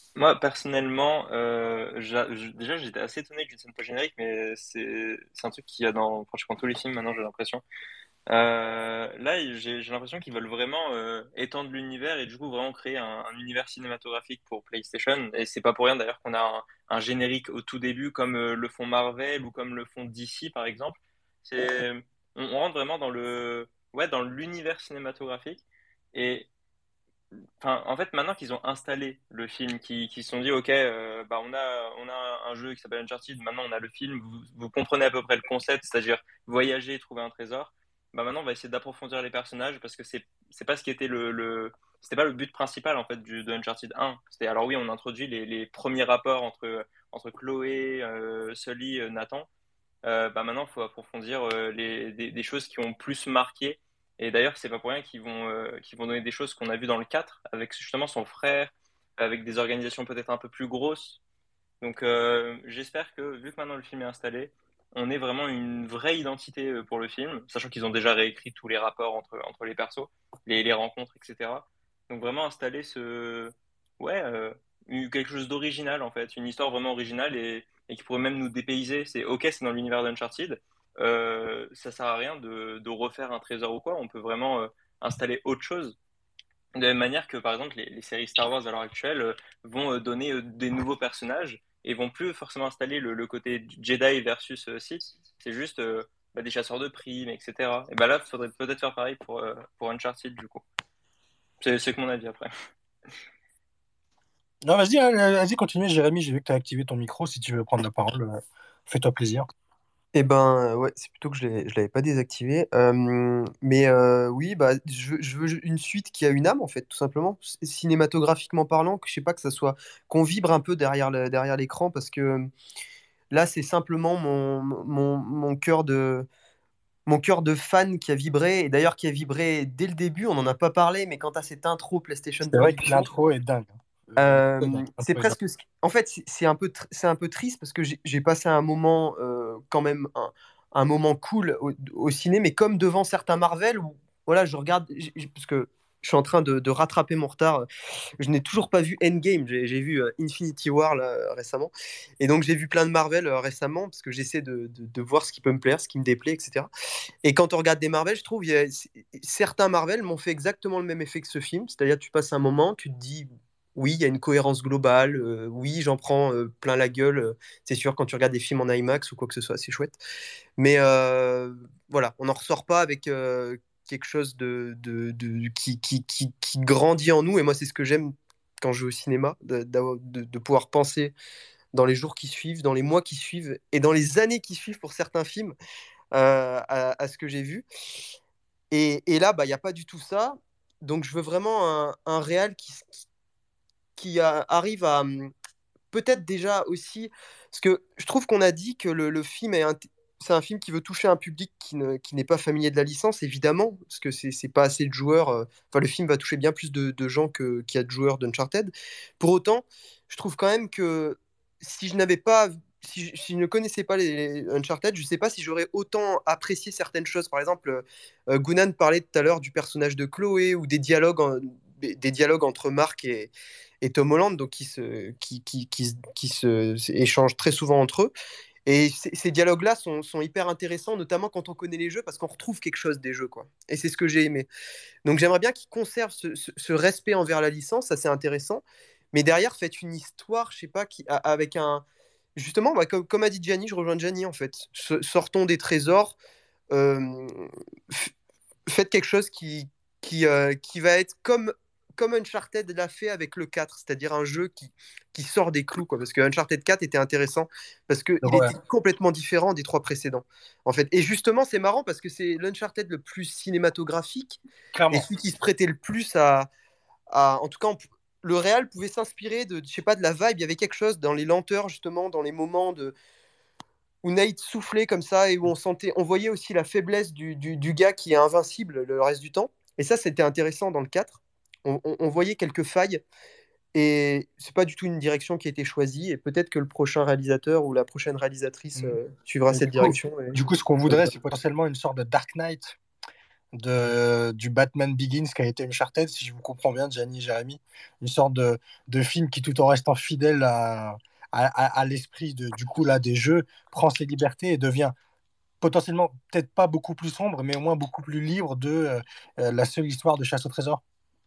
Moi, personnellement, euh, j'a- je- déjà, j'étais assez étonné d'une scène post-générique, mais c'est c'est un truc qu'il y a dans pratiquement tous les films maintenant, j'ai l'impression. Euh, là, j'ai j'ai l'impression qu'ils veulent vraiment euh, étendre l'univers et du coup vraiment créer un, un univers cinématographique pour PlayStation. Et c'est pas pour rien d'ailleurs qu'on a un, un générique au tout début, comme euh, le font Marvel ou comme le font D C par exemple. C'est, on, on rentre vraiment dans le, ouais, dans l'univers cinématographique. Et enfin, en fait, maintenant qu'ils ont installé le film, qui qui se sont dit, ok, euh, bah on a on a un jeu qui s'appelle Uncharted, maintenant on a le film, vous, vous comprenez à peu près le concept, c'est-à-dire voyager, trouver un trésor. Bah maintenant on va essayer d'approfondir les personnages parce que c'est c'est pas ce qui était le, le c'était pas le but principal en fait du de Uncharted un. C'était alors oui, on introduit les, les premiers rapports entre entre Chloé, euh, Sully, euh, Nathan. Euh, bah maintenant, il faut approfondir euh, les, des, des choses qui ont plus marqué. Et d'ailleurs, c'est pas pour rien qu'ils vont, euh, qu'ils vont donner des choses qu'on a vues dans le quatre, avec justement son frère, avec des organisations peut-être un peu plus grosses. Donc, euh, j'espère que, vu que maintenant le film est installé, on ait vraiment une vraie identité euh, pour le film, sachant qu'ils ont déjà réécrit tous les rapports entre, entre les persos, les, les rencontres, et cetera. Donc, vraiment installer ce. Ouais, euh, une- quelque chose d'original, en fait, une histoire vraiment originale et, et qui pourrait même nous dépayser. C'est ok, c'est dans l'univers d'Uncharted. Euh, ça sert à rien de, de refaire un trésor ou quoi. On peut vraiment euh, installer autre chose. De la même manière que, par exemple, les, les séries Star Wars à l'heure actuelle euh, vont euh, donner euh, des nouveaux personnages et vont plus forcément installer le, le côté Jedi versus euh, Sith. C'est juste euh, bah, des chasseurs de primes, et cetera. Et bah là, il faudrait peut-être faire pareil pour, euh, pour Uncharted, du coup. C'est c'est que mon avis après. Non, vas-y, hein, vas-y, continue, Jérémy. J'ai vu que tu as activé ton micro. Si tu veux prendre la parole, euh, fais-toi plaisir. Eh ben, ouais, c'est plutôt que je l'ai, je l'avais pas désactivé. Euh, mais euh, oui, bah, je, veux je veux une suite qui a une âme, en fait, tout simplement. C- Cinématographiquement parlant, que je sais pas que ça soit, qu'on vibre un peu derrière le- derrière l'écran, parce que là, c'est simplement mon, mon, mon cœur de, mon cœur de fan qui a vibré, et d'ailleurs qui a vibré dès le début. On n'en a pas parlé, mais quant à cette intro PlayStation C'est vrai que Production, l'intro est dingue, hein. Euh, L'intro est dingue. euh, c'est L'intro est dingue. presque. ce qui- En fait, c'est c'est un peu, tr- c'est un peu triste parce que j'ai j'ai passé un moment, euh, quand même, un, un moment cool au, au ciné, mais comme devant certains Marvel où, voilà, je regarde, j'ai- j'ai- parce que je suis en train de, de rattraper mon retard. Je n'ai toujours pas vu Endgame. J'ai j'ai vu euh, Infinity War là, euh, récemment, et donc j'ai vu plein de Marvel euh, récemment parce que j'essaie de, de, de voir ce qui peut me plaire, ce qui me déplaît, et cetera. Et quand on regarde des Marvel, je trouve il y a- c- certains Marvel m'ont fait exactement le même effet que ce film. C'est-à-dire, tu passes un moment, tu te dis, oui, il y a une cohérence globale, euh, oui, j'en prends euh, plein la gueule. euh, c'est sûr, quand tu regardes des films en IMAX ou quoi que ce soit, c'est chouette. Mais euh, voilà, on n'en ressort pas avec euh, quelque chose de, de, de- qui, qui, qui, qui grandit en nous. Et moi, c'est ce que j'aime quand je vais au cinéma, de, d'avoir- de- de pouvoir penser dans les jours qui suivent, dans les mois qui suivent et dans les années qui suivent pour certains films euh, à, à ce que j'ai vu. Et, et là, bah, il n'y a pas du tout ça. Donc, je veux vraiment un, un réal qui, qui a- arrive à hum, peut-être déjà aussi. Parce que je trouve qu'on a dit que le, le film est. int- C'est un film qui veut toucher un public qui ne, qui n'est pas familier de la licence, évidemment, parce que c'est c'est pas assez de joueurs. euh, Enfin, le film va toucher bien plus de, de gens que, qu'il y a de joueurs d'Uncharted. Pour autant, je trouve quand même que si je n'avais pas. Si je, si je ne connaissais pas les, les Uncharted, je ne sais pas si j'aurais autant apprécié certaines choses. Par exemple, euh, Gunan parlait tout à l'heure du personnage de Chloé ou des dialogues, en- des, des dialogues entre Marc et, et Tom Holland, donc qui se, qui, qui, qui, se- qui se, se échangent très souvent entre eux. Et ces, ces dialogues-là sont, sont hyper intéressants, notamment quand on connaît les jeux, parce qu'on retrouve quelque chose des jeux, quoi. Et c'est ce que j'ai aimé. Donc j'aimerais bien qu'ils conservent ce, ce- ce respect envers la licence, ça c'est intéressant. Mais derrière, faites une histoire, je sais pas, qui, a- avec un. Justement, bah, comme, comme a dit Gianni, je rejoins Gianni en fait. Se- sortons des trésors, euh, f- faites quelque chose qui, qui, euh, qui va être comme, comme Uncharted l'a fait avec le quatre, c'est-à-dire un jeu qui, qui sort des clous, quoi. Parce que Uncharted quatre était intéressant parce qu'il Ouais, était complètement différent des trois précédents. En fait. Et justement, c'est marrant parce que c'est l'Uncharted le plus cinématographique et clairement. celui qui se prêtait le plus à. à- en tout cas, on p- le réal pouvait s'inspirer de, je sais pas, de la vibe. Il y avait quelque chose dans les lenteurs, justement, dans les moments de, où Nate soufflait comme ça et où on sentait, on voyait aussi la faiblesse du, du, du gars qui est invincible le reste du temps. Et ça, c'était intéressant dans le quatre. On, on- on voyait quelques failles et c'est pas du tout une direction qui a été choisie. Et peut-être que le prochain réalisateur ou la prochaine réalisatrice Mm. euh, suivra Et cette du coup, direction. Et du coup, ce qu'on ça va voudrait, être c'est potentiellement une sorte de Dark Knight de, du Batman Begins qui a été Uncharted, si je vous comprends bien, Gianni et Jérémy. Une sorte de, de film qui, tout en restant fidèle à, à, à- à l'esprit de, du coup, là, des jeux, prend ses libertés et devient potentiellement peut-être pas beaucoup plus sombre, mais au moins beaucoup plus libre de euh, euh, la seule histoire de chasse au trésor.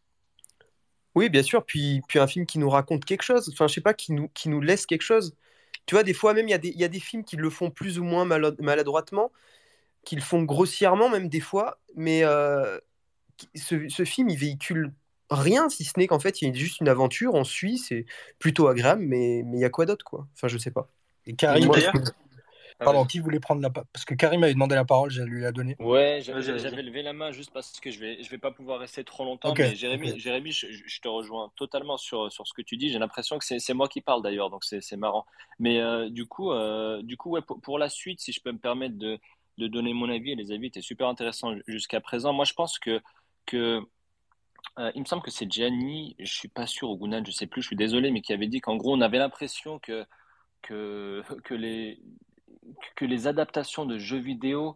Oui, bien sûr. Puis, puis un film qui nous raconte quelque chose. Enfin, je sais pas, qui nous, qui nous laisse quelque chose. Tu vois, des fois même, il y a des, il y a des films qui le font plus ou moins malo- maladroitement, qui le font grossièrement même des fois. Mais euh, qui- ce, ce film, il véhicule rien, si ce n'est qu'en fait, il y a juste une aventure, on suit, c'est plutôt agréable, mais mais il y a quoi d'autre, quoi. Enfin, je sais pas. Et Et Karim, moi, qu'est-ce D'ailleurs, que... ah, Pardon, vas-y. qui voulait prendre la... pa- Parce que Karim avait demandé la parole, je lui la donné. Ouais, j'a- Vas-y, j'a- vas-y. j'avais levé la main juste parce que je vais, je vais pas pouvoir rester trop longtemps, Ok, mais ok. Jérémy, Jérémy, je, je- je te rejoins totalement sur, sur ce que tu dis. J'ai l'impression que c'est, c'est moi qui parle d'ailleurs, donc c'est, c'est marrant. Mais euh, du coup, euh, du coup, ouais, pour, pour la suite, si je peux me permettre de, de donner mon avis, et les avis étaient super intéressants jusqu'à présent. Moi, je pense que, que euh, il me semble que c'est Gianni, je suis pas sûr, ou Gunnar, je sais plus, je suis désolé, mais qui avait dit qu'en gros, on avait l'impression que que, que les, que les adaptations de jeux vidéo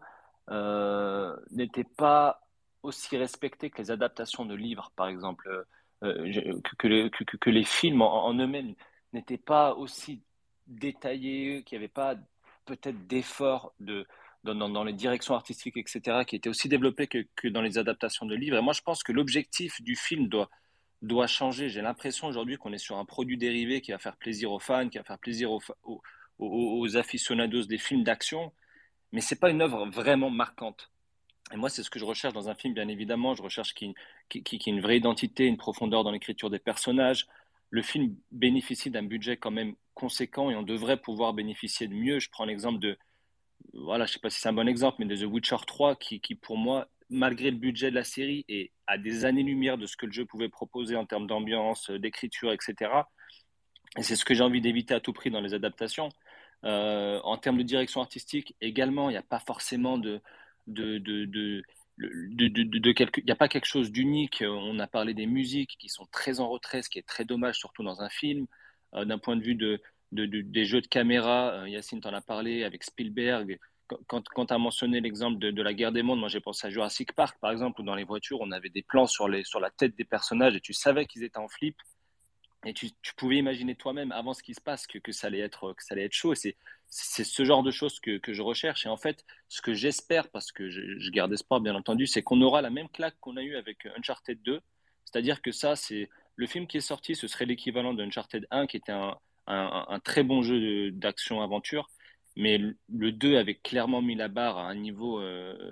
euh, n'étaient pas aussi respectées que les adaptations de livres, par exemple. Euh, je- que, que les, que, que- que les films en, en eux-mêmes n'étaient pas aussi détaillés, qu'il n'y avait pas peut-être d'efforts de, dans, dans, dans les directions artistiques, et cetera, qui étaient aussi développés que, que dans les adaptations de livres. Et moi, je pense que l'objectif du film doit, doit changer. J'ai l'impression aujourd'hui qu'on est sur un produit dérivé qui va faire plaisir aux fans, qui va faire plaisir aux, aux, aux, aux aficionados des films d'action, mais c'est pas une œuvre vraiment marquante. Et moi, c'est ce que je recherche dans un film, bien évidemment. Je recherche qu'il qui, qui, qui ait une vraie identité, une profondeur dans l'écriture des personnages. Le film bénéficie d'un budget quand même conséquent et on devrait pouvoir bénéficier de mieux. Je prends l'exemple de, voilà, je sais pas si c'est un bon exemple, mais de The Witcher trois, qui, qui pour moi, malgré le budget de la série, est à des années-lumière de ce que le jeu pouvait proposer en termes d'ambiance, d'écriture, et cetera. Et c'est ce que j'ai envie d'éviter à tout prix dans les adaptations. Euh, en termes de direction artistique, également, il n'y a pas forcément de, de, de, de, de, de, de, de quelque, il n'y a pas quelque chose d'unique. On a parlé des musiques qui sont très en retrait, ce qui est très dommage, surtout dans un film. Euh, d'un point de vue de, de, de, des jeux de caméra, euh, Yacine t'en a parlé avec Spielberg. Quand, quand tu as mentionné l'exemple de, de la guerre des mondes, moi j'ai pensé à Jurassic Park, par exemple, où dans les voitures, on avait des plans sur, les, sur la tête des personnages et tu savais qu'ils étaient en flip. Et tu, tu pouvais imaginer toi-même avant ce qui se passe que, que, ça, allait être, que ça allait être chaud. Et c'est, c'est ce genre de choses que, que je recherche. Et en fait, ce que j'espère, parce que je, je garde espoir bien entendu, c'est qu'on aura la même claque qu'on a eu avec Uncharted deux. C'est-à-dire que ça, c'est le film qui est sorti, ce serait l'équivalent d'Uncharted un, qui était un, un, un très bon jeu d'action-aventure. Mais le deux avait clairement mis la barre à un niveau euh,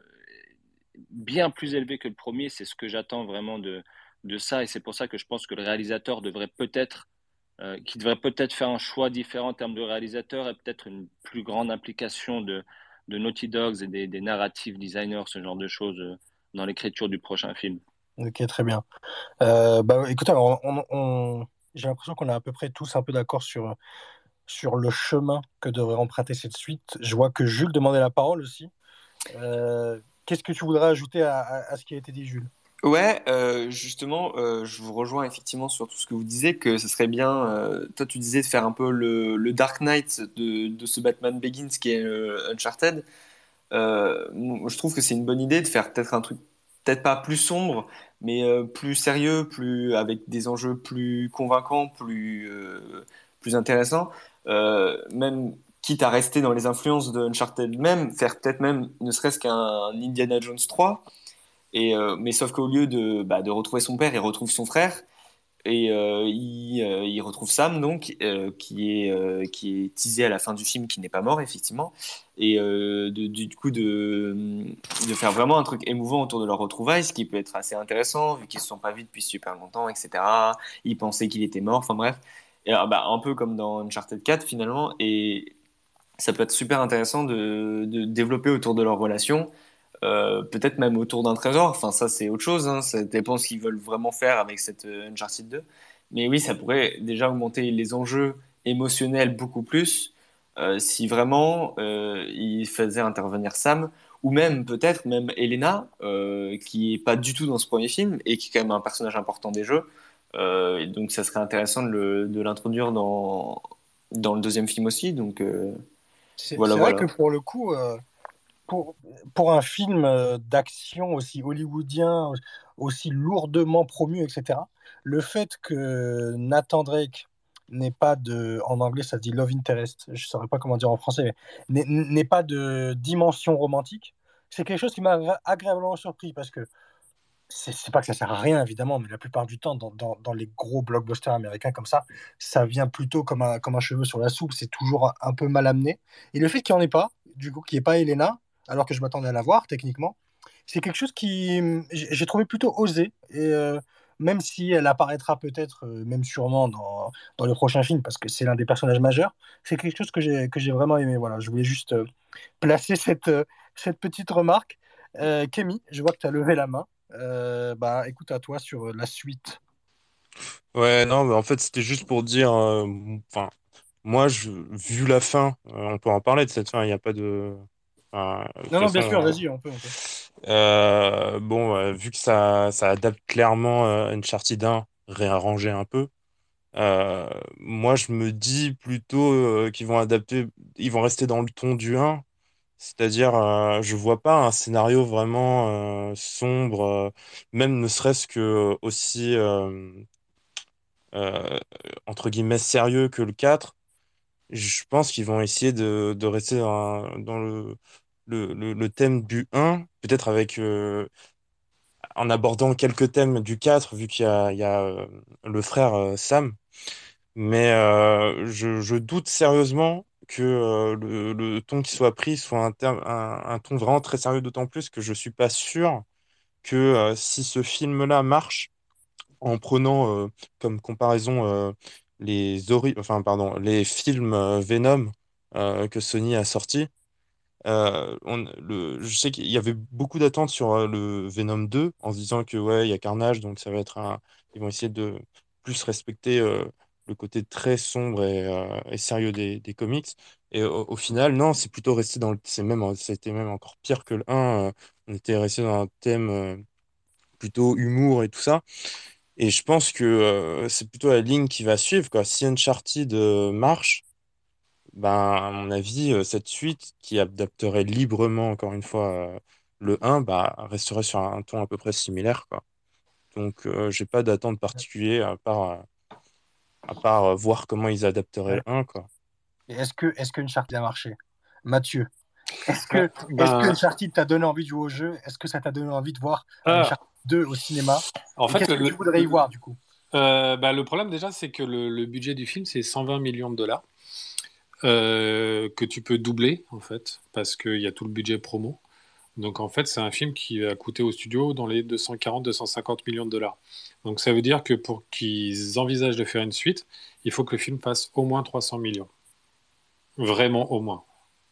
bien plus élevé que le premier. C'est ce que j'attends vraiment de, de ça. Et c'est pour ça que je pense que le réalisateur devrait peut-être, euh, qui devrait peut-être faire un choix différent en termes de réalisateur et peut-être une plus grande implication de, de Naughty Dogs et des, des narrative designers, ce genre de choses, euh, dans l'écriture du prochain film. Ok, très bien. Euh, bah, écoutez, alors, on, on- j'ai l'impression qu'on est à peu près tous un peu d'accord sur, sur le chemin que devrait emprunter cette suite. Je vois que Jules demandait la parole aussi. Euh, Qu'est-ce que tu voudrais ajouter à, à- à ce qui a été dit, Jules? Ouais, euh, justement, euh, je vous rejoins effectivement sur tout ce que vous disiez, que ce serait bien, euh, toi tu disais de faire un peu le, le Dark Knight de, de ce Batman Begins qui est euh, Uncharted. Euh, moi, je trouve que c'est une bonne idée de faire peut-être un truc, peut-être pas plus sombre, mais euh, plus sérieux, plus avec des enjeux plus convaincants, plus euh, plus intéressants. Euh, même quitte à rester dans les influences de Uncharted, même faire peut-être même ne serait-ce qu'un Indiana Jones trois. Et euh, mais sauf qu'au lieu de bah, de retrouver son père, il retrouve son frère. Et euh, il, euh, il retrouve Sam, donc, euh, qui est, euh, qui est teasé à la fin du film, qui n'est pas mort, effectivement. Et euh, de, du coup, de, de faire vraiment un truc émouvant autour de leur retrouvaille, ce qui peut être assez intéressant, vu qu'ils se sont pas vus depuis super longtemps, et cetera. Ils pensaient qu'il était mort, enfin bref. Et alors, bah, un peu comme dans Uncharted quatre, finalement. Et ça peut être super intéressant de, de développer autour de leur relation. Euh, peut-être même autour d'un trésor. Enfin, ça, c'est autre chose. Hein. Ça dépend ce qu'ils veulent vraiment faire avec cette euh, Uncharted deux. Mais oui, ça pourrait déjà augmenter les enjeux émotionnels beaucoup plus euh, si vraiment euh, ils faisaient intervenir Sam ou même peut-être même Elena, euh, qui est pas du tout dans ce premier film et qui est quand même un personnage important des jeux. Euh, et donc, ça serait intéressant de le- de l'introduire dans, dans le deuxième film aussi. Donc, euh, C'est voilà, c'est vrai que voilà. pour le coup, euh, pour, pour un film euh, d'action aussi hollywoodien, aussi lourdement promu, et cetera, le fait que Nathan Drake n'ait pas de, en anglais ça se dit love interest, je ne saurais pas comment dire en français, mais n'ait n'ait pas de dimension romantique, c'est quelque chose qui m'a agra- agréablement surpris parce que c'est c'est pas que ça sert à rien évidemment, mais la plupart du temps dans, dans- dans les gros blockbusters américains comme ça, ça vient plutôt comme un, comme un cheveu sur la soupe, c'est toujours un, un peu mal amené. Et le fait qu'il n'y en ait pas, du coup, qu'il n'y ait pas Elena, alors que je m'attendais à la voir techniquement, c'est quelque chose qui hum, j'ai j'ai trouvé plutôt osé. Et euh, même si elle apparaîtra peut-être, euh, même sûrement dans, dans le prochain film, parce que c'est l'un des personnages majeurs, c'est quelque chose que j'ai que j'ai vraiment aimé. Voilà, je voulais juste euh, placer cette, euh, cette petite remarque. Euh, Kémy, je vois que tu as levé la main. Euh, bah, écoute, à toi sur euh, la suite. Ouais, non, mais en fait, c'était juste pour dire, euh, enfin, moi, je, vu la fin, euh, on peut en parler de cette fin, il n'y a pas de, enfin, de toute Non, non, bien sûr, façon, vas-y, on peut, on peut. euh, bon, euh, vu que ça, ça adapte clairement euh, Uncharted un, réarrangé un peu, euh, moi, je me dis plutôt euh, qu'ils vont adapter, ils vont rester dans le ton du un, c'est-à-dire, euh, je vois pas un scénario vraiment euh, sombre, euh, même ne serait-ce que aussi, euh, euh, entre guillemets, sérieux que le quatre. Je pense qu'ils vont essayer de, de rester dans, dans le, le, le, le thème du un, peut-être avec, euh, en abordant quelques thèmes du quatre, vu qu'il y a, il y a euh, le frère euh, Sam. Mais euh, je, je doute sérieusement que euh, le, le ton qui soit pris soit un, terme- un, un ton vraiment très sérieux, d'autant plus que je suis pas sûr que euh, si ce film-là marche, en prenant euh, comme comparaison euh, les ori- enfin, pardon, les films euh, Venom euh, que Sony a sortis, euh, on, le, je sais qu'il y avait beaucoup d'attentes sur euh, le Venom deux en se disant que ouais, il y a Carnage, donc ça va être un. Ils vont essayer de plus respecter euh, le côté très sombre et, euh, et sérieux des, des comics. Et au, au final, non, c'est plutôt resté dans le. C'est même, c'était même encore pire que le un. euh, on était resté dans un thème euh, plutôt humour et tout ça. Et je pense que euh, c'est plutôt la ligne qui va suivre, quoi. Si Uncharted euh, marche, ben, à mon avis, euh, cette suite qui adapterait librement, encore une fois, euh, le un, bah, resterait sur un ton à peu près similaire, quoi. Donc, euh, j'ai pas d'attente particulière à part, euh, à part euh, voir comment ils adapteraient Ouais. le un, quoi. Et est-ce que, est-ce que Uncharted a marché? Mathieu, est-ce Ouais, que, est-ce que ben, Uncharted t'a donné envie de jouer au jeu? Est-ce que ça t'a donné envie de voir un ah, Uncharted deux au cinéma? en Et fait, qu'est-ce le, que tu le, voudrais y voir du coup? euh, bah, le problème déjà, c'est que le, le budget du film, c'est cent vingt millions de dollars, euh, que tu peux doubler, en fait, parce qu'il y a tout le budget promo. Donc en fait, c'est un film qui va coûter au studio dans les deux cent quarante à deux cent cinquante millions de dollars. Donc ça veut dire que pour qu'ils envisagent de faire une suite, il faut que le film fasse au moins trois cents millions. Vraiment au moins.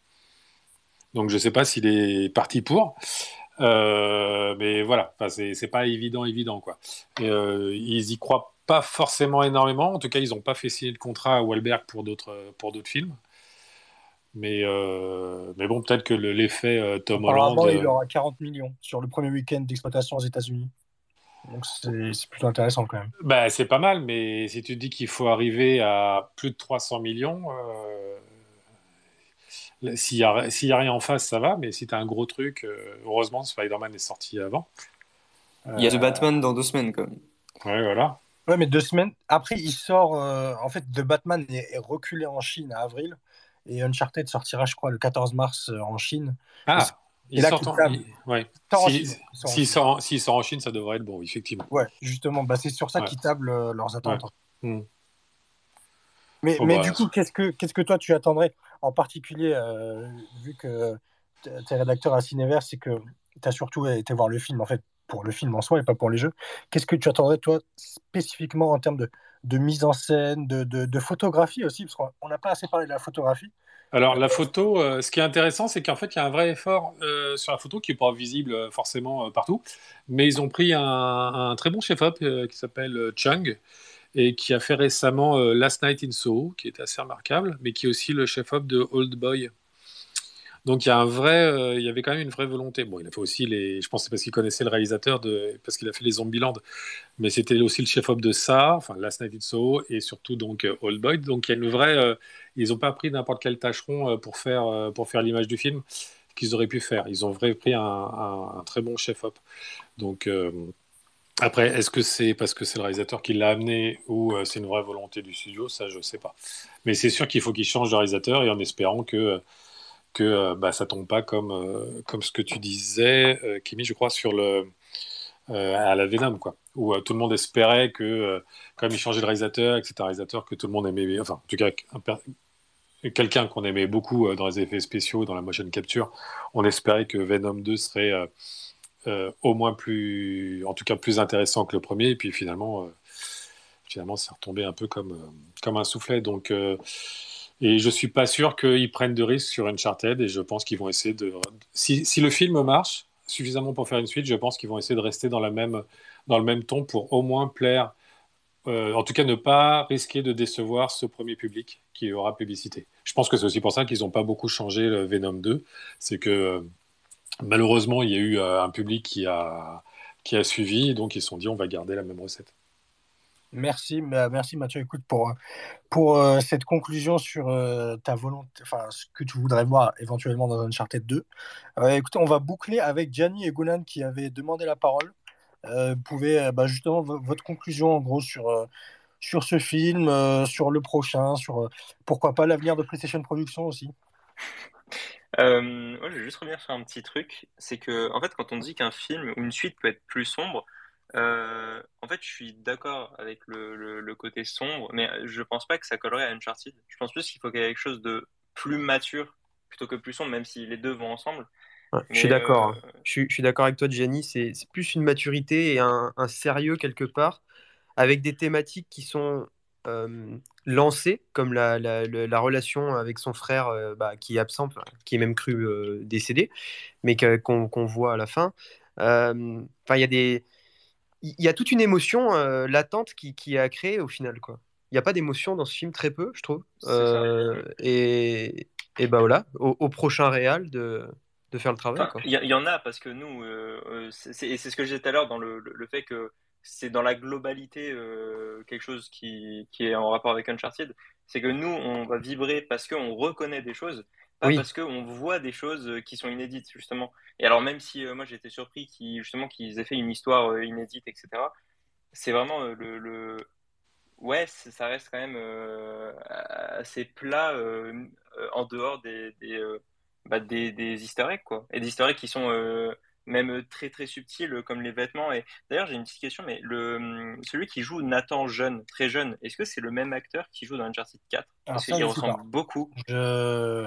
Donc je sais pas s'il est parti pour, euh, mais voilà, enfin, c'est c'est pas évident, évident quoi. Et, euh, ils y croient pas forcément énormément. En tout cas, ils n'ont pas fait signer le contrat à Wahlberg pour d'autres pour d'autres films. Mais euh, mais bon, peut-être que le- l'effet euh, Tom Holland. Apparemment, il euh, aura quarante millions sur le premier week-end d'exploitation aux États-Unis. Donc c'est c'est plutôt intéressant quand même. Bah, c'est pas mal, mais si tu te dis qu'il faut arriver à plus de trois cents millions, euh, s'il y a, s'il y a rien en face, ça va, mais si tu as un gros truc, euh, heureusement, Spider-Man est sorti avant. Il y a The Euh, Batman dans deux semaines, quand même. ouais, voilà. Ouais, mais deux semaines. Après, il sort. euh, En fait, The Batman est, est reculé en Chine à avril. Et Uncharted sortira, je crois, le quatorze mars euh, en Chine. Et c'est Ah, c'est ils là sortent qu'ils en, tablent. ils- ouais. Il sort en Si, Chine. Ouais. Il sort en s'ils Chine. sortent, s'ils sortent en Chine, ça devrait être bon, effectivement. Ouais, justement, bah, c'est sur ça Ouais, qu'ils tablent euh, leurs ouais. attentes. Hmm. Mais, Bon, mais du bah, coup, qu'est-ce que, qu'est-ce que toi tu attendrais en particulier, euh, vu que tu es rédacteur à Cinéverse, c'est que tu as surtout été voir le film, en fait, pour le film en soi et pas pour les jeux. Qu'est-ce que tu attendrais, toi, spécifiquement en termes de, de mise en scène, de, de, de photographie aussi, parce qu'on n'a pas assez parlé de la photographie. alors Euh, la photo, euh, ce qui est intéressant, c'est qu'en fait, il y a un vrai effort euh, sur la photo qui n'est pas visible euh, forcément euh, partout, mais ils ont pris un, un très bon chef-op euh, qui s'appelle euh, Chung et qui a fait récemment euh, Last Night in Soho, qui est assez remarquable, mais qui est aussi le chef-op de Old Boy. Donc il y a un vrai, euh, il y avait quand même une vraie volonté. Bon, il a fait aussi les, je pense que c'est parce qu'il connaissait le réalisateur de, parce qu'il a fait les Zombieland, mais c'était aussi le chef-op de ça, enfin Last Night in Soho et surtout donc euh, Old Boy. Donc il y a une vraie, euh, ils n'ont pas pris n'importe quel tâcheron euh, pour faire euh, pour faire l'image du film. qu'ils auraient pu faire. Ils ont vraiment pris un, un- un très bon chef-op. Donc, euh, après, est-ce que c'est parce que c'est le réalisateur qui l'a amené ou euh, c'est une vraie volonté du studio? Ça, je sais pas. Mais c'est sûr qu'il faut qu'il change de réalisateur et en espérant que, que euh, bah, ça tombe pas comme, euh, comme ce que tu disais, euh, Kimi, je crois, sur le, euh, à la Venom, quoi. Où euh, tout le monde espérait que, euh, comme il changeait de réalisateur, et que c'était un réalisateur que tout le monde aimait, enfin, en tout cas, un per- quelqu'un qu'on aimait beaucoup euh, dans les effets spéciaux, dans la motion capture, on espérait que Venom deux serait euh, euh, au moins plus, en tout cas plus intéressant que le premier, et puis finalement, euh, finalement, c'est retombé un peu comme, euh, comme un soufflet. Donc, euh, et je suis pas sûr qu'ils prennent de risques sur Uncharted, et je pense qu'ils vont essayer de, si, si le film marche suffisamment pour faire une suite, je pense qu'ils vont essayer de rester dans la même, dans le même ton pour au moins plaire, euh, en tout cas ne pas risquer de décevoir ce premier public qui aura publicité. Je pense que c'est aussi pour ça qu'ils n'ont pas beaucoup changé le Venom deux, c'est que euh, malheureusement, il y a eu euh, un public qui a, qui a suivi, donc ils se sont dit on va garder la même recette. Merci, bah, merci Mathieu. Écoute, pour, euh, pour euh, cette conclusion sur euh, ta volonté, enfin, ce que tu voudrais voir éventuellement dans Uncharted deux. Euh, écoutez, on va boucler avec Gianni et Golan qui avaient demandé la parole. Euh, vous pouvez, euh, bah, justement, v- votre conclusion en gros sur, euh, sur ce film, euh, sur le prochain, sur euh, pourquoi pas l'avenir de PlayStation Production aussi. Euh, moi, je vais juste revenir sur un petit truc. C'est que, en fait, quand on dit qu'un film ou une suite peut être plus sombre, euh, en fait, je suis d'accord avec le, le, le côté sombre, mais je pense pas que ça collerait à Uncharted. Je pense plus qu'il faut qu'il y ait quelque chose de plus mature plutôt que plus sombre, même si les deux vont ensemble. Ouais, je suis Mais d'accord. euh, hein. Je suis, je suis d'accord avec toi, Gianni. C'est c'est plus une maturité et un, un sérieux quelque part, avec des thématiques qui sont euh, lancées, comme la, la, la- la relation avec son frère euh, bah, qui est absent, enfin, qui est même cru euh, décédé, mais que- qu'on qu'on voit à la fin. Euh, Enfin, il y a des, il y a toute une émotion euh, latente qui, qui est à créer au final, quoi. Il n'y a pas d'émotion dans ce film, très peu, je trouve. c'est ça. Euh, et, et bah voilà, au, au prochain réal de, de faire le travail, Enfin, quoi. il y, il y en a parce que nous, euh, euh, c'est c'est- et c'est ce que j'ai dit tout à l'heure dans le, le, le fait que c'est dans la globalité euh, quelque chose qui, qui est en rapport avec Uncharted, c'est que nous, on va vibrer parce qu'on reconnaît des choses, pas Oui, parce qu'on voit des choses euh, qui sont inédites, justement. Et alors, même si euh, moi j'ai été surpris qu'ils justement qu'ils aient fait une histoire euh, inédite, et cetera, c'est vraiment euh, le, le... Ouais, c'est- ça reste quand même euh, assez plat euh, euh, en dehors des, des, euh, bah, des, des easter eggs, quoi. Et des easter eggs qui sont euh, même très très subtils, comme les vêtements. Et d'ailleurs, j'ai une petite question, mais le, hum, celui qui joue Nathan jeune, très jeune, est-ce que c'est le même acteur qui joue dans Uncharted quatre? Alors Parce ça, qu'il je sais pas. ressemble beaucoup. Je,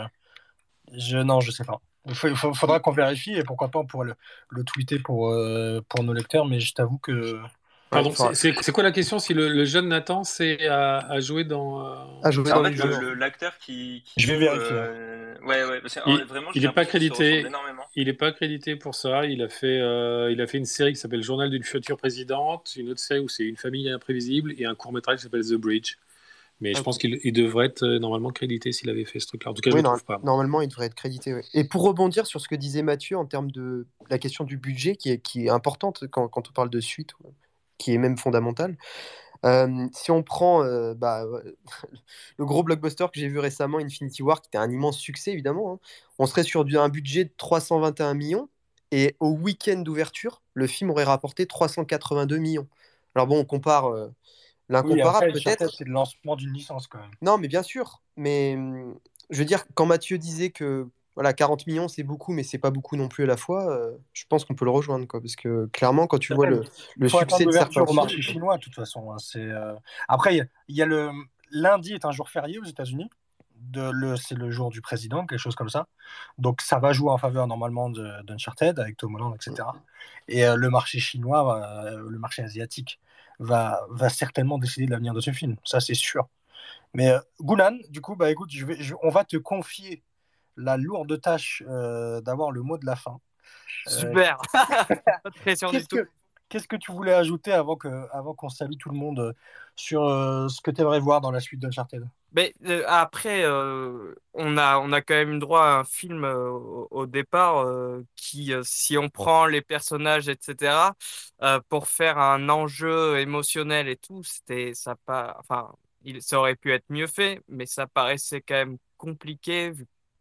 je, non, je sais pas. Il faut- il faut- faudra Il- qu'on vérifie et pourquoi pas on pourrait le, le tweeter pour, euh, pour nos lecteurs, mais je t'avoue que ouais, Pardon, c'est faudra- c'est- c'est quoi la question? Si le, le jeune Nathan c'est à, à jouer dans. euh, à jouer En dans fait, les le, jeux. le- l'acteur qui, qui je vais joue... vérifier. euh, Ouais, ouais, parce que en- Il, vraiment, il j'ai est pas l'impression qu'ils se ressemblent crédité. énormément. Il est pas crédité pour ça. Il a fait, euh, il a fait une série qui s'appelle Journal d'une future présidente, une autre série où c'est une famille imprévisible et un court métrage qui s'appelle The Bridge. Mais je Ok. pense qu'il il devrait être euh, normalement crédité s'il avait fait ce truc-là. En tout cas, je Oui, le nor- trouve pas, moi. normalement, il devrait être crédité. Ouais. Et pour rebondir sur ce que disait Mathieu en termes de la question du budget, qui est, qui est importante quand, quand on parle de suite, qui est même fondamentale. Euh, si on prend euh, bah, ouais, le gros blockbuster que j'ai vu récemment, Infinity War, qui était un immense succès évidemment, hein, on serait sur du- un budget de trois cent vingt et un millions et au week-end d'ouverture, le film aurait rapporté trois cent quatre-vingt-deux millions. Alors bon, on compare euh, Oui, l'incomparable après, Uncharted, peut-être. c'est le lancement d'une licence quand même. Non, mais bien sûr. Mais hum, je veux dire, quand Mathieu disait que voilà, quarante millions, c'est beaucoup, mais c'est pas beaucoup non plus à la fois, euh, je pense qu'on peut le rejoindre, quoi. Parce que clairement, quand tu vois le, Il le faut attendre succès de certains l'ouverture au films, marché chinois, de toute façon. Hein, c'est, euh, Après, il y a, il y a le lundi est un jour férié aux États-Unis. De, le, c'est le jour du président, quelque chose comme ça. Donc ça va jouer en faveur normalement de, d'Uncharted avec Tom Holland, et cetera. Et euh, le marché chinois, va- le marché asiatique, va, va certainement décider de l'avenir de ce film. Ça, c'est sûr. Mais euh, Goulan, du coup, bah écoute, je vais, je- on va te confier la lourde tâche euh, d'avoir le mot de la fin. Euh, Super. Pas de pression du qu'est-ce tout. que, qu'est-ce que tu voulais ajouter avant que, avant qu'on salue tout le monde euh, sur euh, ce que tu aimerais voir dans la suite d'Uncharted? Mais euh, après, euh, on a, on a quand même eu droit à un film euh, au, au départ euh, qui, euh, si on prend les personnages, et cetera, euh, pour faire un enjeu émotionnel et tout, c'était ça pas, enfin, il, ça aurait pu être mieux fait, mais ça paraissait quand même compliqué vu,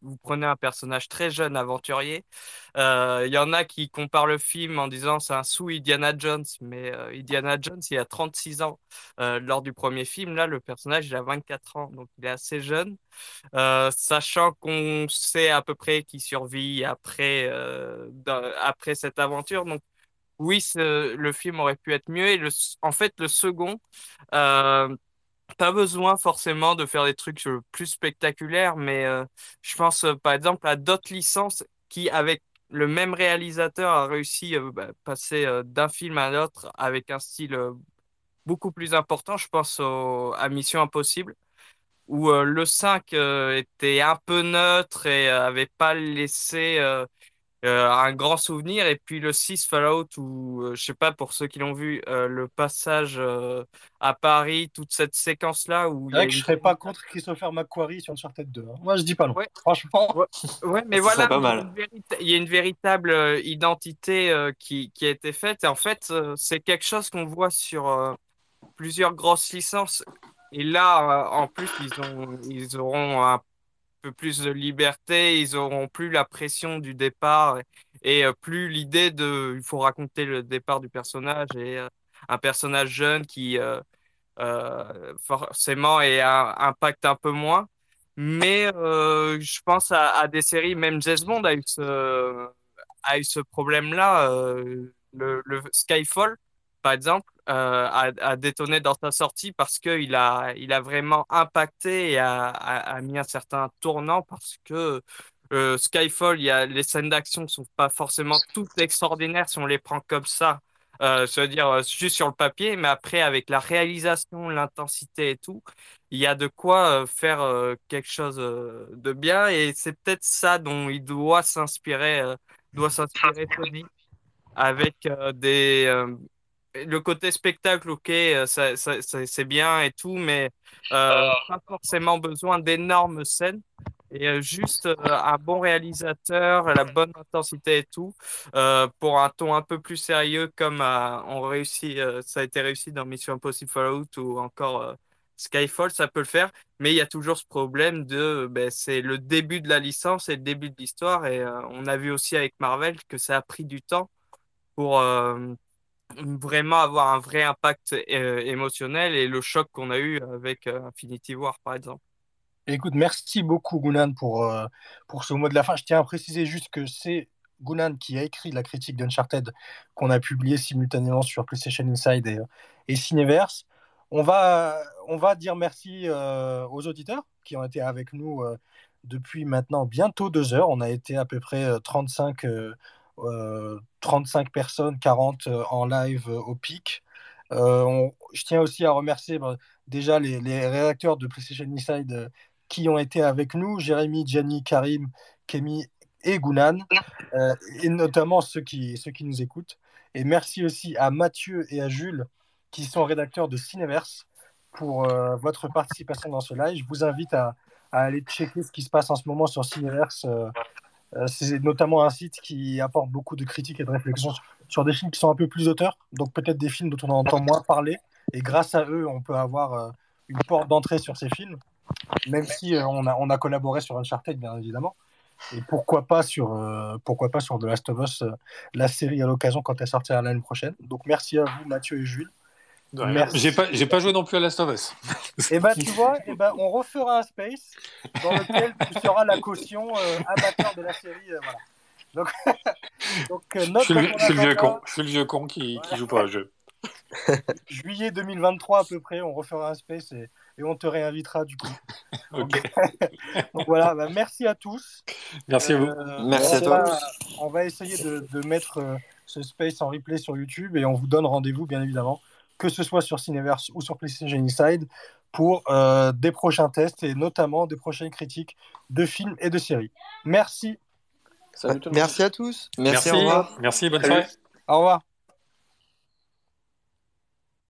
vous prenez un personnage très jeune, aventurier. Euh, Il y en a qui comparent le film en disant c'est un sous-Indiana Jones, mais euh, Indiana Jones, il a trente-six ans. Euh, lors du premier film, là, le personnage, il a vingt-quatre ans, donc il est assez jeune. Euh, sachant qu'on sait à peu près qui survit après, euh, dans- après cette aventure. Donc, oui, ce- le film aurait pu être mieux. Et le, en fait, le second, euh, pas besoin forcément de faire des trucs euh, plus spectaculaires, mais euh, je pense euh, par exemple à d'autres licences qui, avec le même réalisateur, a réussi à passer euh, d'un film à l'autre avec un style euh, beaucoup plus important. Je pense au- à Mission Impossible où euh, le cinq euh, était un peu neutre et euh, avait pas laissé euh, euh, un grand souvenir. Et puis le six Fallout, où, euh, je sais pas, pour ceux qui l'ont vu, euh, le passage euh, à Paris, toute cette séquence-là où il C'est y a vrai que je une... serais pas contre Christopher McQuarrie sur Uncharted deux, hein. Moi, je dis pas non. Ouais, Franchement, ouais, ouais, mais Ce serait voilà, pas mais il y a mal. une vérit- il y a une véritable euh, identité euh, qui, qui a été faite. Et en fait, euh, c'est quelque chose qu'on voit sur euh, plusieurs grosses licences. Et là, euh, en plus, ils ont, ils auront un peu plus de liberté, ils auront plus la pression du départ et, et, euh, plus l'idée de, il faut raconter le départ du personnage et euh, un personnage jeune qui euh, euh, forcément et un, impacte un peu moins. Mais euh, je pense à, à des séries, même James Bond a eu ce, a eu ce problème-là. Euh, le, le Skyfall, par exemple, euh, a, a détonné dans sa sortie parce qu'il a, il a vraiment impacté et a, a, a mis un certain tournant parce que euh, Skyfall, il y a, les scènes d'action sont pas forcément toutes extraordinaires si on les prend comme ça. Euh, c'est-à-dire euh, juste sur le papier, mais après avec la réalisation, l'intensité et tout, il y a de quoi euh, faire euh, quelque chose euh, de bien et c'est peut-être ça dont il doit s'inspirer euh, doit s'inspirer Sony avec euh, des euh, le côté spectacle, ok, euh, ça, ça- ça- c'est bien et tout, mais euh, pas forcément besoin d'énormes scènes. Et euh, juste euh, un bon réalisateur, la bonne intensité et tout, euh, pour un ton un peu plus sérieux, comme euh, on réussit, euh, ça a été réussi dans Mission Impossible Fallout ou encore euh, Skyfall, ça peut le faire. Mais il y a toujours ce problème de, ben, c'est le début de la licence et le début de l'histoire. Et euh, on a vu aussi avec Marvel que ça a pris du temps pour euh, vraiment avoir un vrai impact euh, émotionnel et le choc qu'on a eu avec euh, Infinity War, par exemple. écoute, merci beaucoup, Gunan, pour, euh, pour ce mot de la fin. Je tiens à préciser juste que c'est Gunan qui a écrit la critique d'Uncharted qu'on a publiée simultanément sur PlayStation Inside et, et Cineverse. On va, on va dire merci euh, aux auditeurs qui ont été avec nous euh, depuis maintenant bientôt deux heures. On a été à peu près euh, trente-cinq, euh, euh, trente-cinq personnes, quarante euh, en live euh, au pic. Euh, on- je tiens aussi à remercier bah, déjà les, les rédacteurs de PlayStation Inside euh, qui ont été avec nous, Jérémy, Gianni, Karim, Kemi et Gounan, euh, et notamment ceux qui, ceux qui nous écoutent. Et merci aussi à Mathieu et à Jules, qui sont rédacteurs de Cineverse, pour euh, votre participation dans ce live. Je vous invite à, à aller checker ce qui se passe en ce moment sur Cineverse. Euh, euh, c'est notamment un site qui apporte beaucoup de critiques et de réflexions sur, sur des films qui sont un peu plus auteurs, donc peut-être des films dont on entend moins parler. Et grâce à eux, on peut avoir euh, une porte d'entrée sur ces films, même si euh, on a, on a collaboré sur Uncharted, bien évidemment. Et pourquoi pas sur, euh, pourquoi pas sur The Last of Us, euh, la série à l'occasion quand elle sortira l'année prochaine. Donc merci à vous, Mathieu et Jules. De rien. Merci. J'ai pas, j'ai pas joué non plus à Last of Us. Et bah tu vois, et ben on refera un space dans lequel tu seras la caution euh, amateur de la série. euh, voilà. Donc, donc euh, Je note suis dans le, ton je suis le vieux agenda, con. Je suis le vieux con qui, qui joue pas au jeu. juillet deux mille vingt-trois à peu près, on refera un space et, et on te réinvitera du coup. Donc, Ok. donc voilà, bah, merci à tous. Merci à vous. Euh, Merci on, à toi. va, on va essayer de, de mettre euh, ce space en replay sur YouTube et on vous donne rendez-vous bien évidemment, que ce soit sur Cineverse ou sur PlayStation Inside, pour euh, des prochains tests et notamment des prochaines critiques de films et de séries. Merci. Salut tout le monde. Merci à tous. Merci, Merci. au revoir. Merci. Bonne Salut. soirée. Au revoir.